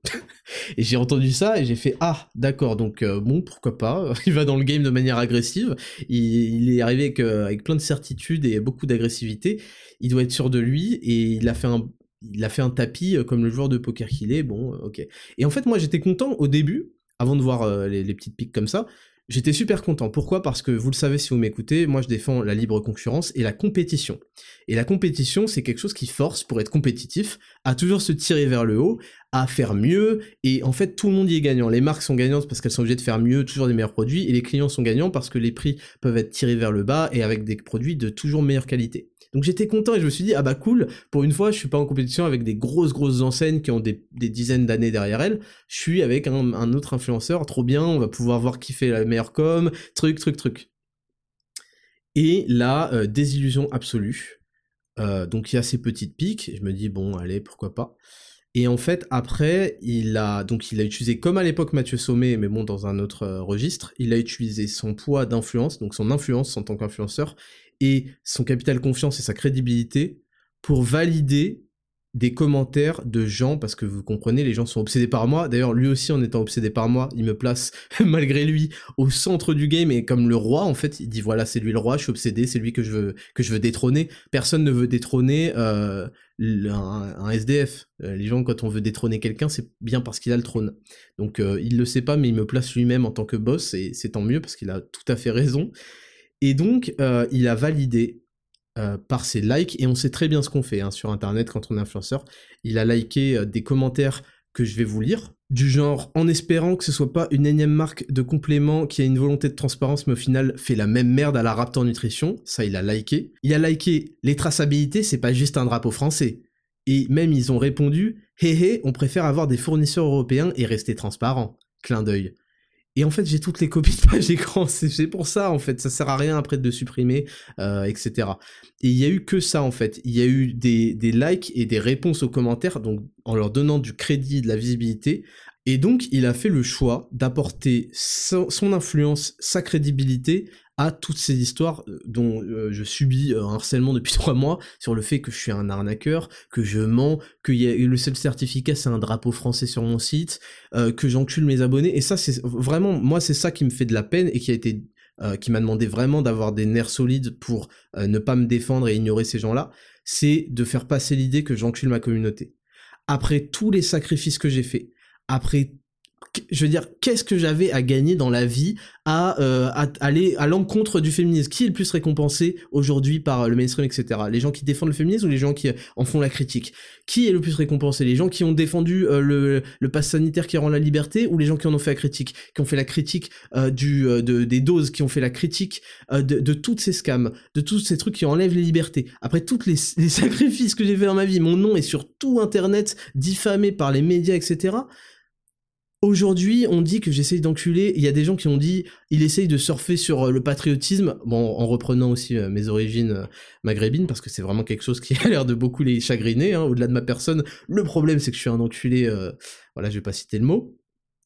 Et j'ai entendu ça et j'ai fait « Ah, d'accord, donc euh, bon, pourquoi pas, il va dans le game de manière agressive, il, il est arrivé avec, euh, avec plein de certitudes et beaucoup d'agressivité, il doit être sûr de lui, et il a fait un... Il a fait un tapis euh, comme le joueur de poker qu'il est, bon, euh, ok. » Et en fait, moi, j'étais content au début, avant de voir euh, les, les petites piques comme ça, j'étais super content. Pourquoi? Parce que, vous le savez si vous m'écoutez, moi je défends la libre concurrence et la compétition. Et la compétition, c'est quelque chose qui force, pour être compétitif, à toujours se tirer vers le haut, à faire mieux, et en fait tout le monde y est gagnant. Les marques sont gagnantes parce qu'elles sont obligées de faire mieux, toujours des meilleurs produits, et les clients sont gagnants parce que les prix peuvent être tirés vers le bas, et avec des produits de toujours meilleure qualité. Donc j'étais content et je me suis dit, ah bah cool, pour une fois je suis pas en compétition avec des grosses grosses enseignes qui ont des, des dizaines d'années derrière elles, je suis avec un, un autre influenceur, trop bien, on va pouvoir voir qui fait la meilleure com, truc, truc, truc. Et là, euh, désillusion absolue, euh, donc il y a ces petites piques, et je me dis, bon allez, pourquoi pas. Et en fait, après, il a donc il a utilisé, comme à l'époque Mathieu Sommet, mais bon, dans un autre euh, registre, il a utilisé son poids d'influence, donc son influence en tant qu'influenceur, et son capital confiance et sa crédibilité, pour valider des commentaires de gens, parce que vous comprenez, les gens sont obsédés par moi, d'ailleurs lui aussi en étant obsédé par moi, il me place, malgré lui, au centre du game, et comme le roi, en fait, il dit voilà, c'est lui le roi, je suis obsédé, c'est lui que je veux, que je veux détrôner, personne ne veut détrôner euh, un, un S D F, les gens, quand on veut détrôner quelqu'un, c'est bien parce qu'il a le trône, donc euh, il le sait pas, mais il me place lui-même en tant que boss, et c'est tant mieux, parce qu'il a tout à fait raison, et donc, euh, il a validé Euh, par ses likes, et on sait très bien ce qu'on fait hein, sur internet quand on est influenceur. Il a liké euh, des commentaires que je vais vous lire, du genre en espérant que ce soit pas une énième marque de complément qui a une volonté de transparence mais au final fait la même merde à la Raptor Nutrition, ça il a liké. Il a liké les traçabilités, c'est pas juste un drapeau français. Et même ils ont répondu hé hé, on préfère avoir des fournisseurs européens et rester transparent. Clin d'œil. Et en fait, j'ai toutes les copies de page écran, c'est pour ça, en fait, ça sert à rien après de supprimer, euh, et cetera. Et il y a eu que ça, en fait. Il y a eu des, des likes et des réponses aux commentaires, donc en leur donnant du crédit, de la visibilité. Et donc, il a fait le choix d'apporter son, son influence, sa crédibilité à toutes ces histoires dont euh, je subis euh, un harcèlement depuis trois mois sur le fait que je suis un arnaqueur, que je mens, que y a, le seul certificat c'est un drapeau français sur mon site, euh, que j'encule mes abonnés, et ça c'est vraiment, moi c'est ça qui me fait de la peine et qui a été, euh, qui m'a demandé vraiment d'avoir des nerfs solides pour euh, ne pas me défendre et ignorer ces gens-là, c'est de faire passer l'idée que j'encule ma communauté. Après tous les sacrifices que j'ai faits, après je veux dire, qu'est-ce que j'avais à gagner dans la vie à, euh, à aller à l'encontre du féminisme? Qui est le plus récompensé aujourd'hui par le mainstream, et cetera? Les gens qui défendent le féminisme ou les gens qui en font la critique? Qui est le plus récompensé? Les gens qui ont défendu euh, le, le pass sanitaire qui rend la liberté, ou les gens qui en ont fait la critique, qui ont fait la critique euh, du, euh, de, des doses, qui ont fait la critique euh, de, de toutes ces scams, de tous ces trucs qui enlèvent les libertés? Après tous les, les sacrifices que j'ai fait dans ma vie, mon nom est sur tout Internet, diffamé par les médias, et cetera. Aujourd'hui, on dit que j'essaye d'enculer, il y a des gens qui ont dit, il essaye de surfer sur le patriotisme, bon, en reprenant aussi euh, mes origines euh, maghrébines, parce que c'est vraiment quelque chose qui a l'air de beaucoup les chagriner, hein, au-delà de ma personne. Le problème, c'est que je suis un enculé, euh, voilà, je vais pas citer le mot.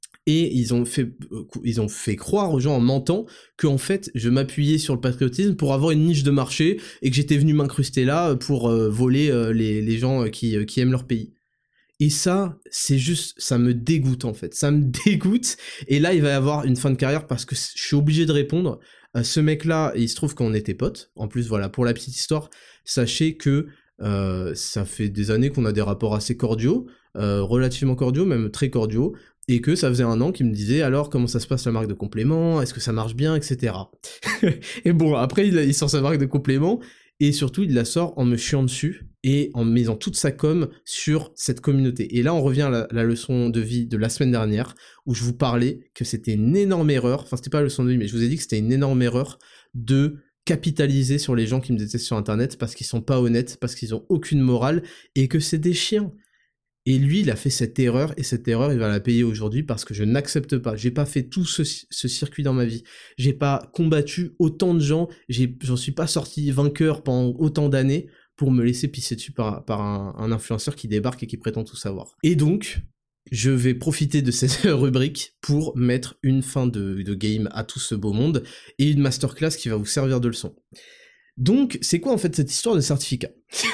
Et ils ont fait, euh, ils ont fait croire aux gens en mentant que en fait, je m'appuyais sur le patriotisme pour avoir une niche de marché, et que j'étais venu m'incruster là pour euh, voler euh, les, les gens qui, euh, qui aiment leur pays. Et ça, c'est juste, ça me dégoûte en fait, ça me dégoûte, et là il va y avoir une fin de carrière parce que je suis obligé de répondre. Euh, ce mec-là, il se trouve qu'on était potes, en plus voilà, pour la petite histoire, sachez que euh, ça fait des années qu'on a des rapports assez cordiaux, euh, relativement cordiaux, même très cordiaux, et que ça faisait un an qu'il me disait alors comment ça se passe la marque de compléments, est-ce que ça marche bien, et cetera. Et bon, après il, il sort sa marque de compléments, et surtout il la sort en me chiant dessus, et en misant toute sa com sur cette communauté. Et là on revient à la, la leçon de vie de la semaine dernière, où je vous parlais que c'était une énorme erreur, enfin c'était pas la leçon de vie, mais je vous ai dit que c'était une énorme erreur de capitaliser sur les gens qui me détestent sur internet, parce qu'ils sont pas honnêtes, parce qu'ils ont aucune morale, et que c'est des chiens. Et lui, il a fait cette erreur, et cette erreur, il va la payer aujourd'hui parce que je n'accepte pas. J'ai pas fait tout ce, ce circuit dans ma vie. J'ai pas combattu autant de gens, j'ai, j'en suis pas sorti vainqueur pendant autant d'années pour me laisser pisser dessus par, par un, un influenceur qui débarque et qui prétend tout savoir. Et donc, je vais profiter de cette rubrique pour mettre une fin de, de game à tout ce beau monde, et une masterclass qui va vous servir de leçon. Donc, c'est quoi en fait cette histoire de certificat?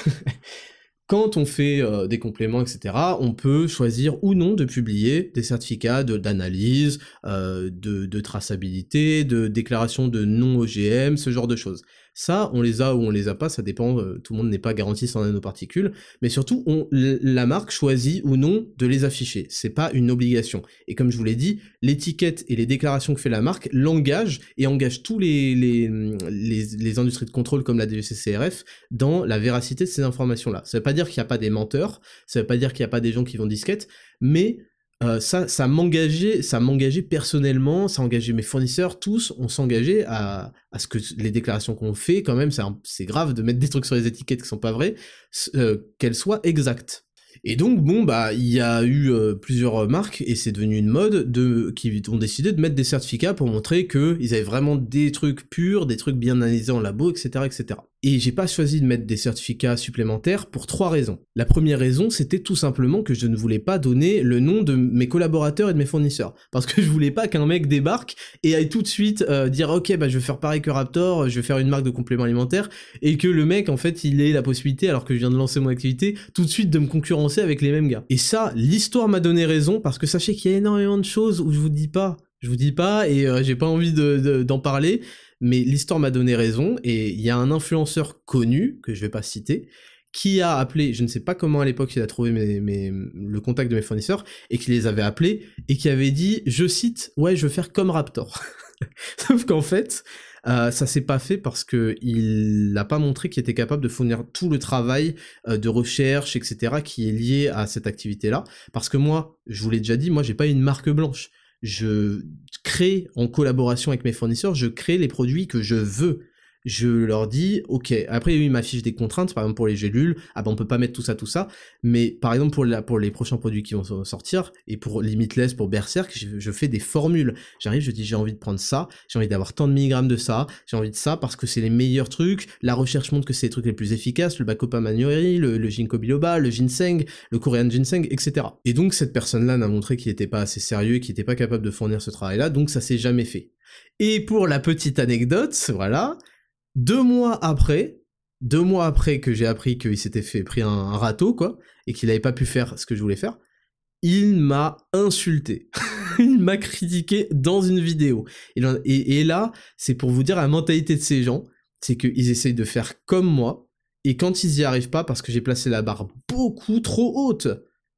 Quand on fait euh, des compléments, et cetera, on peut choisir ou non de publier des certificats de, d'analyse, euh, de, de traçabilité, de déclaration de non-O G M, ce genre de choses. Ça, on les a ou on les a pas, ça dépend, euh, tout le monde n'est pas garanti sans nanoparticules, mais surtout, on, la marque choisit ou non de les afficher, c'est pas une obligation. Et comme je vous l'ai dit, l'étiquette et les déclarations que fait la marque l'engagent et engagent tous les, les, les, les industries de contrôle comme la D G C C R F dans la véracité de ces informations-là. Ça veut pas dire qu'il n'y a pas des menteurs, ça veut pas dire qu'il n'y a pas des gens qui vont disquette, mais Euh, ça, ça m'engageait, ça m'engageait personnellement, ça engageait mes fournisseurs, tous, on s'engageait à, à ce que les déclarations qu'on fait, quand même, c'est, un, c'est grave de mettre des trucs sur les étiquettes qui sont pas vrais, euh, qu'elles soient exactes. Et donc, bon, bah, il y a eu euh, plusieurs marques, et c'est devenu une mode, de, qui ont décidé de mettre des certificats pour montrer qu'ils avaient vraiment des trucs purs, des trucs bien analysés en labo, et cetera, et cetera. Et j'ai pas choisi de mettre des certificats supplémentaires pour trois raisons. La première raison, c'était tout simplement que je ne voulais pas donner le nom de mes collaborateurs et de mes fournisseurs. Parce que je voulais pas qu'un mec débarque et aille tout de suite euh, dire « Ok, bah je vais faire pareil que Raptor, je vais faire une marque de compléments alimentaires », et que le mec, en fait, il ait la possibilité, alors que je viens de lancer mon activité, tout de suite de me concurrencer avec les mêmes gars. Et ça, l'histoire m'a donné raison, parce que sachez qu'il y a énormément de choses où je vous dis pas. Je vous dis pas, et euh, j'ai pas envie de, de, d'en parler, mais l'histoire m'a donné raison, et il y a un influenceur connu, que je vais pas citer, qui a appelé, je ne sais pas comment à l'époque il a trouvé mes, mes, le contact de mes fournisseurs, et qui les avait appelés, et qui avait dit, je cite, ouais, je veux faire comme Raptor. Sauf qu'en fait, euh, ça s'est pas fait parce que il n'a pas montré qu'il était capable de fournir tout le travail euh, de recherche, et cetera, qui est lié à cette activité-là. Parce que moi, je vous l'ai déjà dit, moi j'ai pas une marque blanche. Je crée, en collaboration avec mes fournisseurs, je crée les produits que je veux. Je leur dis, ok, après ils m'affichent des contraintes, par exemple pour les gélules, ah ben on peut pas mettre tout ça, tout ça, mais par exemple pour, la, pour les prochains produits qui vont sortir, et pour Limitless, pour Berserk, je, je fais des formules. J'arrive, je dis j'ai envie de prendre ça, j'ai envie d'avoir tant de milligrammes de ça, j'ai envie de ça parce que c'est les meilleurs trucs, la recherche montre que c'est les trucs les plus efficaces, le Bacopa Manuari, le, le Ginkgo biloba, le ginseng, le Korean ginseng, et cetera. Et donc cette personne-là n'a montré qu'il était pas assez sérieux, qu'il était pas capable de fournir ce travail-là, donc ça s'est jamais fait. Et pour la petite anecdote, voilà, Deux mois après, deux mois après que j'ai appris qu'il s'était fait pris un, un râteau, quoi, et qu'il avait pas pu faire ce que je voulais faire, il m'a insulté. Il m'a critiqué dans une vidéo. Et, et, et là, c'est pour vous dire la mentalité de ces gens, c'est qu'ils essayent de faire comme moi, et quand ils y arrivent pas, parce que j'ai placé la barre beaucoup trop haute,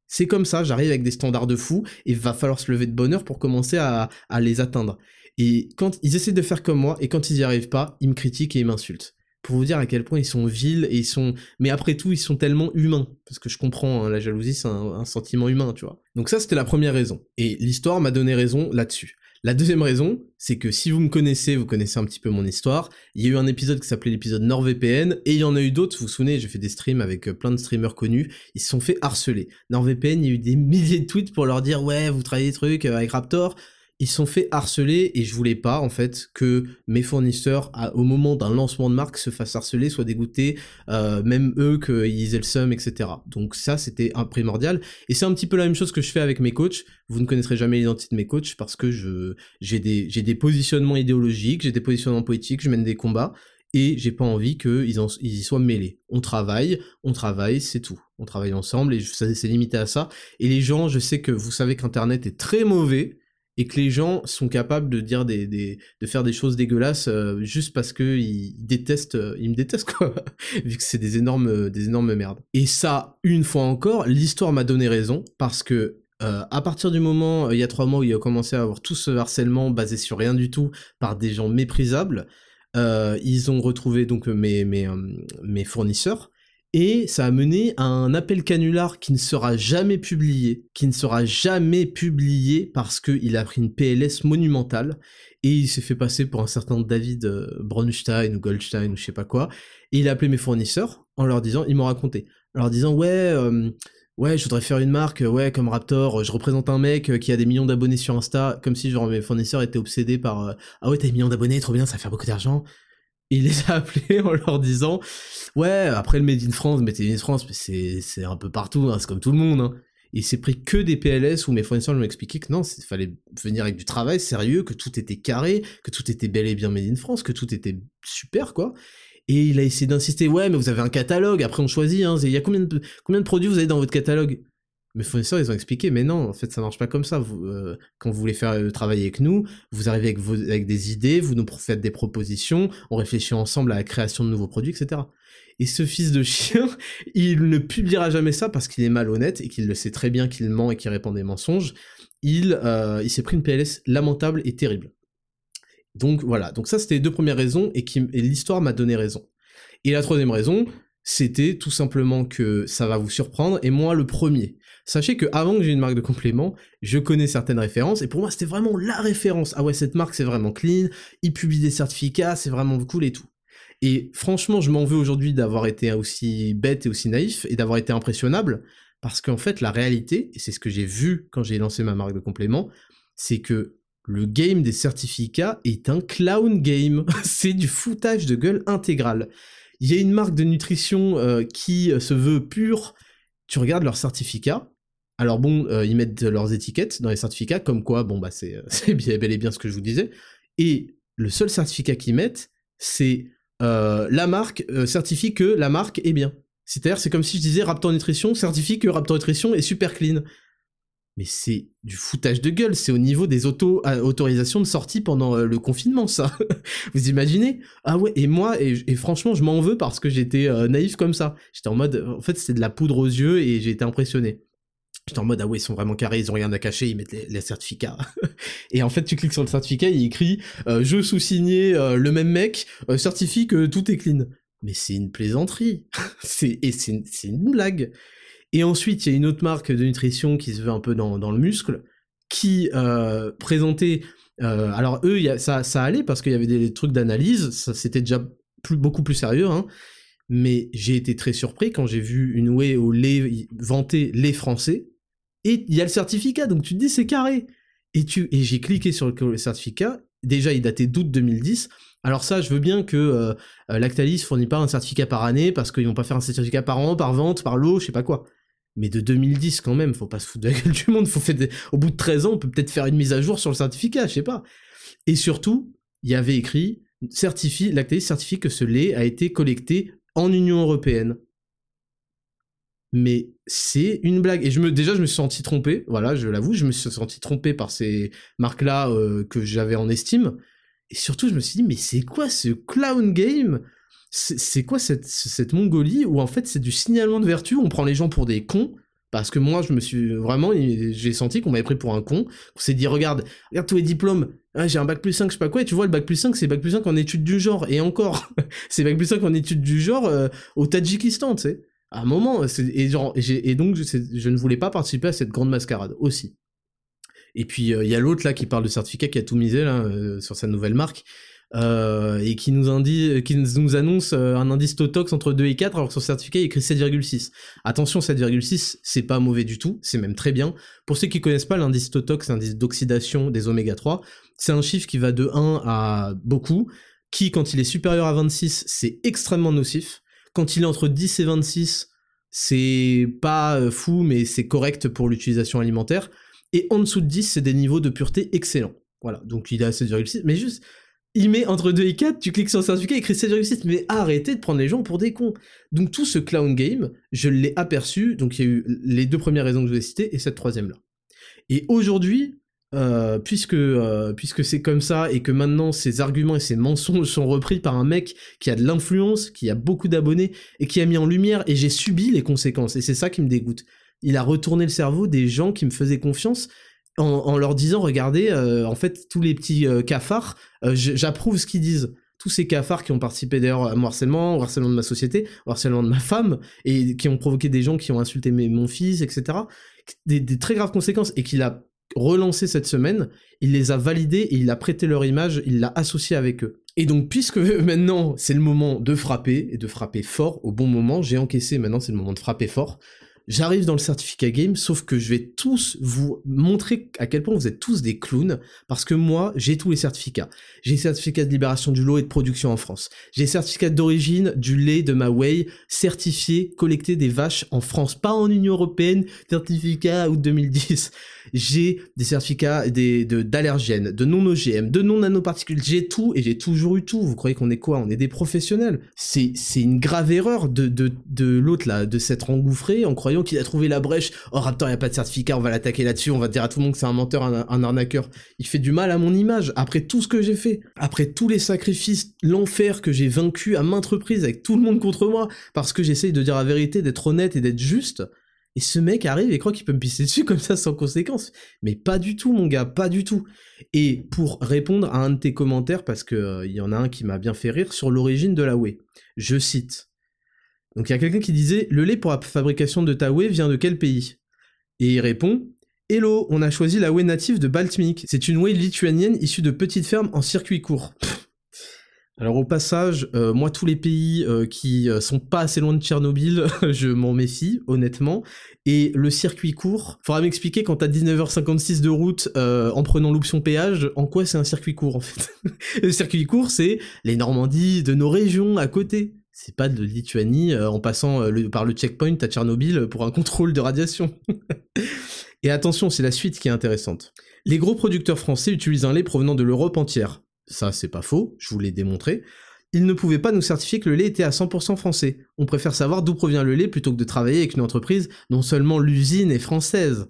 C'est comme ça, j'arrive avec des standards de fou, et va falloir se lever de bonne heure pour commencer à, à les atteindre. Et quand ils essaient de faire comme moi, et quand ils y arrivent pas, ils me critiquent et ils m'insultent. Pour vous dire à quel point ils sont vils, et ils sont... Mais après tout, ils sont tellement humains. Parce que je comprends, hein, la jalousie, c'est un, un sentiment humain, tu vois. Donc ça, c'était la première raison. Et l'histoire m'a donné raison là-dessus. La deuxième raison, c'est que si vous me connaissez, vous connaissez un petit peu mon histoire, il y a eu un épisode qui s'appelait l'épisode NordVPN, et il y en a eu d'autres, vous vous souvenez, j'ai fait des streams avec plein de streamers connus, ils se sont fait harceler. NordVPN, il y a eu des milliers de tweets pour leur dire « Ouais, vous travaillez des trucs avec Raptor », ils se sont fait harceler, et je voulais pas, en fait, que mes fournisseurs, à, au moment d'un lancement de marque, se fassent harceler, soient dégoûtés, euh, même eux, qu'ils aient le seum, et cetera. Donc ça, c'était un primordial, et c'est un petit peu la même chose que je fais avec mes coachs. Vous ne connaîtrez jamais l'identité de mes coachs, parce que je j'ai des, j'ai des positionnements idéologiques, j'ai des positionnements politiques, je mène des combats, et j'ai pas envie qu'ils en, ils y soient mêlés. On travaille, on travaille, c'est tout. On travaille ensemble, et ça, c'est limité à ça. Et les gens, je sais que vous savez qu'Internet est très mauvais, et que les gens sont capables de dire des, des de faire des choses dégueulasses euh, juste parce que ils détestent, euh, ils me détestent quoi, vu que c'est des énormes, des énormes merdes. Et ça, une fois encore, l'histoire m'a donné raison, parce que euh, à partir du moment, euh, il y a trois mois où il a commencé à avoir tout ce harcèlement basé sur rien du tout par des gens méprisables, euh, ils ont retrouvé donc mes mes euh, mes fournisseurs. Et ça a mené à un appel canular qui ne sera jamais publié, qui ne sera jamais publié parce qu'il a pris une P L S monumentale, et il s'est fait passer pour un certain David Bronstein ou Goldstein ou je sais pas quoi, et il a appelé mes fournisseurs en leur disant, ils m'ont raconté, en leur disant ouais, euh, ouais, je voudrais faire une marque, ouais, comme Raptor, je représente un mec qui a des millions d'abonnés sur Insta, comme si genre mes fournisseurs étaient obsédés par, euh, ah ouais, t'as des millions d'abonnés, trop bien, ça va faire beaucoup d'argent. Et il les a appelés en leur disant ouais, après le Made in France, Made in France, mais c'est, c'est un peu partout, hein, c'est comme tout le monde. Hein. Et il s'est pris que des P L S où mes fournisseurs m'ont expliqué que non, il fallait venir avec du travail sérieux, que tout était carré, que tout était bel et bien Made in France, que tout était super, quoi. Et il a essayé d'insister, ouais, mais vous avez un catalogue, après on choisit, hein, il y a combien de, combien de produits vous avez dans votre catalogue? Mes fournisseurs, ils ont expliqué, mais non, en fait, ça marche pas comme ça. Vous, euh, quand vous voulez faire euh, travailler avec nous, vous arrivez avec, vos, avec des idées, vous nous faites des propositions, on réfléchit ensemble à la création de nouveaux produits, et cetera. Et ce fils de chien, il ne publiera jamais ça parce qu'il est malhonnête et qu'il le sait très bien qu'il ment et qu'il répand des mensonges. Il, euh, il s'est pris une P L S lamentable et terrible. Donc voilà, donc ça c'était les deux premières raisons, et, qui, et l'histoire m'a donné raison. Et la troisième raison, c'était tout simplement que ça va vous surprendre, et moi le premier. Sachez que avant que j'ai une marque de compléments, je connais certaines références, et pour moi c'était vraiment la référence. Ah ouais, cette marque c'est vraiment clean, ils publient des certificats, c'est vraiment cool et tout. Et franchement, je m'en veux aujourd'hui d'avoir été aussi bête et aussi naïf, et d'avoir été impressionnable, parce qu'en fait la réalité, et c'est ce que j'ai vu quand j'ai lancé ma marque de compléments, c'est que le game des certificats est un clown game. C'est du foutage de gueule intégral. Il y a une marque de nutrition euh, qui se veut pure, tu regardes leurs certificats, alors bon, euh, ils mettent leurs étiquettes dans les certificats, comme quoi, bon bah c'est, c'est bien, bel et bien ce que je vous disais, et le seul certificat qu'ils mettent, c'est euh, la marque euh, certifie que la marque est bien. C'est-à-dire, c'est comme si je disais Raptor Nutrition certifie que Raptor Nutrition est super clean. Mais c'est du foutage de gueule, c'est au niveau des auto euh, autorisations de sortie pendant euh, le confinement, ça. Vous imaginez? Ah ouais, et moi, et, et franchement, je m'en veux parce que j'étais euh, naïf comme ça. J'étais en mode, en fait, c'était de la poudre aux yeux et j'ai été impressionné. J'étais en mode, ah ouais, ils sont vraiment carrés, ils ont rien à cacher, ils mettent les, les certificats. Et en fait, tu cliques sur le certificat, il écrit euh, « Je sous-signé, euh, le même mec, euh, certifie que tout est clean ». Mais c'est une plaisanterie. c'est, et c'est, c'est une blague. Et ensuite, il y a une autre marque de nutrition qui se veut un peu dans, dans le muscle, qui euh, présentait... Euh, alors eux, y a, ça, ça allait parce qu'il y avait des trucs d'analyse, ça c'était déjà plus, beaucoup plus sérieux, hein, mais j'ai été très surpris quand j'ai vu une whey au lait vanter lait français, et il y a le certificat, donc tu te dis c'est carré. Et, tu, et j'ai cliqué sur le, le certificat, déjà il datait d'août deux mille dix, alors ça, je veux bien que euh, Lactalis fournit pas un certificat par année, parce qu'ils vont pas faire un certificat par an, par vente, par lot, je sais pas quoi. Mais de deux mille dix quand même, faut pas se foutre de la gueule du monde, faut faire des... au bout de treize ans, on peut peut-être faire une mise à jour sur le certificat, je sais pas. Et surtout, il y avait écrit, certifie, Lactalis certifie que ce lait a été collecté en Union Européenne. Mais c'est une blague. Et je me, déjà, je me suis senti trompé, voilà, je l'avoue, je me suis senti trompé par ces marques-là euh, que j'avais en estime. Et surtout, je me suis dit, mais c'est quoi ce clown game ? C'est, c'est quoi cette, cette Mongolie où en fait c'est du signalement de vertu, on prend les gens pour des cons, Parce que moi, je me suis vraiment, j'ai senti qu'on m'avait pris pour un con, qu'on s'est dit, regarde, regarde tous les diplômes, ah, j'ai un bac plus cinq, je sais pas quoi, et tu vois, le bac plus cinq, c'est bac plus cinq en études du genre, et encore, c'est bac plus cinq en études du genre euh, au Tadjikistan, tu sais. À un moment, c'est, et, genre, et, j'ai, et donc, je, je ne voulais pas participer à cette grande mascarade, aussi. Et puis, il euh, y a l'autre, là, qui parle de certificat, qui a tout misé, là, euh, sur sa nouvelle marque, Euh, et qui nous, indi- qui nous annonce euh, un indice Totox entre deux et quatre, alors que sur le certificat il y a écrit sept virgule six. Attention, sept virgule six, c'est pas mauvais du tout, c'est même très bien. Pour ceux qui connaissent pas, l'indice Totox, l'indice d'oxydation des oméga trois, c'est un chiffre qui va de un à beaucoup, qui, quand il est supérieur à vingt-six, c'est extrêmement nocif. Quand il est entre dix et vingt-six, c'est pas fou, mais c'est correct pour l'utilisation alimentaire. Et en dessous de dix, c'est des niveaux de pureté excellents. Voilà, donc il est à sept virgule six, mais juste... il met entre deux et quatre, tu cliques sur le certificat, il écrit sept virgule six, mais arrêtez de prendre les gens pour des cons. Donc tout ce clown game, je l'ai aperçu, donc il y a eu les deux premières raisons que je vous ai citées, et cette troisième-là. Et aujourd'hui, euh, puisque, euh, puisque c'est comme ça, et que maintenant ces arguments et ces mensonges sont repris par un mec qui a de l'influence, qui a beaucoup d'abonnés, et qui a mis en lumière, et j'ai subi les conséquences, et c'est ça qui me dégoûte. Il a retourné le cerveau des gens qui me faisaient confiance, En, en leur disant, regardez, euh, en fait, tous les petits euh, cafards, euh, j'approuve ce qu'ils disent. Tous ces cafards qui ont participé d'ailleurs à mon harcèlement, au harcèlement de ma société, au harcèlement de ma femme, et qui ont provoqué des gens qui ont insulté mes, mon fils, et cetera. Des, des très graves conséquences, et qu'il a relancé cette semaine, il les a validés, et il a prêté leur image, il l'a associé avec eux. Et donc, puisque maintenant, c'est le moment de frapper, et de frapper fort, au bon moment, j'ai encaissé, maintenant c'est le moment de frapper fort, j'arrive dans le certificat game, sauf que je vais tous vous montrer à quel point vous êtes tous des clowns, parce que moi, j'ai tous les certificats. J'ai le certificat de libération du lot et de production en France. J'ai le certificat d'origine du lait de ma whey, certifié, collecté des vaches en France, pas en Union Européenne, certificat août deux mille dix. J'ai des certificats des, de, d'allergènes, de non-O G M, de non-nanoparticules, j'ai tout, et j'ai toujours eu tout. Vous croyez qu'on est quoi? On est des professionnels. C'est, c'est une grave erreur de, de, de l'autre, là, de s'être engouffré en croyant qu'il a trouvé la brèche. Oh, Raptor, il n'y a pas de certificat, on va l'attaquer là-dessus, on va dire à tout le monde que c'est un menteur, un, un arnaqueur. Il fait du mal à mon image, après tout ce que j'ai fait, après tous les sacrifices, l'enfer que j'ai vaincu à maintes reprises avec tout le monde contre moi, parce que j'essaye de dire la vérité, d'être honnête et d'être juste. Et ce mec arrive et croit qu'il peut me pisser dessus comme ça sans conséquence. Mais pas du tout, mon gars, pas du tout. Et pour répondre à un de tes commentaires, parce que euh, il y en a un qui m'a bien fait rire, sur l'origine de la whey. Je cite. Donc il y a quelqu'un qui disait « Le lait pour la fabrication de ta whey vient de quel pays ?» Et il répond « Hello, on a choisi la whey native de Baltmilk. C'est une whey lituanienne issue de petites fermes en circuit court. » Alors au passage, euh, moi tous les pays euh, qui euh, sont pas assez loin de Tchernobyl, je m'en méfie, honnêtement. Et le circuit court, faudra m'expliquer quand t'as dix-neuf heures cinquante-six de route euh, en prenant l'option péage, en quoi c'est un circuit court en fait. Le circuit court, c'est les Normandies de nos régions à côté. C'est pas de Lituanie euh, en passant euh, le, par le checkpoint à Tchernobyl pour un contrôle de radiation. Et attention, c'est la suite qui est intéressante. Les gros producteurs français utilisent un lait provenant de l'Europe entière. Ça, c'est pas faux, je vous l'ai démontré. Ils ne pouvaient pas nous certifier que le lait était à cent pour cent français. On préfère savoir d'où provient le lait plutôt que de travailler avec une entreprise dont seulement l'usine est française.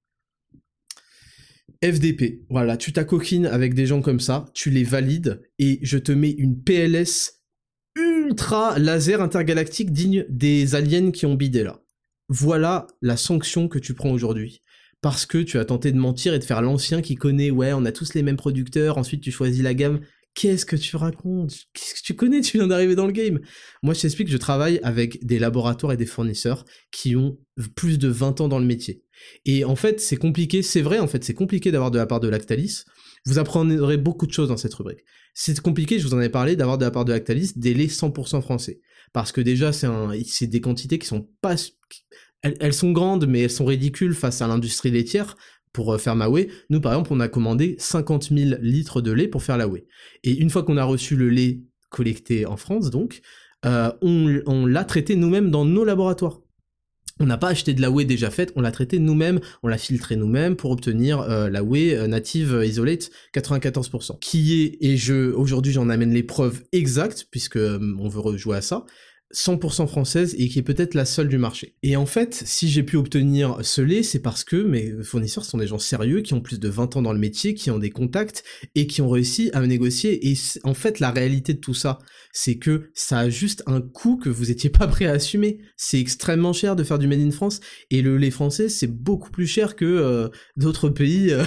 F D P, voilà, tu t'acoquines avec des gens comme ça, tu les valides, et je te mets une P L S ultra laser intergalactique digne des aliens qui ont bidé là. Voilà la sanction que tu prends aujourd'hui. Parce que tu as tenté de mentir et de faire l'ancien qui connaît, ouais, on a tous les mêmes producteurs, ensuite tu choisis la gamme. Qu'est-ce que tu racontes? Qu'est-ce que tu connais? Tu viens d'arriver dans le game. Moi, je t'explique que je travaille avec des laboratoires et des fournisseurs qui ont plus de vingt ans dans le métier. Et en fait, c'est compliqué, c'est vrai, en fait, c'est compliqué d'avoir de la part de Lactalis. Vous apprendrez beaucoup de choses dans cette rubrique. C'est compliqué, je vous en ai parlé, d'avoir de la part de Lactalis des laits cent pour cent français. Parce que déjà, c'est un, c'est des quantités qui sont pas... Elles, elles sont grandes, mais elles sont ridicules face à l'industrie laitière pour faire ma whey. Nous, par exemple, on a commandé cinquante mille litres de lait pour faire la whey. Et une fois qu'on a reçu le lait collecté en France, donc, euh, on, on l'a traité nous-mêmes dans nos laboratoires. On n'a pas acheté de la whey déjà faite, on l'a traité nous-mêmes, on l'a filtré nous-mêmes pour obtenir euh, la whey euh, native isolate quatre-vingt-quatorze pour cent. Qui est, et je aujourd'hui j'en amène les preuves exactes, puisque euh, on veut rejouer à ça, cent pour cent française et qui est peut-être la seule du marché. Et en fait, si j'ai pu obtenir ce lait, c'est parce que mes fournisseurs sont des gens sérieux, qui ont plus de vingt ans dans le métier, qui ont des contacts et qui ont réussi à me négocier. Et en fait, la réalité de tout ça, c'est que ça a juste un coût que vous étiez pas prêt à assumer. C'est extrêmement cher de faire du Made in France et le lait français, c'est beaucoup plus cher que euh, d'autres pays euh,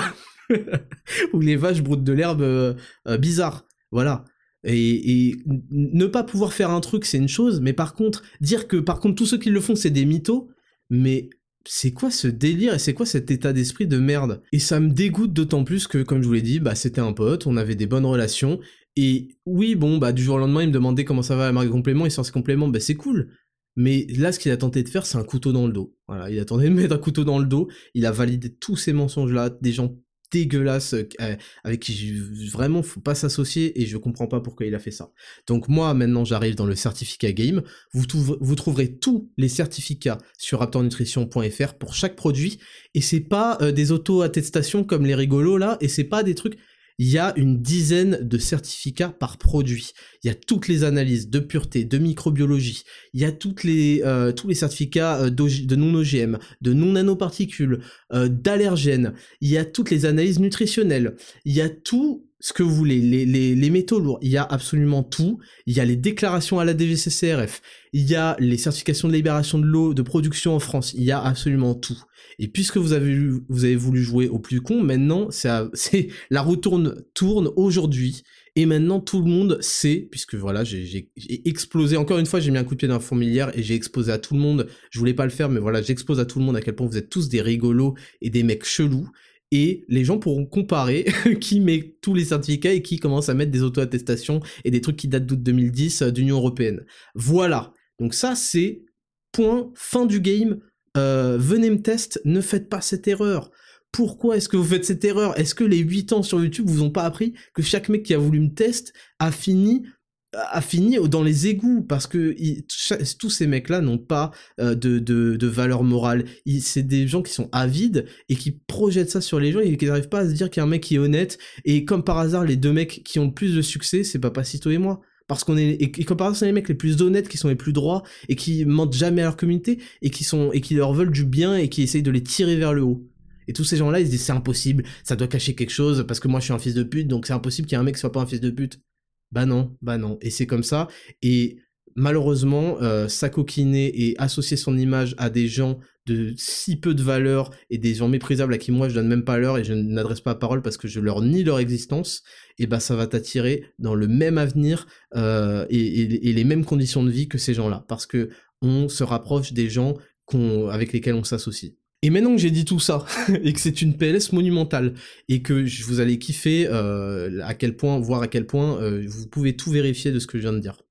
où les vaches broutent de l'herbe euh, euh, bizarre. Voilà. Et, et ne pas pouvoir faire un truc, c'est une chose, mais par contre, dire que par contre tous ceux qui le font, c'est des mythos, mais c'est quoi ce délire et c'est quoi cet état d'esprit de merde? Et ça me dégoûte d'autant plus que, comme je vous l'ai dit, bah c'était un pote, on avait des bonnes relations, et oui, bon, bah du jour au lendemain, il me demandait comment ça va la marque Complément, il sort ses compléments, bah c'est cool. Mais là, ce qu'il a tenté de faire, c'est un couteau dans le dos. Voilà, il a tenté de mettre un couteau dans le dos, il a validé tous ces mensonges-là, des gens dégueulasse euh, avec qui je, vraiment faut pas s'associer et je comprends pas pourquoi il a fait ça. Donc moi maintenant j'arrive dans le certificat game, vous, tout, vous trouverez tous les certificats sur raptor nutrition point f r pour chaque produit et c'est pas euh, des auto-attestations comme les rigolos là et c'est pas des trucs. Il y a une dizaine de certificats par produit. Il y a toutes les analyses de pureté, de microbiologie. Il y a toutes les, euh, tous les certificats euh, de non-O G M, de non-nanoparticules, euh, d'allergènes. Il y a toutes les analyses nutritionnelles. Il y a tout ce que vous voulez, les, les, les métaux lourds. Il y a absolument tout. Il y a les déclarations à la D G C C R F. Il y a les certifications de libération de l'eau de production en France. Il y a absolument tout. Et puisque vous avez, vous avez voulu jouer au plus con, maintenant, ça, c'est, la roue tourne, tourne aujourd'hui, et maintenant tout le monde sait, puisque voilà, j'ai, j'ai, j'ai explosé, encore une fois, j'ai mis un coup de pied dans la fourmilière, et j'ai exposé à tout le monde, je voulais pas le faire, mais voilà, j'expose à tout le monde à quel point vous êtes tous des rigolos, et des mecs chelous, et les gens pourront comparer qui met tous les certificats, et qui commence à mettre des auto-attestations, et des trucs qui datent d'août deux mille dix, euh, d'Union Européenne. Voilà. Donc ça, c'est point, fin du game. Euh, venez me tester, ne faites pas cette erreur. Pourquoi est-ce que vous faites cette erreur? Est-ce que les huit ans sur YouTube vous ont pas appris que chaque mec qui a voulu me tester a fini a fini dans les égouts parce que il, tous ces mecs-là n'ont pas euh, de, de, de valeur morale. Ils, c'est des gens qui sont avides et qui projettent ça sur les gens et qui n'arrivent pas à se dire qu'il y a un mec qui est honnête. Et comme par hasard, les deux mecs qui ont le plus de succès, c'est Papacito et moi. Parce qu'on est, et, et comme par exemple, c'est les mecs les plus honnêtes, qui sont les plus droits, et qui mentent jamais à leur communauté, et qui sont, et qui leur veulent du bien, et qui essayent de les tirer vers le haut. Et tous ces gens-là, ils se disent, c'est impossible, ça doit cacher quelque chose, parce que moi je suis un fils de pute, donc c'est impossible qu'il y ait un mec qui soit pas un fils de pute. Bah non, bah non. Et c'est comme ça, et malheureusement, euh, s'acoquiner et associer son image à des gens de si peu de valeur et des gens méprisables à qui moi je donne même pas l'heure et je n'adresse pas la parole parce que je leur nie leur existence, et bah ça va t'attirer dans le même avenir euh, et, et, et les mêmes conditions de vie que ces gens-là, parce que on se rapproche des gens qu'on, avec lesquels on s'associe. Et maintenant que j'ai dit tout ça, et que c'est une P L S monumentale, et que je vous allez kiffer euh, à quel point, voir à quel point euh, vous pouvez tout vérifier de ce que je viens de dire.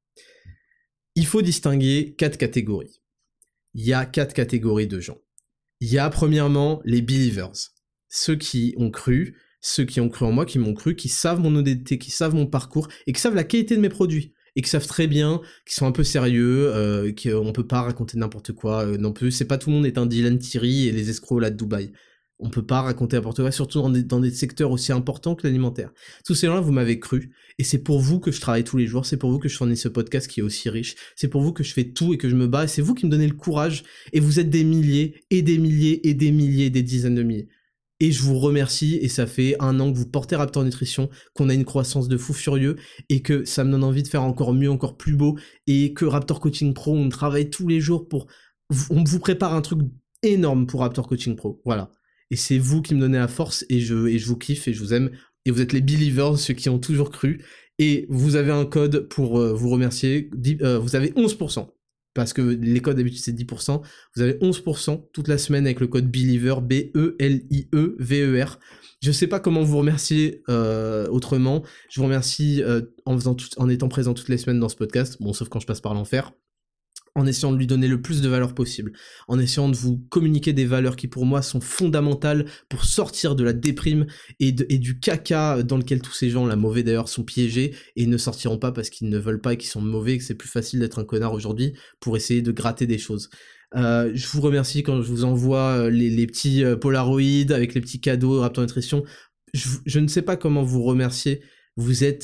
Il faut distinguer quatre catégories. Il y a quatre catégories de gens. Il y a premièrement les believers, ceux qui ont cru, ceux qui ont cru en moi, qui m'ont cru, qui savent mon honnêteté, qui savent mon parcours, et qui savent la qualité de mes produits, et qui savent très bien, qui sont un peu sérieux, euh, qu'on peut pas raconter n'importe quoi, euh, non plus, c'est pas tout le monde est un Dylan Thierry et les escrocs là de Dubaï. On peut pas raconter n'importe quoi, surtout dans des, dans des secteurs aussi importants que l'alimentaire. Tous ces gens-là, vous m'avez cru, et c'est pour vous que je travaille tous les jours, c'est pour vous que je fournis ce podcast qui est aussi riche, c'est pour vous que je fais tout et que je me bats, et c'est vous qui me donnez le courage, et vous êtes des milliers, et des milliers, et des milliers, des dizaines de milliers. Et je vous remercie, et ça fait un an que vous portez Raptor Nutrition, qu'on a une croissance de fou furieux, et que ça me donne envie de faire encore mieux, encore plus beau, et que Raptor Coaching Pro, on travaille tous les jours pour... On vous prépare un truc énorme pour Raptor Coaching Pro, voilà. Et c'est vous qui me donnez la force, et je, et je vous kiffe, et je vous aime, et vous êtes les believers, ceux qui ont toujours cru, et vous avez un code pour euh, vous remercier, euh, vous avez onze pour cent, parce que les codes d'habitude c'est dix pour cent, vous avez onze pour cent toute la semaine avec le code BELIEVER, B E L I E V E R. Je sais pas comment vous remercier euh, autrement, je vous remercie euh, en, faisant tout, en étant présent toutes les semaines dans ce podcast, bon sauf quand je passe par l'enfer, en essayant de lui donner le plus de valeur possible, en essayant de vous communiquer des valeurs qui pour moi sont fondamentales pour sortir de la déprime et, de, et du caca dans lequel tous ces gens, là mauvais d'ailleurs, sont piégés et ne sortiront pas parce qu'ils ne veulent pas et qu'ils sont mauvais et que c'est plus facile d'être un connard aujourd'hui pour essayer de gratter des choses. Euh, je vous remercie quand je vous envoie les, les petits euh, Polaroids avec les petits cadeaux Raptor Nutrition. Je, je ne sais pas comment vous remercier, vous êtes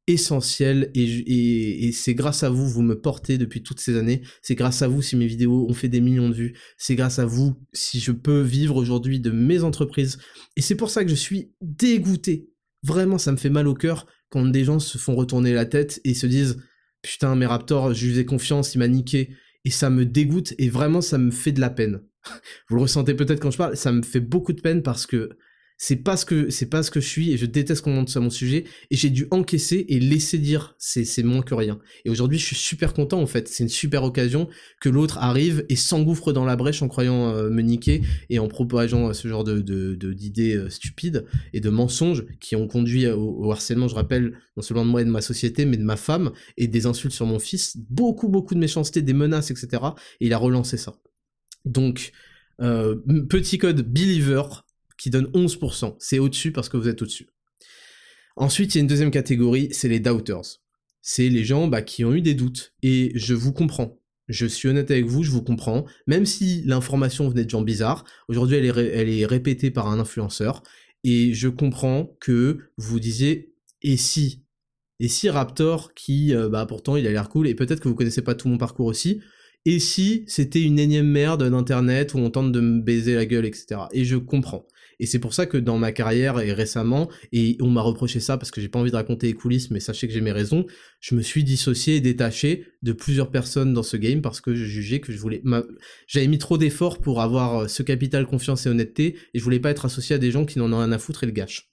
essentiel et, et, et c'est grâce à vous, vous me portez depuis toutes ces années, c'est grâce à vous si mes vidéos ont fait des millions de vues, c'est grâce à vous si je peux vivre aujourd'hui de mes entreprises, et c'est pour ça que je suis dégoûté, vraiment ça me fait mal au cœur quand des gens se font retourner la tête et se disent « Putain, mais Raptor, je lui faisais confiance, il m'a niqué », et ça me dégoûte, et vraiment ça me fait de la peine. Vous le ressentez peut-être quand je parle, ça me fait beaucoup de peine parce que c'est pas ce que c'est pas ce que je suis et je déteste qu'on monte sur mon sujet et j'ai dû encaisser et laisser dire c'est c'est moins que rien. Et aujourd'hui, je suis super content en fait, c'est une super occasion que l'autre arrive et s'engouffre dans la brèche en croyant euh, me niquer et en propageant euh, ce genre de de, de d'idées euh, stupides et de mensonges qui ont conduit au, au harcèlement, je rappelle, non seulement de moi et de ma société, mais de ma femme et des insultes sur mon fils, beaucoup beaucoup de méchanceté, des menaces, et cetera. Et il a relancé ça. Donc euh, petit code Believer qui donne onze pour cent. C'est au-dessus parce que vous êtes au-dessus. Ensuite, il y a une deuxième catégorie, c'est les doubters. C'est les gens bah, qui ont eu des doutes. Et je vous comprends. Je suis honnête avec vous, je vous comprends. Même si l'information venait de gens bizarres, aujourd'hui elle est, ré- elle est répétée par un influenceur. Et je comprends que vous disiez, et si Et si Raptor, qui euh, bah pourtant il a l'air cool, et peut-être que vous connaissez pas tout mon parcours aussi, et si c'était une énième merde d'internet où on tente de me baiser la gueule, et cetera. Et je comprends. Et c'est pour ça que dans ma carrière et récemment, et on m'a reproché ça parce que j'ai pas envie de raconter les coulisses, mais sachez que j'ai mes raisons, je me suis dissocié et détaché de plusieurs personnes dans ce game parce que je jugeais que je voulais, ma... j'avais mis trop d'efforts pour avoir ce capital confiance et honnêteté, et je voulais pas être associé à des gens qui n'en ont rien à foutre et le gâchent.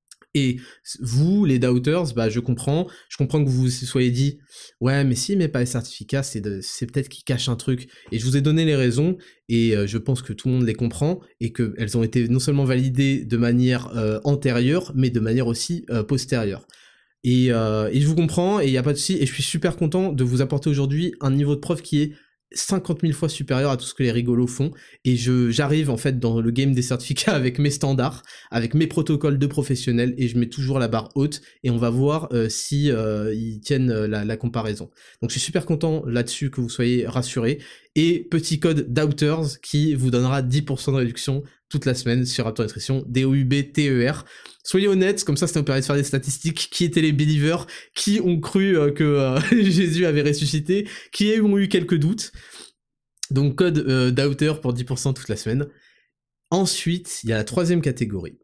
Et vous, les doubters, bah je comprends, je comprends que vous vous soyez dit « Ouais, mais s'il met pas les certificats, c'est, de, c'est peut-être qu'il cache un truc. » Et je vous ai donné les raisons, et euh, je pense que tout le monde les comprend, et qu'elles ont été non seulement validées de manière euh, antérieure, mais de manière aussi euh, postérieure. Et, euh, et je vous comprends, et il n'y a pas de souci, et je suis super content de vous apporter aujourd'hui un niveau de preuve qui est cinquante mille fois supérieur à tout ce que les rigolos font, et je j'arrive en fait dans le game des certificats avec mes standards, avec mes protocoles de professionnels, et je mets toujours la barre haute, et on va voir euh, si euh, ils tiennent la, la comparaison. Donc je suis super content là-dessus que vous soyez rassurés, et petit code Doubters qui vous donnera dix pour cent de réduction toute la semaine sur Raptor Nutrition, D O U B T E R. Soyez honnêtes, comme ça ça vous permet de faire des statistiques, qui étaient les believers, qui ont cru euh, que euh, Jésus avait ressuscité, qui ont eu quelques doutes. Donc code euh, Doubter pour dix pour cent toute la semaine. Ensuite, il y a la troisième catégorie.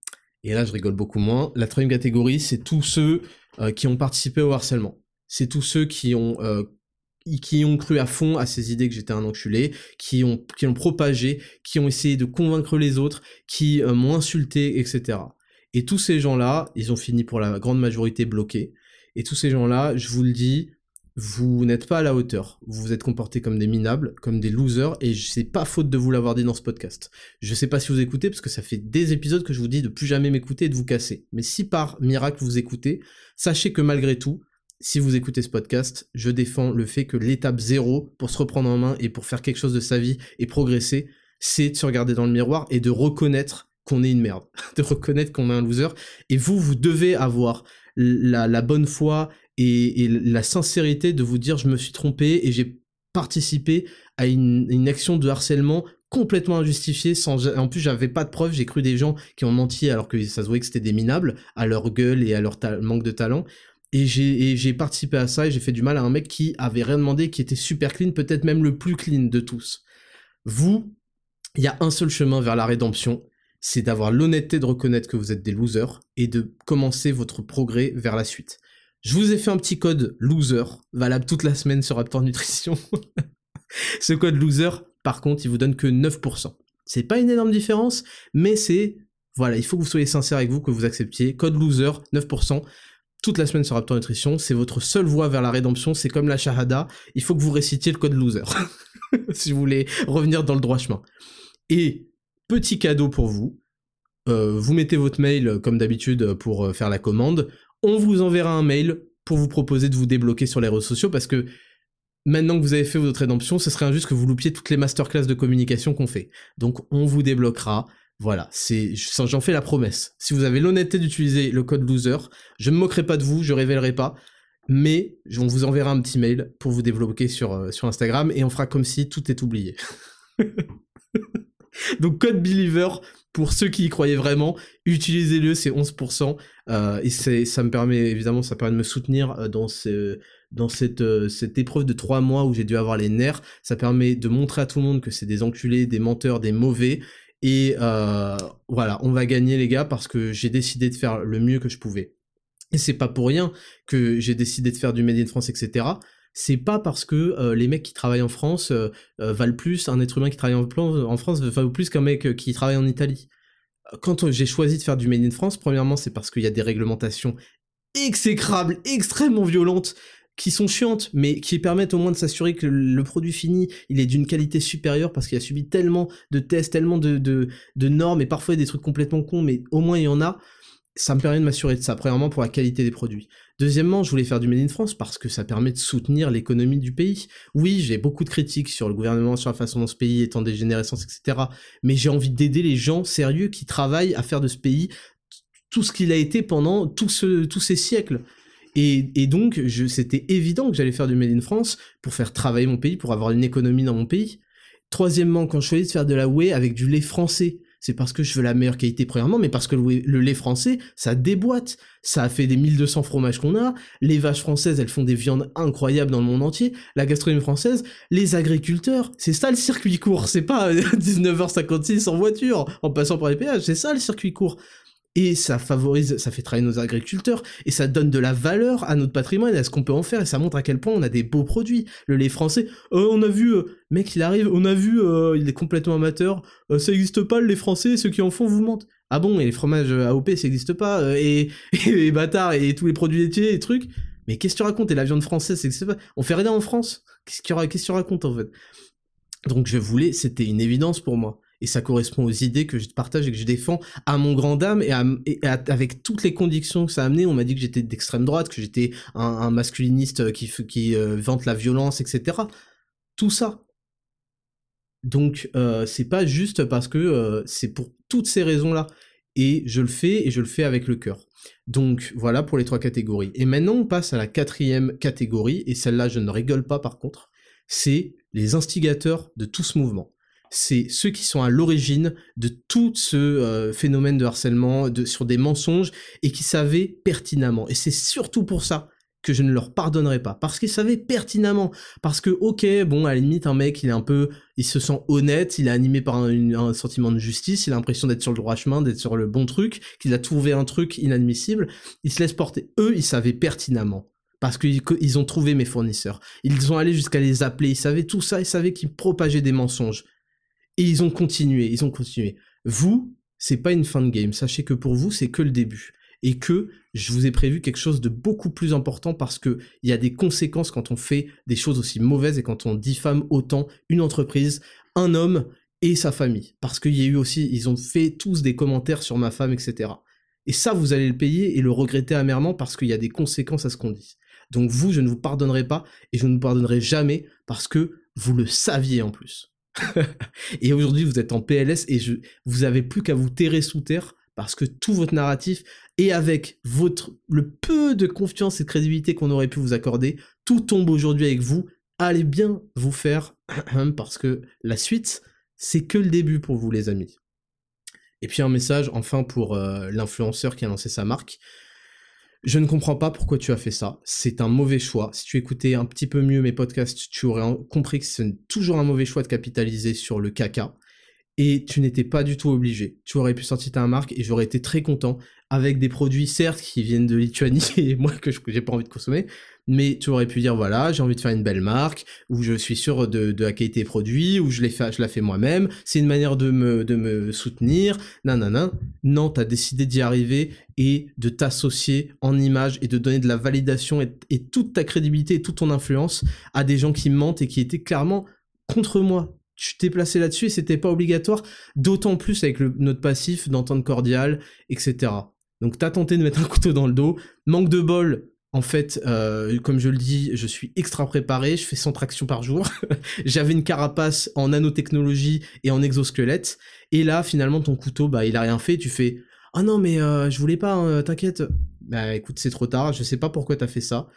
Et là, je rigole beaucoup moins. La troisième catégorie, c'est tous ceux euh, qui ont participé au harcèlement. C'est tous ceux qui ont... Euh, qui ont cru à fond à ces idées que j'étais un enculé, qui ont, qui ont propagé, qui ont essayé de convaincre les autres, qui euh, m'ont insulté, et cetera. Et tous ces gens-là, ils ont fini pour la grande majorité bloqués. Et tous ces gens-là, je vous le dis, vous n'êtes pas à la hauteur. Vous vous êtes comportés comme des minables, comme des losers, et c'est pas faute de vous l'avoir dit dans ce podcast. Je sais pas si vous écoutez, parce que ça fait des épisodes que je vous dis de plus jamais m'écouter et de vous casser. Mais si par miracle vous écoutez, sachez que malgré tout, si vous écoutez ce podcast, je défends le fait que l'étape zéro pour se reprendre en main et pour faire quelque chose de sa vie et progresser, c'est de se regarder dans le miroir et de reconnaître qu'on est une merde, de reconnaître qu'on est un loser. Et vous, vous devez avoir la, la bonne foi et, et la sincérité de vous dire je me suis trompé et j'ai participé à une, une action de harcèlement complètement injustifiée, sans, en plus j'avais pas de preuves, j'ai cru des gens qui ont menti alors que ça se voyait que c'était des minables, à leur gueule et à leur ta- manque de talent. Et j'ai, et j'ai participé à ça et j'ai fait du mal à un mec qui avait rien demandé, qui était super clean, peut-être même le plus clean de tous. Vous, il y a un seul chemin vers la rédemption, c'est d'avoir l'honnêteté de reconnaître que vous êtes des losers et de commencer votre progrès vers la suite. Je vous ai fait un petit code loser, valable toute la semaine sur Raptor Nutrition. Ce code loser, par contre, il vous donne que neuf pour cent. C'est pas une énorme différence, mais c'est... Voilà, il faut que vous soyez sincère avec vous, que vous acceptiez. Code loser, neuf pour cent. Toute la semaine sur Raptor Nutrition, c'est votre seule voie vers la rédemption, c'est comme la shahada, il faut que vous récitiez le code loser, si vous voulez revenir dans le droit chemin. Et, petit cadeau pour vous, euh, vous mettez votre mail, comme d'habitude, pour euh, faire la commande, on vous enverra un mail pour vous proposer de vous débloquer sur les réseaux sociaux, parce que maintenant que vous avez fait votre rédemption, ce serait injuste que vous loupiez toutes les masterclass de communication qu'on fait. Donc on vous débloquera. Voilà, c'est, j'en fais la promesse. Si vous avez l'honnêteté d'utiliser le code loser, je me moquerai pas de vous, je révélerai pas, mais on vous enverra un petit mail pour vous débloquer sur, euh, sur Instagram et on fera comme si tout est oublié. Donc code believer, pour ceux qui y croyaient vraiment, utilisez-le, c'est onze pour cent, euh, et c'est, ça me permet, évidemment, ça permet de me soutenir dans ce, dans cette, euh, cette épreuve de trois mois où j'ai dû avoir les nerfs. Ça permet de montrer à tout le monde que c'est des enculés, des menteurs, des mauvais, et euh, voilà, on va gagner les gars, parce que j'ai décidé de faire le mieux que je pouvais. Et c'est pas pour rien que j'ai décidé de faire du Made in France, et cetera. C'est pas parce que euh, les mecs qui travaillent en France euh, euh, valent plus, un être humain qui travaille en, en France vaut plus qu'un mec qui travaille en Italie. Quand j'ai choisi de faire du Made in France, premièrement, c'est parce qu'il y a des réglementations exécrables, extrêmement violentes, qui sont chiantes, mais qui permettent au moins de s'assurer que le, le produit fini, il est d'une qualité supérieure, parce qu'il a subi tellement de tests, tellement de, de, de normes, et parfois des trucs complètement cons, mais au moins il y en a. Ça me permet de m'assurer de ça, premièrement pour la qualité des produits. Deuxièmement, je voulais faire du Made in France parce que ça permet de soutenir l'économie du pays. Oui, j'ai beaucoup de critiques sur le gouvernement, sur la façon dont ce pays est en dégénérescence, et cetera. Mais j'ai envie d'aider les gens sérieux qui travaillent à faire de ce pays tout ce qu'il a été pendant tout ce, tous ces siècles. Et, et donc, je, c'était évident que j'allais faire du Made in France pour faire travailler mon pays, pour avoir une économie dans mon pays. Troisièmement, quand je choisis de faire de la whey avec du lait français, c'est parce que je veux la meilleure qualité premièrement, mais parce que le, le lait français, ça déboîte. Ça a fait des mille deux cents fromages qu'on a, les vaches françaises, elles font des viandes incroyables dans le monde entier, la gastronomie française, les agriculteurs, c'est ça le circuit court, c'est pas dix-neuf heures cinquante-six en voiture, en passant par les péages, c'est ça le circuit court. Et ça favorise, ça fait travailler nos agriculteurs, et ça donne de la valeur à notre patrimoine, à ce qu'on peut en faire, et ça montre à quel point on a des beaux produits. Le lait français, euh, on a vu, euh, mec il arrive, on a vu, euh, il est complètement amateur, euh, ça existe pas le lait français, ceux qui en font vous mentent. Ah bon, et les fromages A O P ça existe pas, euh, et, et, et bâtard, et tous les produits laitiers, et trucs. Mais qu'est-ce que tu racontes, et la viande française, ça existe pas. On fait rien en France. Qu'est-ce que tu, qu'est-ce que tu racontes en fait? Donc je voulais, c'était une évidence pour moi. Et ça correspond aux idées que je partage et que je défends à mon grand dame, et, à, et à, avec toutes les conditions que ça a amené. On m'a dit que j'étais d'extrême droite, que j'étais un, un masculiniste qui, qui euh, vante la violence, et cetera. Tout ça. Donc euh, c'est pas juste parce que euh, c'est pour toutes ces raisons-là. Et je le fais, et je le fais avec le cœur. Donc voilà pour les trois catégories. Et maintenant on passe à la quatrième catégorie, et celle-là je ne rigole pas par contre, c'est les instigateurs de tout ce mouvement. C'est ceux qui sont à l'origine de tout ce euh, phénomène de harcèlement, de, sur des mensonges, et qui savaient pertinemment. Et c'est surtout pour ça que je ne leur pardonnerai pas, parce qu'ils savaient pertinemment, parce que ok, bon, à la limite, un mec, il est un peu, il se sent honnête, il est animé par un, une, un sentiment de justice, il a l'impression d'être sur le droit chemin, d'être sur le bon truc, qu'il a trouvé un truc inadmissible, il se laisse porter. Eux, ils savaient pertinemment. Parce qu'ils ils ont trouvé mes fournisseurs. Ils ont allé jusqu'à les appeler, ils savaient tout ça, ils savaient qu'ils propageaient des mensonges. Et ils ont continué, ils ont continué. Vous, c'est pas une fin de game. Sachez que pour vous, c'est que le début. Et que je vous ai prévu quelque chose de beaucoup plus important, parce que il y a des conséquences quand on fait des choses aussi mauvaises et quand on diffame autant une entreprise, un homme et sa famille. Parce qu'il y a eu aussi, ils ont fait tous des commentaires sur ma femme, et cetera. Et ça, vous allez le payer et le regretter amèrement, parce qu'il y a des conséquences à ce qu'on dit. Donc vous, je ne vous pardonnerai pas, et je ne vous pardonnerai jamais, parce que vous le saviez en plus. Et aujourd'hui, vous êtes en P L S, et je, vous avez plus qu'à vous terrer sous terre, parce que tout votre narratif, et avec votre, le peu de confiance et de crédibilité qu'on aurait pu vous accorder, tout tombe aujourd'hui avec vous. Allez bien vous faire, parce que la suite, c'est que le début pour vous, les amis. Et puis un message, enfin, pour euh, l'influenceur qui a lancé sa marque. Je ne comprends pas pourquoi tu as fait ça, c'est un mauvais choix. Si tu écoutais un petit peu mieux mes podcasts, tu aurais compris que c'est toujours un mauvais choix de capitaliser sur le caca, et tu n'étais pas du tout obligé. Tu aurais pu sortir ta marque, et j'aurais été très content, avec des produits certes qui viennent de Lituanie, et moi que j'ai pas envie de consommer, mais tu aurais pu dire voilà, j'ai envie de faire une belle marque, où je suis sûr de, de la qualité des produits, où je, l'ai fait, je la fais moi-même, c'est une manière de me, de me soutenir, nanana. Non, t'as décidé d'y arriver et de t'associer en image et de donner de la validation et, et toute ta crédibilité et toute ton influence à des gens qui mentent et qui étaient clairement contre moi. Tu t'es placé là-dessus et c'était pas obligatoire, d'autant plus avec le, notre passif d'entente cordiale, et cetera. Donc t'as tenté de mettre un couteau dans le dos, manque de bol. En fait, euh, comme je le dis, je suis extra préparé, je fais cent tractions par jour. J'avais une carapace en nanotechnologie et en exosquelette. Et là, finalement, ton couteau, bah, il a rien fait. Tu fais « Ah non, mais euh, je voulais pas, hein, t'inquiète. » Bah écoute, c'est trop tard, je sais pas pourquoi t'as fait ça.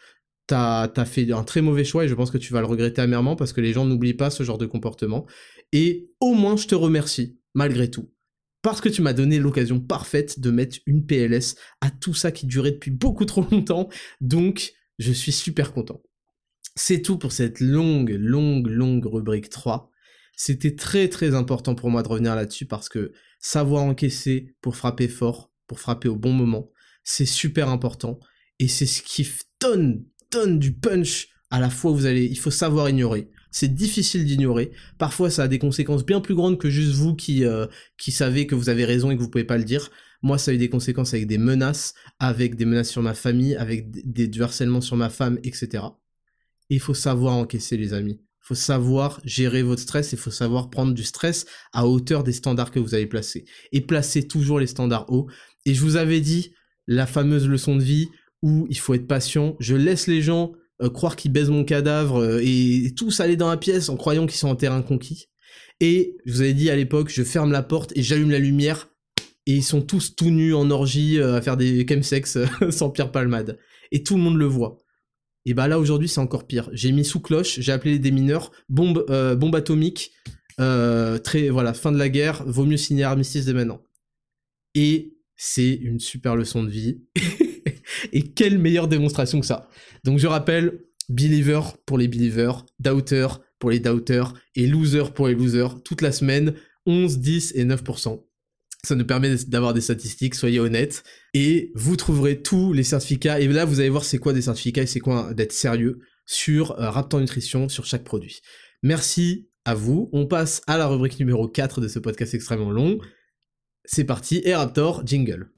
t'as, t'as fait un très mauvais choix et je pense que tu vas le regretter amèrement parce que les gens n'oublient pas ce genre de comportement. Et au moins, je te remercie, malgré tout. Parce que tu m'as donné l'occasion parfaite de mettre une P L S à tout ça qui durait depuis beaucoup trop longtemps. Donc, je suis super content. C'est tout pour cette longue, longue, longue rubrique trois. C'était très très important pour moi de revenir là-dessus parce que savoir encaisser pour frapper fort, pour frapper au bon moment, c'est super important et c'est ce qui donne, donne du punch à la fois où vous allez, il faut savoir ignorer. C'est difficile d'ignorer, parfois ça a des conséquences bien plus grandes que juste vous qui, euh, qui savez que vous avez raison et que vous pouvez pas le dire. Moi ça a eu des conséquences avec des menaces, avec des menaces sur ma famille, avec des, du harcèlement sur ma femme, et cetera. Et il faut savoir encaisser les amis. Il faut savoir gérer votre stress, il faut savoir prendre du stress à hauteur des standards que vous avez placés. Et placer toujours les standards hauts. Et je vous avais dit, la fameuse leçon de vie, où il faut être patient. Je laisse les gens euh, croire qu'ils baisent mon cadavre euh, et, et tous aller dans la pièce en croyant qu'ils sont en terrain conquis. Et je vous avais dit à l'époque, je ferme la porte et j'allume la lumière. Et ils sont tous tout nus en orgie euh, à faire des chemsex euh, sans Pierre Palmade. Et tout le monde le voit. Et bah là aujourd'hui c'est encore pire. J'ai mis sous cloche, j'ai appelé les démineurs, bombe, euh, bombe atomique, euh, très voilà, fin de la guerre, vaut mieux signer armistice dès maintenant. Et c'est une super leçon de vie. Et quelle meilleure démonstration que ça. Donc je rappelle, believer pour les believers, doubter pour les doubters, et loser pour les losers, toute la semaine, onze, dix et neuf pour cent. Ça nous permet d'avoir des statistiques, soyez honnêtes, et vous trouverez tous les certificats, et là vous allez voir c'est quoi des certificats et c'est quoi d'être sérieux sur euh, Raptor Nutrition, sur chaque produit. Merci à vous, on passe à la rubrique numéro quatre de ce podcast extrêmement long. C'est parti, et Raptor, jingle.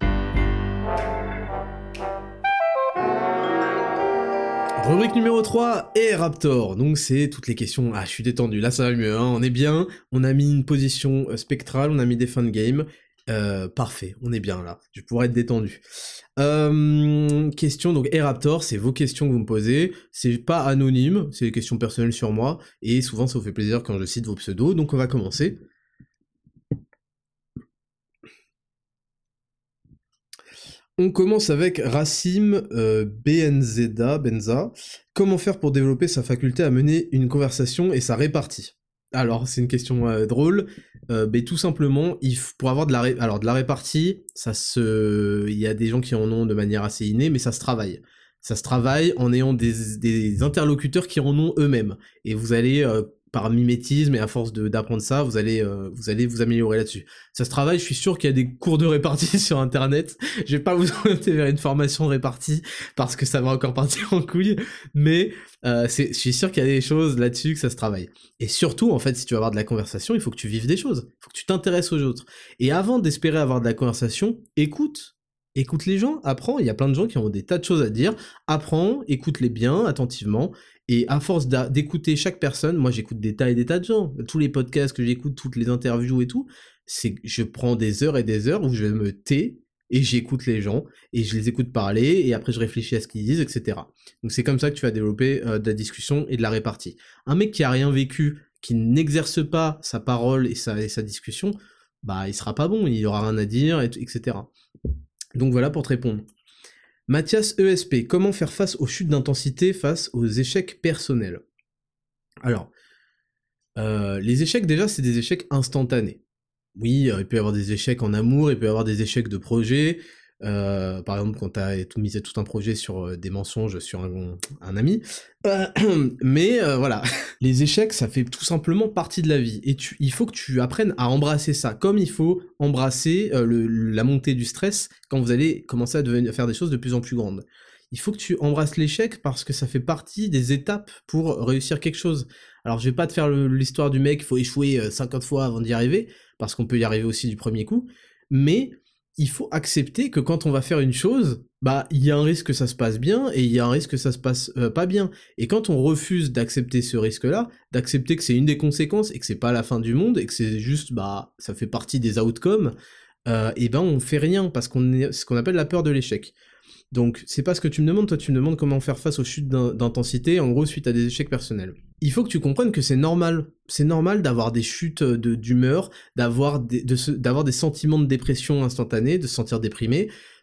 Rubrique numéro trois, et Raptor, donc c'est toutes les questions, ah je suis détendu, là ça va mieux, hein. On est bien, on a mis une position spectrale, on a mis des fins de game, euh, parfait, on est bien là, je pourrais être détendu. Euh, question, donc et Raptor, c'est vos questions que vous me posez, c'est pas anonyme, c'est des questions personnelles sur moi, et souvent ça vous fait plaisir quand je cite vos pseudos, donc on va commencer. On commence avec Racim euh, Benzeda, Benza. Comment faire pour développer sa faculté à mener une conversation et sa répartie? Alors, c'est une question euh, drôle. Euh, mais tout simplement, il f... pour avoir de la, ré... Alors, de la répartie, ça se... il y a des gens qui en ont de manière assez innée, mais ça se travaille. Ça se travaille en ayant des, des interlocuteurs qui en ont eux-mêmes. Et vous allez... Euh, par mimétisme et à force de, d'apprendre ça, vous allez, euh, vous allez vous améliorer là-dessus. Ça se travaille, je suis sûr qu'il y a des cours de répartie sur internet, je vais pas vous orienter vers une formation de répartie, parce que ça va encore partir en couille, mais euh, c'est, je suis sûr qu'il y a des choses là-dessus que ça se travaille. Et surtout, en fait, si tu veux avoir de la conversation, il faut que tu vives des choses, il faut que tu t'intéresses aux autres. Et avant d'espérer avoir de la conversation, écoute. Écoute les gens, apprends, il y a plein de gens qui ont des tas de choses à dire, apprends, écoute-les bien, attentivement, et à force d'écouter chaque personne, moi j'écoute des tas et des tas de gens, tous les podcasts que j'écoute, toutes les interviews et tout, c'est que je prends des heures et des heures où je me tais, et j'écoute les gens, et je les écoute parler, et après je réfléchis à ce qu'ils disent, et cetera. Donc c'est comme ça que tu vas développer euh, de la discussion et de la répartie. Un mec qui a rien vécu, qui n'exerce pas sa parole et sa, et sa discussion, bah il sera pas bon, il aura rien à dire, et, etc. Donc voilà pour te répondre. Mathias E S P, comment faire face aux chutes d'intensité face aux échecs personnels? Alors, euh, les échecs déjà, c'est des échecs instantanés. Oui, euh, il peut y avoir des échecs en amour, il peut y avoir des échecs de projet. Euh, par exemple, quand tu as tout misé tout un projet sur euh, des mensonges sur un, un ami. Euh, mais euh, voilà, les échecs, ça fait tout simplement partie de la vie. Et tu, il faut que tu apprennes à embrasser ça, comme il faut embrasser euh, le, la montée du stress quand vous allez commencer à, devenir, à faire des choses de plus en plus grandes. Il faut que tu embrasses l'échec parce que ça fait partie des étapes pour réussir quelque chose. Alors je vais pas te faire le, l'histoire du mec, il faut échouer cinquante fois avant d'y arriver, parce qu'on peut y arriver aussi du premier coup, mais il faut accepter que quand on va faire une chose, bah il y a un risque que ça se passe bien et il y a un risque que ça se passe euh, pas bien. Et quand on refuse d'accepter ce risque-là, d'accepter que c'est une des conséquences et que c'est pas la fin du monde et que c'est juste bah ça fait partie des outcomes, euh, et ben on fait rien parce qu'on est ce qu'on appelle la peur de l'échec. Donc c'est pas ce que tu me demandes, toi tu me demandes comment faire face aux chutes d'intensité, en gros suite à des échecs personnels. Il faut que tu comprennes que c'est normal, c'est normal d'avoir des chutes de, d'humeur, d'avoir des, de se, d'avoir des sentiments de dépression instantanée, de se sentir déprimé,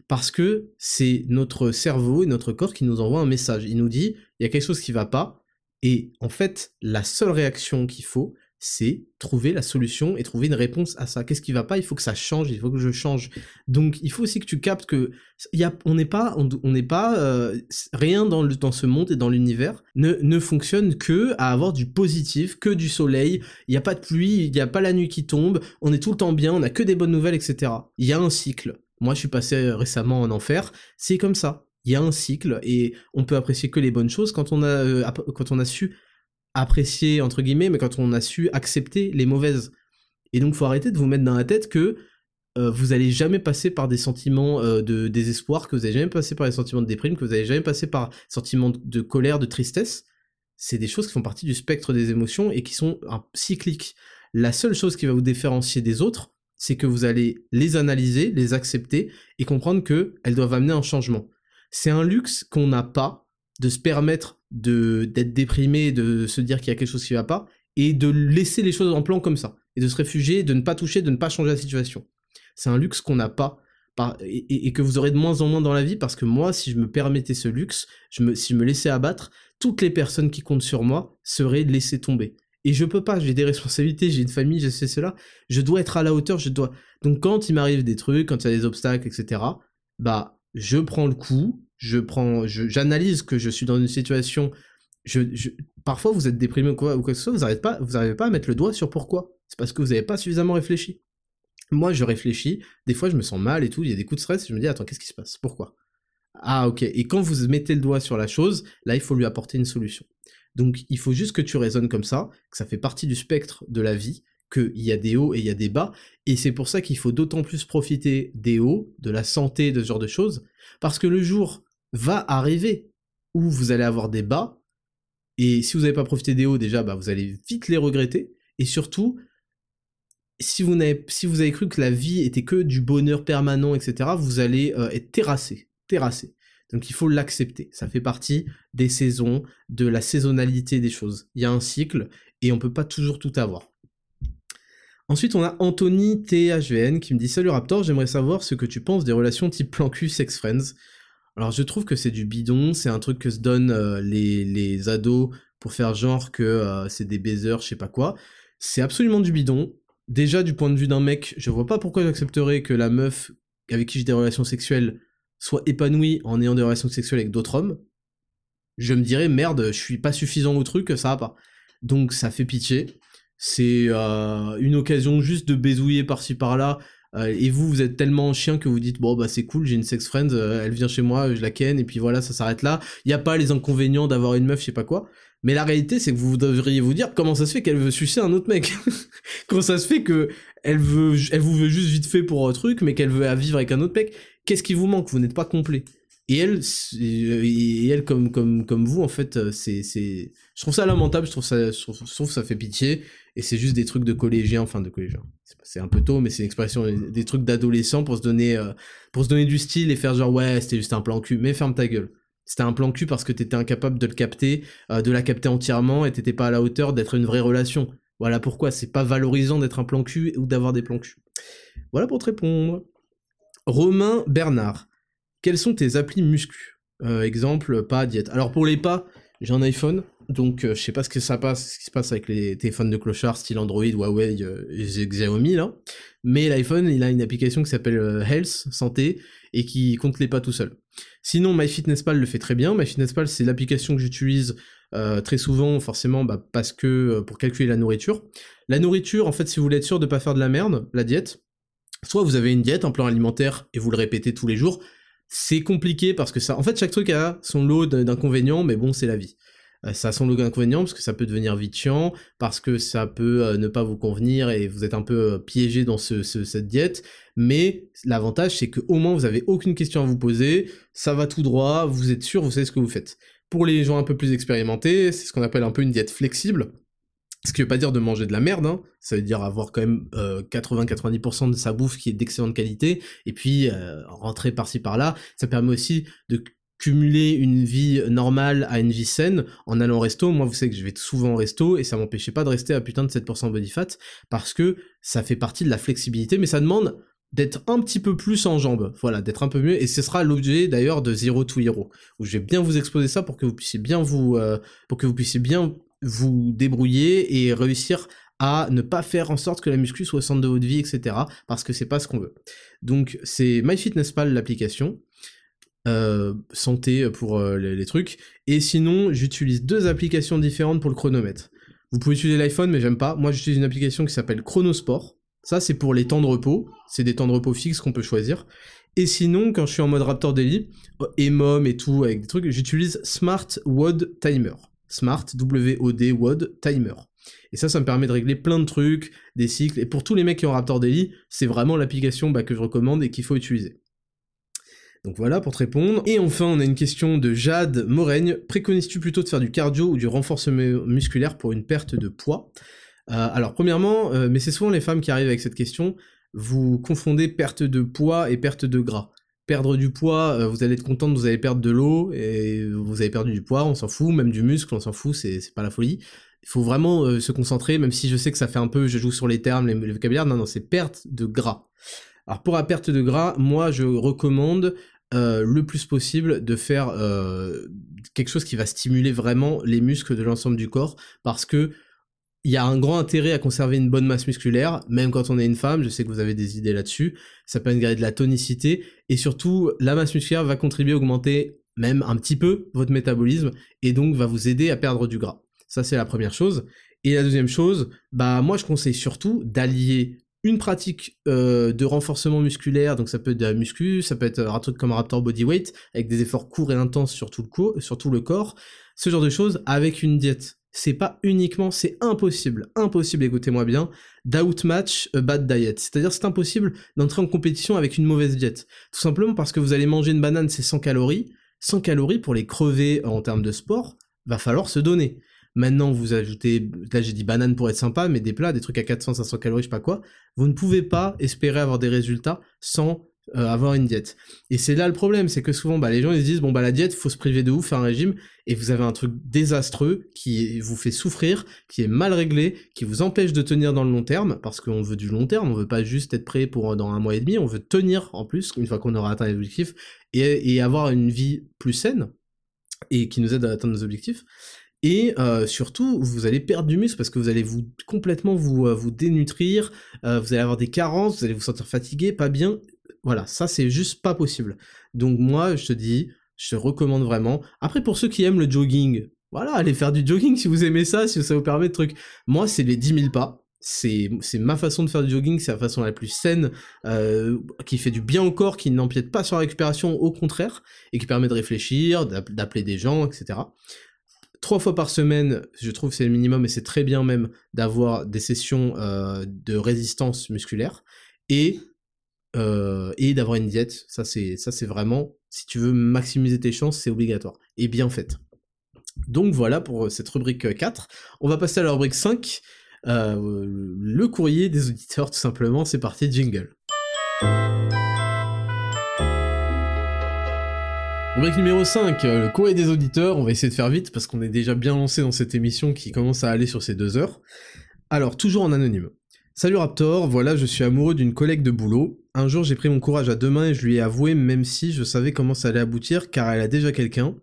Parce que c'est notre cerveau et notre corps qui nous envoie un message. Il nous dit, il y a quelque chose qui va pas, et en fait, la seule réaction qu'il faut, c'est trouver la solution et trouver une réponse à ça. Qu'est-ce qui va pas? Il faut que ça change, il faut que je change. Donc, il faut aussi que tu captes que y a, on n'est pas, on n'est pas, euh, rien dans, le, dans ce monde et dans l'univers ne, ne fonctionne que à avoir du positif, que du soleil. Il n'y a pas de pluie, il n'y a pas la nuit qui tombe. On est tout le temps bien, on n'a que des bonnes nouvelles, et cetera. Il y a un cycle. Moi, je suis passé récemment en enfer. C'est comme ça. Il y a un cycle et on peut apprécier que les bonnes choses quand on a, euh, quand on a su apprécier entre guillemets, mais quand on a su accepter les mauvaises. Et donc faut arrêter de vous mettre dans la tête que euh, vous allez jamais passer par des sentiments euh, de désespoir, que vous allez jamais passer par des sentiments de déprime, que vous allez jamais passer par des sentiments de colère, de tristesse. C'est des choses qui font partie du spectre des émotions et qui sont hein, cycliques. La seule chose qui va vous différencier des autres, c'est que vous allez les analyser, les accepter et comprendre que elles doivent amener un changement. C'est un luxe qu'on n'a pas, de se permettre de d'être déprimé, de se dire qu'il y a quelque chose qui va pas, et de laisser les choses en plan comme ça, et de se réfugier, de ne pas toucher, de ne pas changer la situation. C'est un luxe qu'on n'a pas, par, et, et, et que vous aurez de moins en moins dans la vie, parce que moi, si je me permettais ce luxe, je me, si je me laissais abattre, toutes les personnes qui comptent sur moi seraient laissées tomber. Et je peux pas, j'ai des responsabilités, j'ai une famille, je sais cela, je dois être à la hauteur, je dois... Donc quand il m'arrive des trucs, quand il y a des obstacles, et cetera, bah, je prends le coup, je prends, je, j'analyse que je suis dans une situation, je, je, parfois vous êtes déprimé ou quoi, ou quoi que ce soit, vous n'arrivez pas, vous n'arrivez pas à mettre le doigt sur pourquoi. C'est parce que vous n'avez pas suffisamment réfléchi. Moi, je réfléchis, des fois je me sens mal et tout, il y a des coups de stress, et je me dis, attends, qu'est-ce qui se passe? Pourquoi? Ah, ok. Et quand vous mettez le doigt sur la chose, là, il faut lui apporter une solution. Donc, il faut juste que tu raisonnes comme ça, que ça fait partie du spectre de la vie, qu'il y a des hauts et il y a des bas, et c'est pour ça qu'il faut d'autant plus profiter des hauts, de la santé, de ce genre de choses, parce que le jour va arriver où vous allez avoir des bas, et si vous n'avez pas profité des hauts, déjà, bah, vous allez vite les regretter, et surtout, si vous, n'avez, si vous avez cru que la vie était que du bonheur permanent, et cetera, vous allez euh, être terrassé, terrassé. Donc il faut l'accepter, ça fait partie des saisons, de la saisonnalité des choses. Il y a un cycle, et on peut pas toujours tout avoir. Ensuite, on a Anthony T H V N qui me dit « Salut Raptor, j'aimerais savoir ce que tu penses des relations type plan cul, sex friends. » Alors je trouve que c'est du bidon, c'est un truc que se donnent euh, les, les ados pour faire genre que euh, c'est des baisers, je sais pas quoi. C'est absolument du bidon. Déjà, du point de vue d'un mec, je vois pas pourquoi j'accepterais que la meuf avec qui j'ai des relations sexuelles soit épanouie en ayant des relations sexuelles avec d'autres hommes. Je me dirais, merde, je suis pas suffisant au truc, ça va pas. Donc ça fait pitié. C'est euh, une occasion juste de baisouiller par-ci par-là, euh, et vous, vous êtes tellement chien que vous dites, bon bah c'est cool, j'ai une sex friend, euh, elle vient chez moi, je la ken, et puis voilà, ça s'arrête là. Il y a pas les inconvénients d'avoir une meuf, je sais pas quoi. Mais la réalité, c'est que vous devriez vous dire comment ça se fait qu'elle veut sucer un autre mec. Comment ça se fait que elle veut, elle vous veut juste vite fait pour un truc, mais qu'elle veut à vivre avec un autre mec. Qu'est-ce qui vous manque? Vous n'êtes pas complet. Et elle, et elle comme comme comme vous en fait, c'est c'est, je trouve ça lamentable, je trouve ça, je trouve, je trouve ça fait pitié, et c'est juste des trucs de collégiens, enfin de collégiens. C'est, c'est un peu tôt, mais c'est une expression, des trucs d'adolescents pour se donner euh, pour se donner du style et faire genre ouais c'était juste un plan cul, mais ferme ta gueule. C'était un plan cul parce que t'étais incapable de le capter, euh, de la capter entièrement, et t'étais pas à la hauteur d'être une vraie relation. Voilà pourquoi c'est pas valorisant d'être un plan cul ou d'avoir des plans cul. Voilà pour te répondre. Romain Bernard. Quelles sont tes applis muscu? euh, Exemple, pas diète. Alors pour les pas, j'ai un iPhone, donc euh, je sais pas ce que ça passe, ce qui se passe avec les téléphones de clochard, style Android, Huawei, euh, Xiaomi là. Mais l'iPhone, il a une application qui s'appelle euh, Health, santé, et qui compte les pas tout seul. Sinon, MyFitnessPal le fait très bien. MyFitnessPal, c'est l'application que j'utilise euh, très souvent, forcément, bah, parce que euh, pour calculer la nourriture. La nourriture, en fait, si vous voulez être sûr de pas faire de la merde, la diète, soit vous avez une diète, un plan alimentaire, et vous le répétez tous les jours. C'est compliqué parce que ça... En fait, chaque truc a son lot d'inconvénients, mais bon, c'est la vie. Euh, ça a son lot d'inconvénients parce que ça peut devenir vite chiant, parce que ça peut euh, ne pas vous convenir et vous êtes un peu euh, piégé dans ce, ce, cette diète. Mais l'avantage, c'est qu'au moins, vous avez aucune question à vous poser, ça va tout droit, vous êtes sûr, vous savez ce que vous faites. Pour les gens un peu plus expérimentés, c'est ce qu'on appelle un peu une diète flexible. Ce qui veut pas dire de manger de la merde, hein. Ça veut dire avoir quand même euh, quatre-vingts à quatre-vingt-dix pour cent de sa bouffe qui est d'excellente qualité, et puis euh, rentrer par-ci par-là. Ça permet aussi de cumuler une vie normale à une vie saine en allant au resto. Moi, vous savez que je vais souvent au resto, et ça m'empêchait pas de rester à putain de sept pour cent body fat, parce que ça fait partie de la flexibilité, mais ça demande d'être un petit peu plus en jambes, voilà, d'être un peu mieux, et ce sera l'objet d'ailleurs de Zero to Hero, où je vais bien vous exposer ça pour que vous puissiez bien vous, euh, pour que vous puissiez bien vous débrouiller et réussir à ne pas faire en sorte que la muscu soit au centre de votre vie, et cetera, parce que c'est pas ce qu'on veut. Donc c'est MyFitnessPal l'application, euh, santé pour euh, les, les trucs, et sinon j'utilise deux applications différentes pour le chronomètre. Vous pouvez utiliser l'iPhone, mais j'aime pas. Moi j'utilise une application qui s'appelle Chronosport. Ça, c'est pour les temps de repos. C'est des temps de repos fixes qu'on peut choisir. Et sinon, quand je suis en mode Raptor Daily, et M O M et tout, avec des trucs, j'utilise Smart WOD Timer. Smart, W O D, WOD Timer. Et ça, ça me permet de régler plein de trucs, des cycles. Et pour tous les mecs qui ont Raptor Daily, c'est vraiment l'application bah, que je recommande et qu'il faut utiliser. Donc voilà pour te répondre. Et enfin, on a une question de Jade Moraigne. Préconises-tu plutôt de faire du cardio ou du renforcement musculaire pour une perte de poids ? Euh, alors premièrement, euh, mais c'est souvent les femmes qui arrivent avec cette question, vous confondez perte de poids et perte de gras. Perdre du poids, euh, vous allez être contente, vous allez perdre de l'eau, et vous avez perdu du poids, on s'en fout, même du muscle, on s'en fout, c'est, c'est pas la folie. Il faut vraiment euh, se concentrer, même si je sais que ça fait un peu, je joue sur les termes, les, les vocabulaires, non, non, c'est perte de gras. Alors pour la perte de gras, moi je recommande euh, le plus possible de faire euh, quelque chose qui va stimuler vraiment les muscles de l'ensemble du corps, parce que il y a un grand intérêt à conserver une bonne masse musculaire, même quand on est une femme, je sais que vous avez des idées là-dessus, ça permet de garder de la tonicité, et surtout, la masse musculaire va contribuer à augmenter même un petit peu votre métabolisme, et donc va vous aider à perdre du gras. Ça, c'est la première chose. Et la deuxième chose, bah moi je conseille surtout d'allier une pratique euh, de renforcement musculaire, donc ça peut être de la muscu, ça peut être un truc comme un Raptor Bodyweight, avec des efforts courts et intenses sur tout le, co- sur tout le corps, ce genre de choses, avec une diète. C'est pas uniquement, c'est impossible, impossible, écoutez-moi bien, d'outmatch a bad diet. C'est-à-dire c'est impossible d'entrer en compétition avec une mauvaise diète. Tout simplement parce que vous allez manger une banane, c'est cent calories. cent calories pour les crever en termes de sport, va falloir se donner. Maintenant, vous ajoutez, là j'ai dit banane pour être sympa, mais des plats, des trucs à quatre cents à cinq cents calories, je sais pas quoi, vous ne pouvez pas espérer avoir des résultats sans euh, avoir une diète. Et c'est là le problème, c'est que souvent, bah, les gens ils se disent, bon bah la diète, faut se priver de ouf, faire un régime, et vous avez un truc désastreux qui vous fait souffrir, qui est mal réglé, qui vous empêche de tenir dans le long terme, parce qu'on veut du long terme, on veut pas juste être prêt pour dans un mois et demi, on veut tenir en plus, une fois qu'on aura atteint les objectifs, et, et avoir une vie plus saine, et qui nous aide à atteindre nos objectifs. Et euh, surtout, vous allez perdre du muscle parce que vous allez vous complètement vous, euh, vous dénutrir, euh, vous allez avoir des carences, vous allez vous sentir fatigué, pas bien. Voilà, ça c'est juste pas possible. Donc moi, je te dis, je te recommande vraiment. Après, pour ceux qui aiment le jogging, voilà, allez faire du jogging si vous aimez ça, si ça vous permet de trucs. Moi, c'est les dix mille pas. C'est, c'est ma façon de faire du jogging, c'est la façon la plus saine, euh, qui fait du bien au corps, qui n'empiète pas sur la récupération, au contraire, et qui permet de réfléchir, d'appeler des gens, et cetera. Trois fois par semaine, je trouve que c'est le minimum, et c'est très bien même d'avoir des sessions euh, de résistance musculaire, et, euh, et d'avoir une diète. Ça c'est, ça c'est vraiment, si tu veux maximiser tes chances, c'est obligatoire, et bien fait. Donc voilà pour cette rubrique quatre. On va passer à la rubrique cinq, euh, le courrier des auditeurs, tout simplement. C'est parti, jingle. Rubrique numéro cinq, le courrier des auditeurs. On va essayer de faire vite parce qu'on est déjà bien lancé dans cette émission qui commence à aller sur ces deux heures. Alors, toujours en anonyme. Salut Raptor, voilà, je suis amoureux d'une collègue de boulot. Un jour, j'ai pris mon courage à deux mains et je lui ai avoué, même si je savais comment ça allait aboutir, car elle a déjà quelqu'un.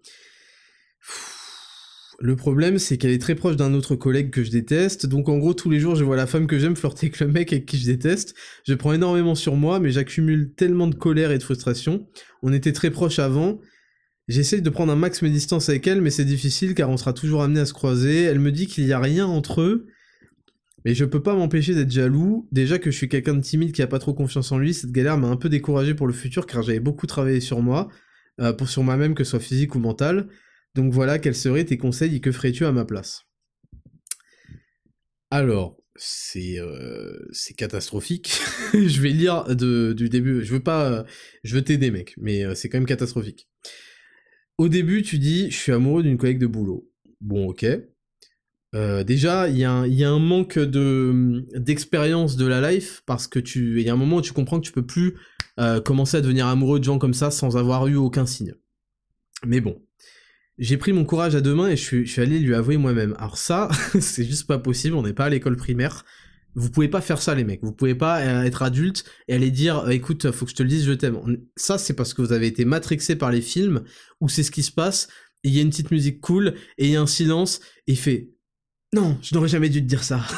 Le problème, c'est qu'elle est très proche d'un autre collègue que je déteste, donc en gros, tous les jours, je vois la femme que j'aime flirter avec le mec avec qui je déteste. Je prends énormément sur moi, mais j'accumule tellement de colère et de frustration. On était très proches avant. J'essaye de prendre un max mes distances avec elle, mais c'est difficile car on sera toujours amené à se croiser. Elle me dit qu'il n'y a rien entre eux, mais je peux pas m'empêcher d'être jaloux. Déjà que je suis quelqu'un de timide qui a pas trop confiance en lui, cette galère m'a un peu découragé pour le futur car j'avais beaucoup travaillé sur moi, euh, pour sur moi-même, que ce soit physique ou mental. Donc voilà, quels seraient tes conseils et que ferais-tu à ma place ? Alors, c'est euh, c'est catastrophique. Je vais lire de, du début. Je veux pas, euh, je veux t'aider, mec, mais euh, c'est quand même catastrophique. Au début, tu dis, je suis amoureux d'une collègue de boulot. Bon, ok. Euh, déjà, il y, y a un manque de d'expérience de la life parce que tu, il y a un moment où tu comprends que tu peux plus euh, commencer à devenir amoureux de gens comme ça sans avoir eu aucun signe. Mais bon. J'ai pris mon courage à deux mains et je suis, je suis allé lui avouer moi-même. Alors ça, c'est juste pas possible, on n'est pas à l'école primaire. Vous pouvez pas faire ça, les mecs. Vous pouvez pas euh, être adulte et aller dire euh, écoute, faut que je te le dise, je t'aime. Ça, c'est parce que vous avez été matrixé par les films où c'est ce qui se passe. Et il y a une petite musique cool et il y a un silence et il fait non, je n'aurais jamais dû te dire ça.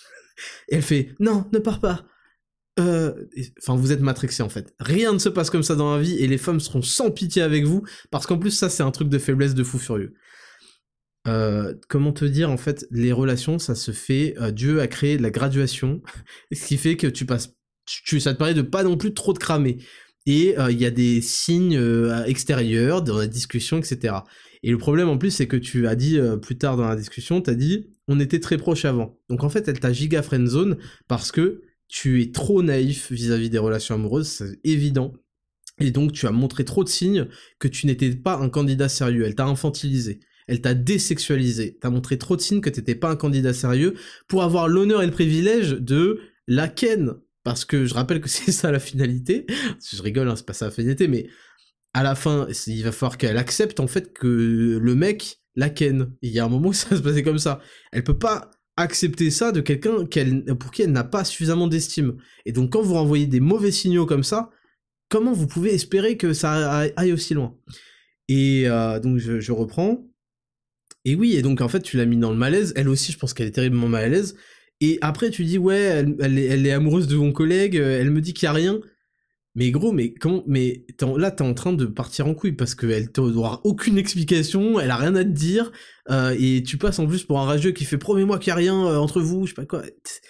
Et elle fait non, ne pars pas. Euh... Enfin, vous êtes matrixé en fait. Rien ne se passe comme ça dans la vie et les femmes seront sans pitié avec vous parce qu'en plus ça c'est un truc de faiblesse de fou furieux. Euh, comment te dire, en fait, les relations, ça se fait, euh, Dieu a créé la graduation, ce qui fait que tu passes, tu, ça te permet de pas non plus trop te cramer. Et il euh, y a des signes euh, extérieurs, dans la discussion, et cetera. Et le problème en plus, c'est que tu as dit euh, plus tard dans la discussion, t'as dit, on était très proches avant. Donc en fait, elle t'a giga friendzone parce que tu es trop naïf vis-à-vis des relations amoureuses, c'est évident. Et donc tu as montré trop de signes que tu n'étais pas un candidat sérieux, elle t'a infantilisé. Elle t'a désexualisé, t'as montré trop de signes que t'étais pas un candidat sérieux pour avoir l'honneur et le privilège de la ken. Parce que je rappelle que c'est ça la finalité. Je rigole, hein, c'est pas ça la finalité, mais à la fin, il va falloir qu'elle accepte en fait que le mec la ken. Il y a un moment où ça va se passer comme ça. Elle peut pas accepter ça de quelqu'un qu'elle, pour qui elle n'a pas suffisamment d'estime. Et donc quand vous renvoyez des mauvais signaux comme ça, comment vous pouvez espérer que ça aille aussi loin? Et euh, donc je, je reprends. Et oui, et donc en fait tu l'as mis dans le malaise, elle aussi je pense qu'elle est terriblement mal à l'aise, et après tu dis ouais, elle, elle, est, elle est amoureuse de mon collègue, elle me dit qu'il y a rien, mais gros, mais comment, mais t'es en, là t'es en train de partir en couille, parce qu'elle t'aura aucune explication, elle a rien à te dire, euh, et tu passes en plus pour un rageux qui fait promets-moi qu'il y a rien euh, entre vous, je sais pas quoi,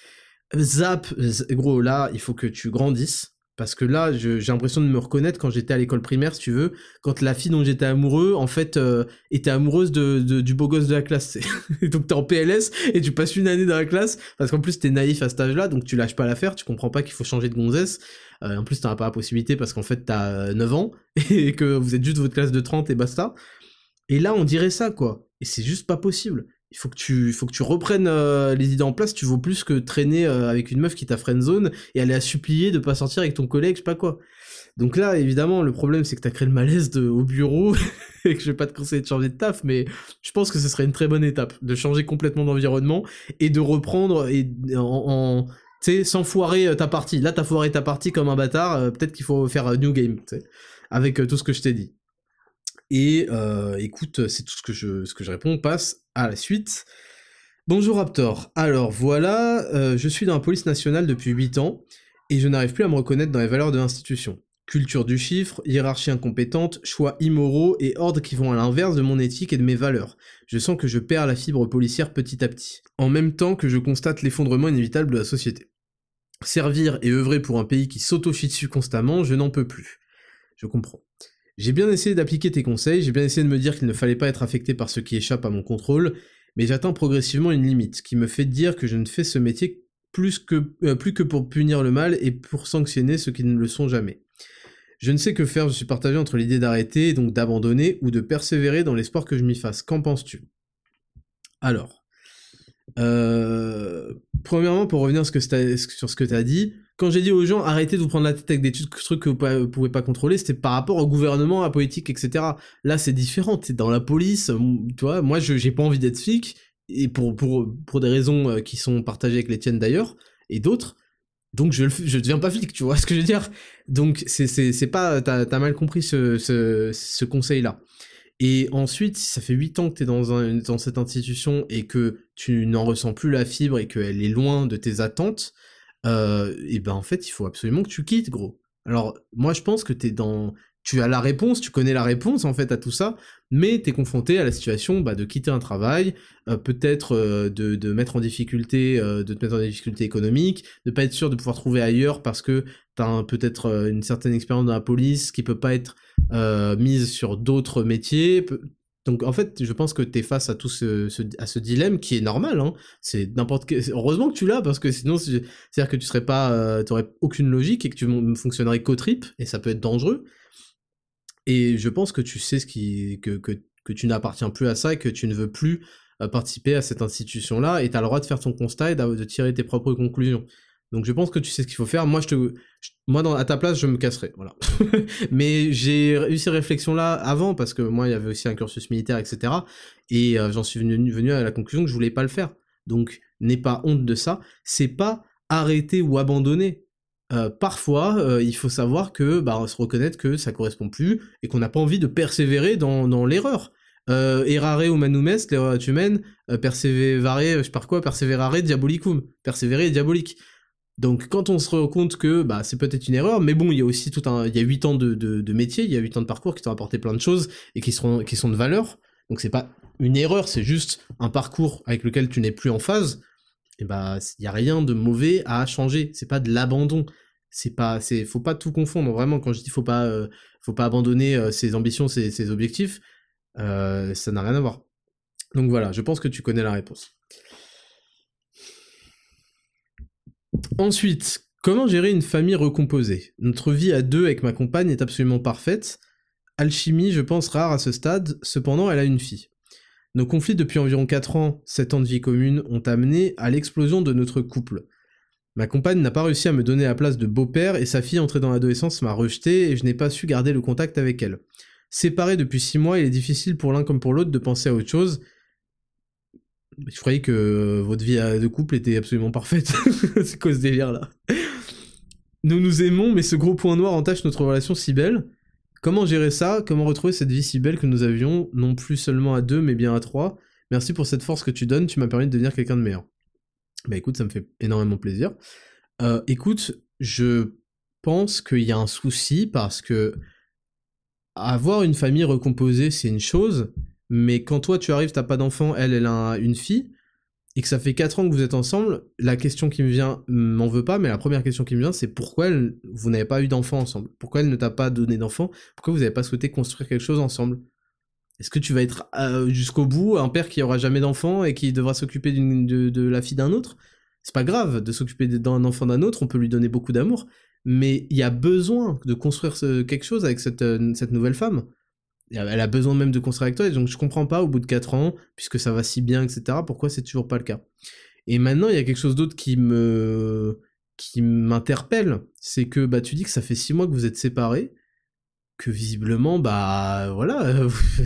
zap, z- gros là il faut que tu grandisses. Parce que là, je, j'ai l'impression de me reconnaître quand j'étais à l'école primaire, si tu veux, quand la fille dont j'étais amoureux, en fait, euh, était amoureuse de, de, du beau gosse de la classe. Et donc t'es en P L S et tu passes une année dans la classe, parce qu'en plus t'es naïf à cet âge-là, donc tu lâches pas l'affaire, tu comprends pas qu'il faut changer de gonzesse. Euh, en plus t'as pas la possibilité parce qu'en fait t'as neuf ans, et que vous êtes juste votre classe de trente et basta. Et là, on dirait ça, quoi. Et c'est juste pas possible. Il faut que tu, faut que tu reprennes euh, les idées en place, tu vaux plus que traîner euh, avec une meuf qui t'a friendzone et aller à supplier de pas sortir avec ton collègue, je sais pas quoi. Donc là, évidemment, le problème c'est que t'as créé le malaise de, au bureau et que je vais pas te conseiller de changer de taf, mais je pense que ce serait une très bonne étape de changer complètement d'environnement et de reprendre et en, en tu sais, sans foirer ta partie. Là, t'as foiré ta partie comme un bâtard, euh, peut-être qu'il faut faire un new game, tu sais, avec euh, tout ce que je t'ai dit. Et euh, écoute, c'est tout ce que je, ce que je réponds, on passe à la suite. Bonjour Raptor, alors voilà, euh, je suis dans la police nationale depuis huit ans, et je n'arrive plus à me reconnaître dans les valeurs de l'institution. Culture du chiffre, hiérarchie incompétente, choix immoraux et ordres qui vont à l'inverse de mon éthique et de mes valeurs. Je sens que je perds la fibre policière petit à petit, en même temps que je constate l'effondrement inévitable de la société. Servir et œuvrer pour un pays qui s'auto-chie dessus constamment, je n'en peux plus. Je comprends. J'ai bien essayé d'appliquer tes conseils, j'ai bien essayé de me dire qu'il ne fallait pas être affecté par ce qui échappe à mon contrôle, mais j'atteins progressivement une limite, qui me fait dire que je ne fais ce métier plus que, euh, plus que pour punir le mal et pour sanctionner ceux qui ne le sont jamais. Je ne sais que faire, je suis partagé entre l'idée d'arrêter, et donc d'abandonner, ou de persévérer dans l'espoir que je m'y fasse. Qu'en penses-tu? Alors, euh... premièrement, pour revenir sur ce que tu as dit, quand j'ai dit aux gens arrêtez de vous prendre la tête avec des trucs que vous pouvez pas contrôler, c'était par rapport au gouvernement, à la politique, et cetera. Là, c'est différent. T'es dans la police, tu vois. Moi, je j'ai pas envie d'être flic, et pour pour pour des raisons qui sont partagées avec les tiennes d'ailleurs et d'autres. Donc je je deviens pas flic, tu vois ce que je veux dire. Donc c'est c'est c'est pas t'as t'as mal compris ce ce ce conseil là. Et ensuite, si ça fait huit ans que t'es dans, un, dans cette institution et que tu n'en ressens plus la fibre et qu'elle est loin de tes attentes, euh, et ben en fait, il faut absolument que tu quittes, gros. Alors, moi, je pense que t'es dans... Tu as la réponse, tu connais la réponse, en fait, à tout ça, mais t'es confronté à la situation bah, de quitter un travail, euh, peut-être euh, de, de mettre en difficulté, euh, de te mettre en difficulté économique, de pas être sûr de pouvoir trouver ailleurs parce que t'as peut-être euh, une certaine expérience dans la police qui peut pas être euh, mise sur d'autres métiers. Donc en fait, je pense que t'es face à tout ce, ce à ce dilemme qui est normal. Hein. C'est n'importe quel... Heureusement que tu l'as parce que sinon, c'est... c'est-à-dire que tu serais pas, euh, t'aurais aucune logique et que tu fonctionnerais qu'au trip et ça peut être dangereux. Et je pense que tu sais ce qui que que que tu n'appartiens plus à ça et que tu ne veux plus euh, participer à cette institution-là et t'as le droit de faire ton constat et de tirer tes propres conclusions. Donc je pense que tu sais ce qu'il faut faire. Moi, je te, je, moi dans, à ta place, je me casserais, voilà. Mais j'ai eu ces réflexions-là avant parce que moi, il y avait aussi un cursus militaire, et cetera. Et euh, j'en suis venu, venu à la conclusion que je voulais pas le faire. Donc n'aie pas honte de ça, c'est pas arrêter ou abandonner. Euh, parfois, euh, il faut savoir que, bah, se reconnaître que ça correspond plus, et qu'on n'a pas envie de persévérer dans, dans l'erreur. Euh, errare humanum est, l'erreur est humaine, euh, persévérare, je sais pas quoi, persévérare diabolicum, persévérer est diabolique. Donc quand on se rend compte que bah c'est peut-être une erreur, mais bon, il y a aussi tout un, il y a huit ans de, de, de métier, il y a huit ans de parcours qui t'ont apporté plein de choses et qui seront, qui sont de valeur. Donc c'est pas une erreur, c'est juste un parcours avec lequel tu n'es plus en phase. Et bah il y a rien de mauvais à changer. C'est pas de l'abandon. C'est pas, c'est, faut pas tout confondre. Vraiment, quand je dis faut pas, euh, faut pas abandonner euh, ses ambitions, ses, ses objectifs, euh, ça n'a rien à voir. Donc voilà, je pense que tu connais la réponse. Ensuite, comment gérer une famille recomposée? Notre vie à deux avec ma compagne est absolument parfaite. Alchimie, je pense, rare à ce stade, cependant elle a une fille. Nos conflits depuis environ quatre ans, sept ans de vie commune, ont amené à l'explosion de notre couple. Ma compagne n'a pas réussi à me donner la place de beau-père et sa fille entrée dans l'adolescence m'a rejeté et je n'ai pas su garder le contact avec elle. Séparés depuis six mois, il est difficile pour l'un comme pour l'autre de penser à autre chose. Je croyais que votre vie de couple était absolument parfaite. C'est quoi ce délire là? Nous nous aimons, mais ce gros point noir entache notre relation si belle. Comment gérer ça? Comment retrouver cette vie si belle que nous avions, non plus seulement à deux, mais bien à trois? Merci pour cette force que tu donnes, tu m'as permis de devenir quelqu'un de meilleur. Bah écoute, ça me fait énormément plaisir. Euh, écoute, je pense qu'il y a un souci parce que avoir une famille recomposée, c'est une chose, mais quand toi tu arrives, t'as pas d'enfant, elle, elle a une fille, et que ça fait quatre ans que vous êtes ensemble, la question qui me vient, m'en veut pas, mais la première question qui me vient, c'est pourquoi elle, vous n'avez pas eu d'enfant ensemble? Pourquoi elle ne t'a pas donné d'enfant? Pourquoi vous n'avez pas souhaité construire quelque chose ensemble? Est-ce que tu vas être euh, jusqu'au bout un père qui aura jamais d'enfant et qui devra s'occuper d'une, de, de la fille d'un autre? C'est pas grave de s'occuper d'un enfant d'un autre, on peut lui donner beaucoup d'amour, mais il y a besoin de construire ce, quelque chose avec cette, euh, cette nouvelle femme. Elle a besoin même de construire avec toi, et donc je comprends pas, au bout de quatre ans, puisque ça va si bien, et cetera, pourquoi c'est toujours pas le cas. Et maintenant, il y a quelque chose d'autre qui me... qui m'interpelle, c'est que, bah, tu dis que ça fait six mois que vous êtes séparés, que visiblement, bah, voilà,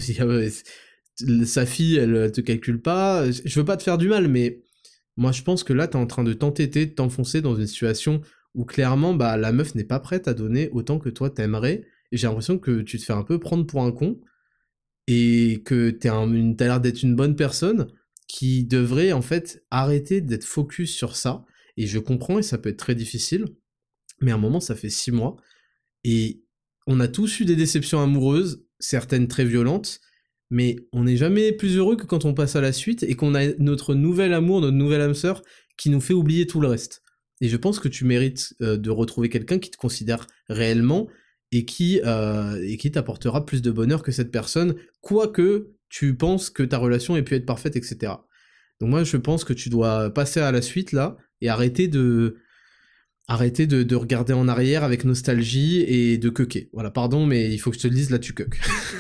sa fille, elle, elle te calcule pas, je veux pas te faire du mal, mais moi je pense que là, t'es en train de t'entêter, de t'enfoncer dans une situation où clairement, bah, la meuf n'est pas prête à donner autant que toi t'aimerais, et j'ai l'impression que tu te fais un peu prendre pour un con, et que t'es un, une, t'as l'air d'être une bonne personne, qui devrait en fait arrêter d'être focus sur ça, et je comprends, et ça peut être très difficile, mais à un moment ça fait six mois, et on a tous eu des déceptions amoureuses, certaines très violentes, mais on n'est jamais plus heureux que quand on passe à la suite, et qu'on a notre nouvel amour, notre nouvelle âme sœur, qui nous fait oublier tout le reste. Et je pense que tu mérites euh, de retrouver quelqu'un qui te considère réellement, et qui, euh, et qui t'apportera plus de bonheur que cette personne, quoique tu penses que ta relation ait pu être parfaite, et cetera. Donc moi, je pense que tu dois passer à la suite, là, et arrêter de... arrêter de, de regarder en arrière avec nostalgie et de queuquer. Voilà, pardon, mais il faut que je te le dise, là, tu queuques.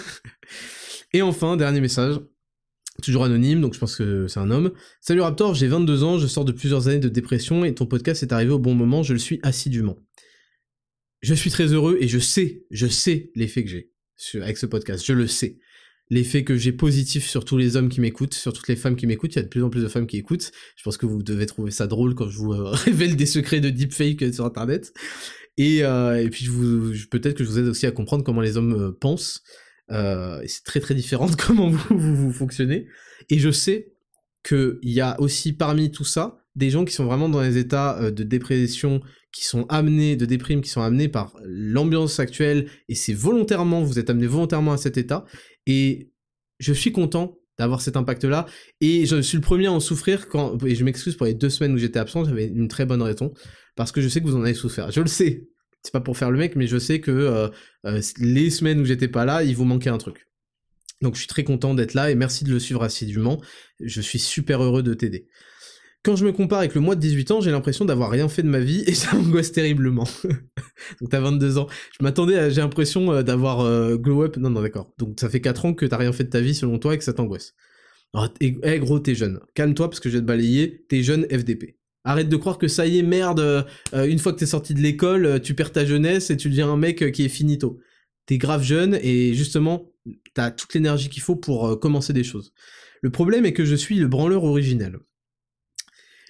Et enfin, dernier message, toujours anonyme, donc je pense que c'est un homme. Salut Raptor, j'ai vingt-deux ans, je sors de plusieurs années de dépression, et ton podcast est arrivé au bon moment, je le suis assidûment. Je suis très heureux et je sais, je sais l'effet que j'ai avec ce podcast, je le sais. L'effet que j'ai positif sur tous les hommes qui m'écoutent, sur toutes les femmes qui m'écoutent, il y a de plus en plus de femmes qui écoutent. Je pense que vous devez trouver ça drôle quand je vous euh, révèle des secrets de deepfake sur internet. Et, euh, et puis je vous, je, peut-être que je vous aide aussi à comprendre comment les hommes euh, pensent. Euh, et c'est très très différent de comment vous, vous, vous fonctionnez. Et je sais qu'il y a aussi parmi tout ça, des gens qui sont vraiment dans des états euh, de dépression, qui sont amenés, de déprime, qui sont amenés par l'ambiance actuelle, et c'est volontairement, vous êtes amenés volontairement à cet état, et je suis content d'avoir cet impact-là, et je suis le premier à en souffrir quand, et je m'excuse pour les deux semaines où j'étais absent, j'avais une très bonne raison, parce que je sais que vous en avez souffert, je le sais, c'est pas pour faire le mec, mais je sais que euh, euh, les semaines où j'étais pas là, il vous manquait un truc. Donc je suis très content d'être là, et merci de le suivre assidûment, je suis super heureux de t'aider. Quand je me compare avec le mois de dix-huit ans, j'ai l'impression d'avoir rien fait de ma vie, et ça m'angoisse terriblement. Donc t'as vingt-deux ans. Je m'attendais à, j'ai l'impression d'avoir euh, glow up, non non d'accord. Donc ça fait quatre ans que t'as rien fait de ta vie selon toi et que ça t'angoisse. Oh, eh hey, gros, t'es jeune. Calme-toi parce que je vais te balayer, t'es jeune F D P. Arrête de croire que ça y est, merde, euh, une fois que t'es sorti de l'école, tu perds ta jeunesse et tu deviens un mec qui est finito. T'es grave jeune et justement, t'as toute l'énergie qu'il faut pour euh, commencer des choses. Le problème est que je suis le branleur originel.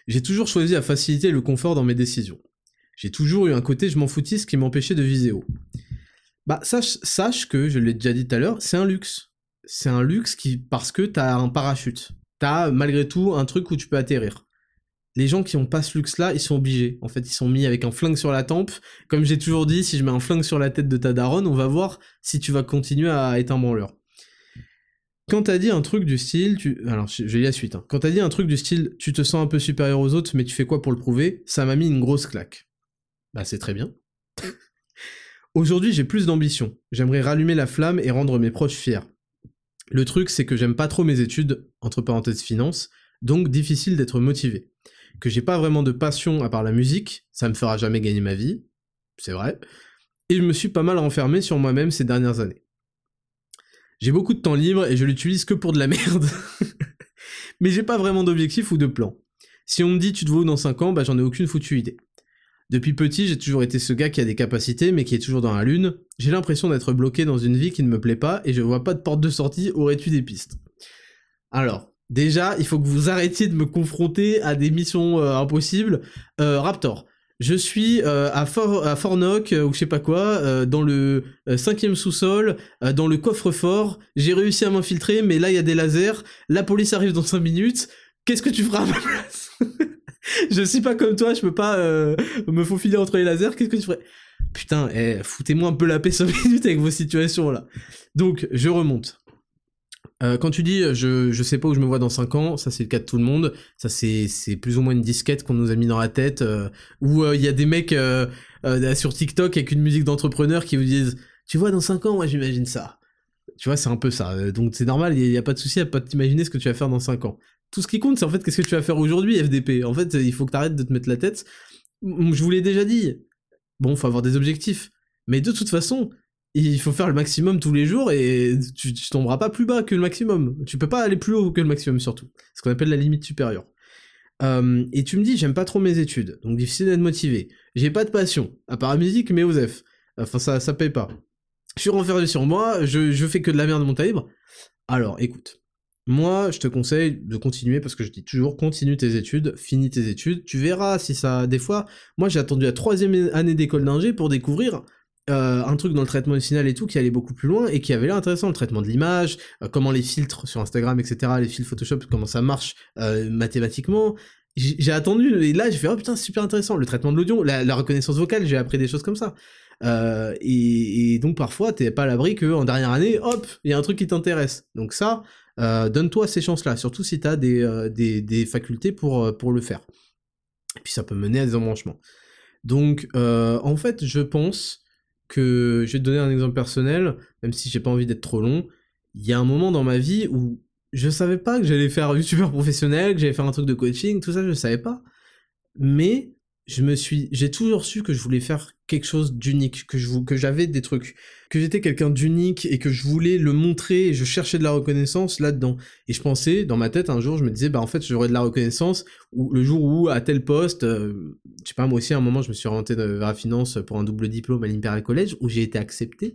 J'ai toujours choisi la facilité et le confort dans mes décisions. J'ai toujours eu un côté je m'en foutiste qui m'empêchait de viser haut. Bah sache, sache que, je l'ai déjà dit tout à l'heure, c'est un luxe. C'est un luxe qui, parce que t'as un parachute. T'as malgré tout un truc où tu peux atterrir. Les gens qui ont pas ce luxe-là, ils sont obligés. En fait, ils sont mis avec un flingue sur la tempe. Comme j'ai toujours dit, si je mets un flingue sur la tête de ta daronne, on va voir si tu vas continuer à être un branleur. Quand t'as dit un truc du style, tu... alors je vais la suite. Hein. Quand t'as dit un truc du style, tu te sens un peu supérieur aux autres, mais tu fais quoi pour le prouver? Ça m'a mis une grosse claque. Bah c'est très bien. Aujourd'hui, j'ai plus d'ambition. J'aimerais rallumer la flamme et rendre mes proches fiers. Le truc, c'est que j'aime pas trop mes études, entre parenthèses finance, donc difficile d'être motivé. Que j'ai pas vraiment de passion à part la musique, ça me fera jamais gagner ma vie, c'est vrai, et je me suis pas mal renfermé sur moi-même ces dernières années. J'ai beaucoup de temps libre et je l'utilise que pour de la merde. Mais j'ai pas vraiment d'objectif ou de plan. Si on me dit tu te vois où dans cinq ans, bah j'en ai aucune foutue idée. Depuis petit, j'ai toujours été ce gars qui a des capacités, mais qui est toujours dans la lune. J'ai l'impression d'être bloqué dans une vie qui ne me plaît pas, et je vois pas de porte de sortie, aurais-tu des pistes? Alors, déjà, il faut que vous arrêtiez de me confronter à des missions euh, impossibles. Euh, Raptor, je suis euh, à, For à Fornoc, euh, ou je sais pas quoi, euh, dans le euh, cinquième sous-sol, euh, dans le coffre-fort, j'ai réussi à m'infiltrer, mais là il y a des lasers, la police arrive dans cinq minutes, qu'est-ce que tu feras à ma place? Je suis pas comme toi, je peux pas euh, me faufiler entre les lasers, qu'est-ce que tu ferais? Putain, eh, foutez-moi un peu la paix cinq minutes avec vos situations là. Donc, je remonte. Euh, quand tu dis je, je sais pas où je me vois dans cinq ans, ça c'est le cas de tout le monde, ça c'est, c'est plus ou moins une disquette qu'on nous a mis dans la tête, euh, où il euh, y a des mecs euh, euh, sur TikTok avec une musique d'entrepreneur qui vous disent « Tu vois dans cinq ans, moi j'imagine ça ». Tu vois, c'est un peu ça, donc c'est normal, il y, y a pas de souci à pas t'imaginer ce que tu vas faire dans cinq ans. Tout ce qui compte, c'est en fait qu'est-ce que tu vas faire aujourd'hui, F D P. En fait, il faut que t'arrêtes de te mettre la tête. Je vous l'ai déjà dit. Bon, faut avoir des objectifs. Mais de toute façon, il faut faire le maximum tous les jours et tu, tu tomberas pas plus bas que le maximum. Tu peux pas aller plus haut que le maximum, surtout. Ce qu'on appelle la limite supérieure. Euh, et tu me dis, j'aime pas trop mes études, donc difficile d'être motivé. J'ai pas de passion, à part la musique, mais aux F. Enfin, ça, ça paye pas. Je suis renfermé sur moi, je, je fais que de la merde de mon libre. Alors, écoute. Moi, je te conseille de continuer, parce que je dis toujours, continue tes études, finis tes études, tu verras si ça... Des fois, moi j'ai attendu la troisième année d'école d'ingé pour découvrir euh, un truc dans le traitement final et tout qui allait beaucoup plus loin et qui avait l'air intéressant, le traitement de l'image, euh, comment les filtres sur Instagram, et cetera, les fils Photoshop, comment ça marche euh, mathématiquement. J'ai attendu, et là j'ai fait, oh putain, c'est super intéressant, le traitement de l'audio, la, la reconnaissance vocale, j'ai appris des choses comme ça. Euh, et, et donc parfois, t'es pas à l'abri qu'en dernière année, hop, il y a un truc qui t'intéresse. Donc ça... Euh, donne-toi ces chances-là, surtout si t'as des, euh, des, des facultés pour, pour le faire. Et puis ça peut mener à des embranchements. Donc, euh, en fait, je pense que... Je vais te donner un exemple personnel, même si j'ai pas envie d'être trop long. Il y a un moment dans ma vie où je savais pas que j'allais faire youtubeur professionnel, que j'allais faire un truc de coaching, tout ça, je savais pas. Mais... je me suis, j'ai toujours su que je voulais faire quelque chose d'unique, que je que j'avais des trucs, que j'étais quelqu'un d'unique et que je voulais le montrer et je cherchais de la reconnaissance là-dedans. Et je pensais, dans ma tête, un jour, je me disais, bah en fait, j'aurais de la reconnaissance ou le jour où, à tel poste, euh, je sais pas, moi aussi, à un moment, je me suis orienté vers la finance pour un double diplôme à l'Imperial College où j'ai été accepté,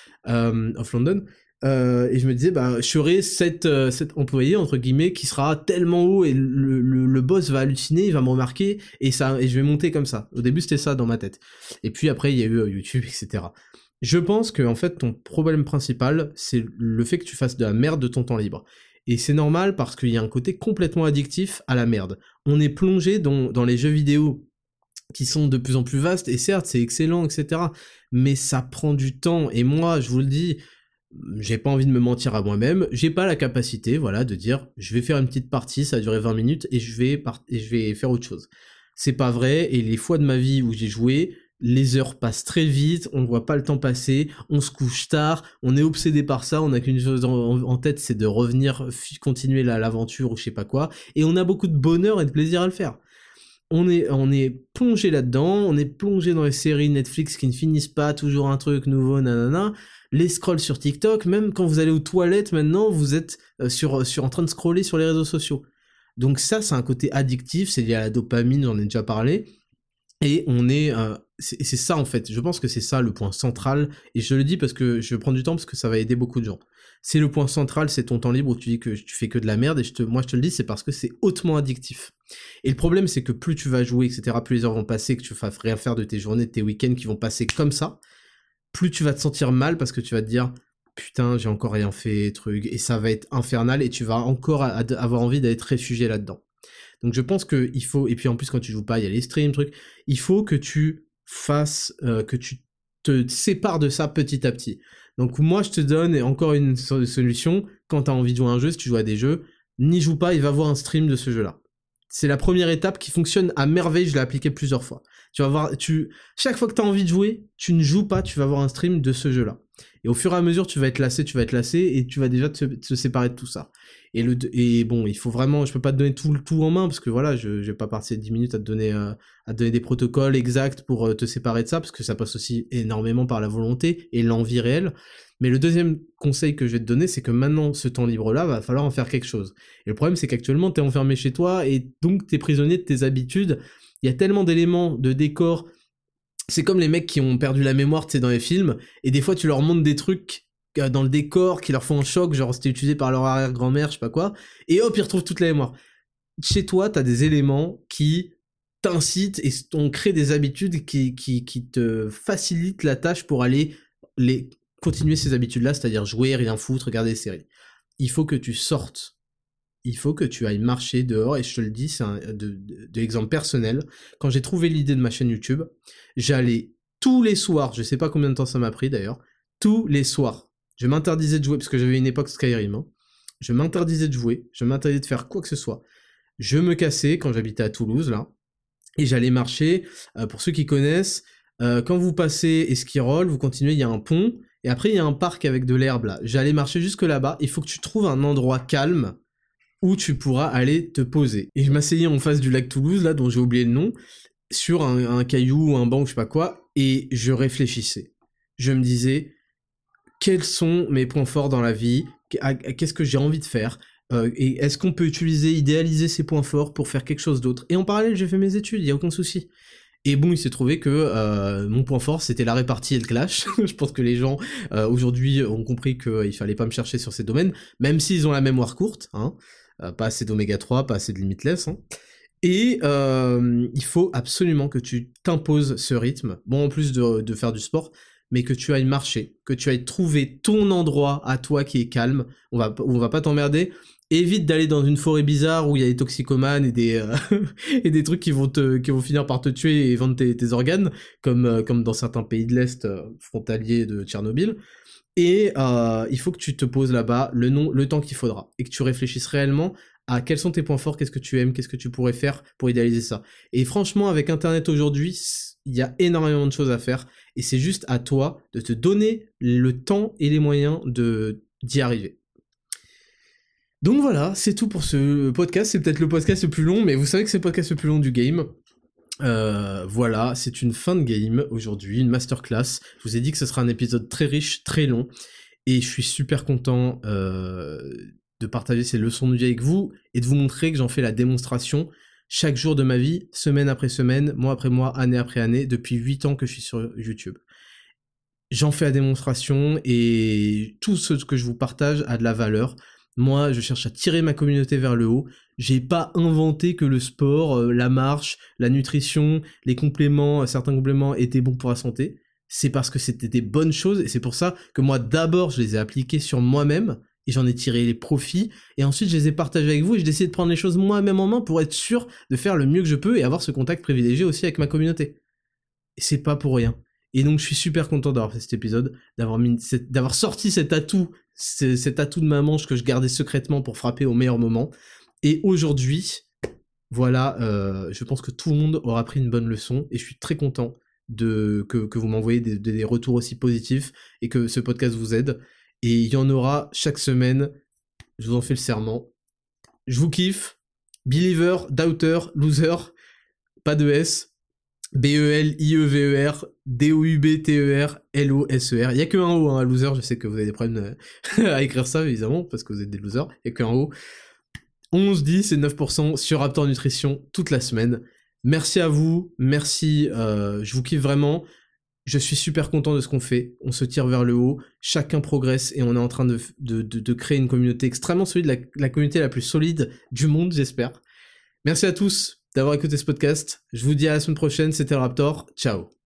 euh, of London. Euh, et je me disais, bah, je serai cet, euh, cet employé, entre guillemets, qui sera tellement haut et le, le, le boss va halluciner, il va me remarquer, et ça, et je vais monter comme ça. Au début, c'était ça dans ma tête. Et puis après, il y a eu euh, YouTube, et cetera. Je pense que, en fait, ton problème principal, c'est le fait que tu fasses de la merde de ton temps libre. Et c'est normal parce qu'il y a un côté complètement addictif à la merde. On est plongé dans, dans les jeux vidéo qui sont de plus en plus vastes, et certes, c'est excellent, et cetera. Mais ça prend du temps, et moi, je vous le dis, j'ai pas envie de me mentir à moi-même, j'ai pas la capacité, voilà, de dire je vais faire une petite partie, ça va durer vingt minutes et je vais part- et je vais faire autre chose. C'est pas vrai, et les fois de ma vie où j'ai joué, les heures passent très vite, on voit pas le temps passer, on se couche tard, on est obsédé par ça, on a qu'une chose en, en tête, c'est de revenir, f- continuer la- l'aventure ou je sais pas quoi, et on a beaucoup de bonheur et de plaisir à le faire. On est, on est plongé là-dedans, on est plongé dans les séries Netflix qui ne finissent pas, toujours un truc nouveau, nanana, les scrolls sur TikTok, même quand vous allez aux toilettes maintenant, vous êtes euh, sur, sur en train de scroller sur les réseaux sociaux. Donc ça, c'est un côté addictif, c'est lié à la dopamine, j'en ai déjà parlé, et on est, euh, c'est, c'est ça en fait, je pense que c'est ça le point central, et je le dis parce que je prends du temps parce que ça va aider beaucoup de gens. C'est le point central, c'est ton temps libre où tu dis que tu fais que de la merde, et je te, moi je te le dis, c'est parce que c'est hautement addictif. Et le problème c'est que plus tu vas jouer, et cetera, plus les heures vont passer, que tu vas rien faire de tes journées, de tes week-ends qui vont passer comme ça, plus tu vas te sentir mal parce que tu vas te dire putain j'ai encore rien fait, truc, et ça va être infernal, et tu vas encore a- a- avoir envie d'être réfugié là-dedans. Donc je pense que il faut, et puis en plus quand tu joues pas, il y a les streams, trucs, il faut que tu fasses, euh, que tu te sépares de ça petit à petit. Donc moi je te donne encore une so- solution, quand t'as envie de jouer à un jeu, si tu joues à des jeux, n'y joue pas et va voir un stream de ce jeu-là. C'est la première étape qui fonctionne à merveille, je l'ai appliqué plusieurs fois. Tu vas voir, tu, chaque fois que t'as envie de jouer, tu ne joues pas, tu vas voir un stream de ce jeu-là. Et au fur et à mesure, tu vas être lassé, tu vas être lassé, et tu vas déjà te, te séparer de tout ça. Et, le, et bon, il faut vraiment, je peux pas te donner tout, tout en main, parce que voilà, je, je vais pas passer dix minutes à te donner, euh, à te donner des protocoles exacts pour euh, te séparer de ça, parce que ça passe aussi énormément par la volonté et l'envie réelle. Mais le deuxième conseil que je vais te donner, c'est que maintenant, ce temps libre-là, va falloir en faire quelque chose. Et le problème, c'est qu'actuellement, t'es enfermé chez toi, et donc t'es prisonnier de tes habitudes. Il y a tellement d'éléments, de décors. C'est comme les mecs qui ont perdu la mémoire, tu sais, dans les films, et des fois, tu leur montres des trucs euh, dans le décor qui leur font un choc, genre c'était utilisé par leur arrière-grand-mère, je sais pas quoi, et hop, ils retrouvent toute la mémoire. Chez toi, t'as des éléments qui t'incitent et on crée des habitudes qui, qui, qui te facilitent la tâche pour aller les continuer ces habitudes-là, c'est-à-dire jouer, rien foutre, regarder des séries. Il faut que tu sortes. Il faut que tu ailles marcher dehors, et je te le dis, c'est un de, de, de l'exemple personnel. Quand j'ai trouvé l'idée de ma chaîne YouTube, j'allais tous les soirs, je sais pas combien de temps ça m'a pris d'ailleurs, tous les soirs, je m'interdisais de jouer, parce que j'avais une époque Skyrim, hein. Je m'interdisais de jouer, je m'interdisais de faire quoi que ce soit. Je me cassais quand j'habitais à Toulouse, là, et j'allais marcher. Euh, pour ceux qui connaissent, euh, quand vous passez Esquirol, vous continuez, il y a un pont, et après il y a un parc avec de l'herbe, là. J'allais marcher jusque là-bas, il faut que tu trouves un endroit calme, où tu pourras aller te poser. Et je m'asseyais en face du lac Toulouse, là, dont j'ai oublié le nom, sur un, un caillou, un banc, je sais pas quoi, et je réfléchissais. Je me disais, quels sont mes points forts dans la vie, qu'est-ce que j'ai envie de faire, euh, et est-ce qu'on peut utiliser, idéaliser ces points forts pour faire quelque chose d'autre. Et en parallèle, j'ai fait mes études, il y a aucun souci. Et bon, il s'est trouvé que euh, mon point fort, c'était la répartie et le clash. Je pense que les gens, euh, aujourd'hui, ont compris qu'il euh, fallait pas me chercher sur ces domaines, même s'ils ont la mémoire courte, hein, euh, pas assez d'oméga trois, pas assez de limitless, hein. Et euh, il faut absolument que tu t'imposes ce rythme, bon, en plus de, de faire du sport, mais que tu ailles marcher, que tu ailles trouver ton endroit à toi qui est calme, on va, on va pas t'emmerder. Évite d'aller dans une forêt bizarre où il y a des toxicomanes et des euh, et des trucs qui vont te qui vont finir par te tuer et vendre tes, tes organes, comme euh, comme dans certains pays de l'Est euh, frontaliers de Tchernobyl. Et euh, il faut que tu te poses là-bas le nom, le temps qu'il faudra, et que tu réfléchisses réellement à quels sont tes points forts, qu'est-ce que tu aimes, qu'est-ce que tu pourrais faire pour idéaliser ça. Et franchement, avec Internet aujourd'hui, il y a énormément de choses à faire, et c'est juste à toi de te donner le temps et les moyens de d'y arriver. Donc voilà, c'est tout pour ce podcast. C'est peut-être le podcast le plus long, mais vous savez que c'est le podcast le plus long du game. Euh, voilà, c'est une fin de game aujourd'hui, une masterclass. Je vous ai dit que ce sera un épisode très riche, très long, et je suis super content euh, de partager ces leçons de vie avec vous et de vous montrer que j'en fais la démonstration chaque jour de ma vie, semaine après semaine, mois après mois, année après année, depuis huit ans que je suis sur YouTube. J'en fais la démonstration et tout ce que je vous partage a de la valeur. Moi, je cherche à tirer ma communauté vers le haut. J'ai pas inventé que le sport, euh, la marche, la nutrition, les compléments, certains compléments étaient bons pour la santé. C'est parce que c'était des bonnes choses, et c'est pour ça que moi, d'abord, je les ai appliquées sur moi-même, et j'en ai tiré les profits, et ensuite, je les ai partagés avec vous, et j'ai décidé de prendre les choses moi-même en main pour être sûr de faire le mieux que je peux, et avoir ce contact privilégié aussi avec ma communauté. Et c'est pas pour rien. Et donc, je suis super content d'avoir fait cet épisode, d'avoir mis, cette, d'avoir sorti cet atout, cet atout de ma manche que je gardais secrètement pour frapper au meilleur moment. Et aujourd'hui, voilà, euh, je pense que tout le monde aura pris une bonne leçon, et je suis très content de que, que vous m'envoyez des, des retours aussi positifs, et que ce podcast vous aide. Et il y en aura chaque semaine, je vous en fais le serment. Je vous kiffe. Believer, doubter, loser, pas de S. B E L I E V E R D O U B T E R L O S E R. Il y a que un O, hein, loser. Je sais que vous avez des problèmes à écrire ça, évidemment, parce que vous êtes des losers. Il y a qu'un O. onze, dix et neuf pour cent sur Raptor Nutrition toute la semaine. Merci à vous, merci, euh, je vous kiffe vraiment. Je suis super content de ce qu'on fait, on se tire vers le haut, chacun progresse et on est en train de, de, de, de créer une communauté extrêmement solide, la, la communauté la plus solide du monde, j'espère. Merci à tous d'avoir écouté ce podcast, je vous dis à la semaine prochaine, c'était le Raptor, ciao.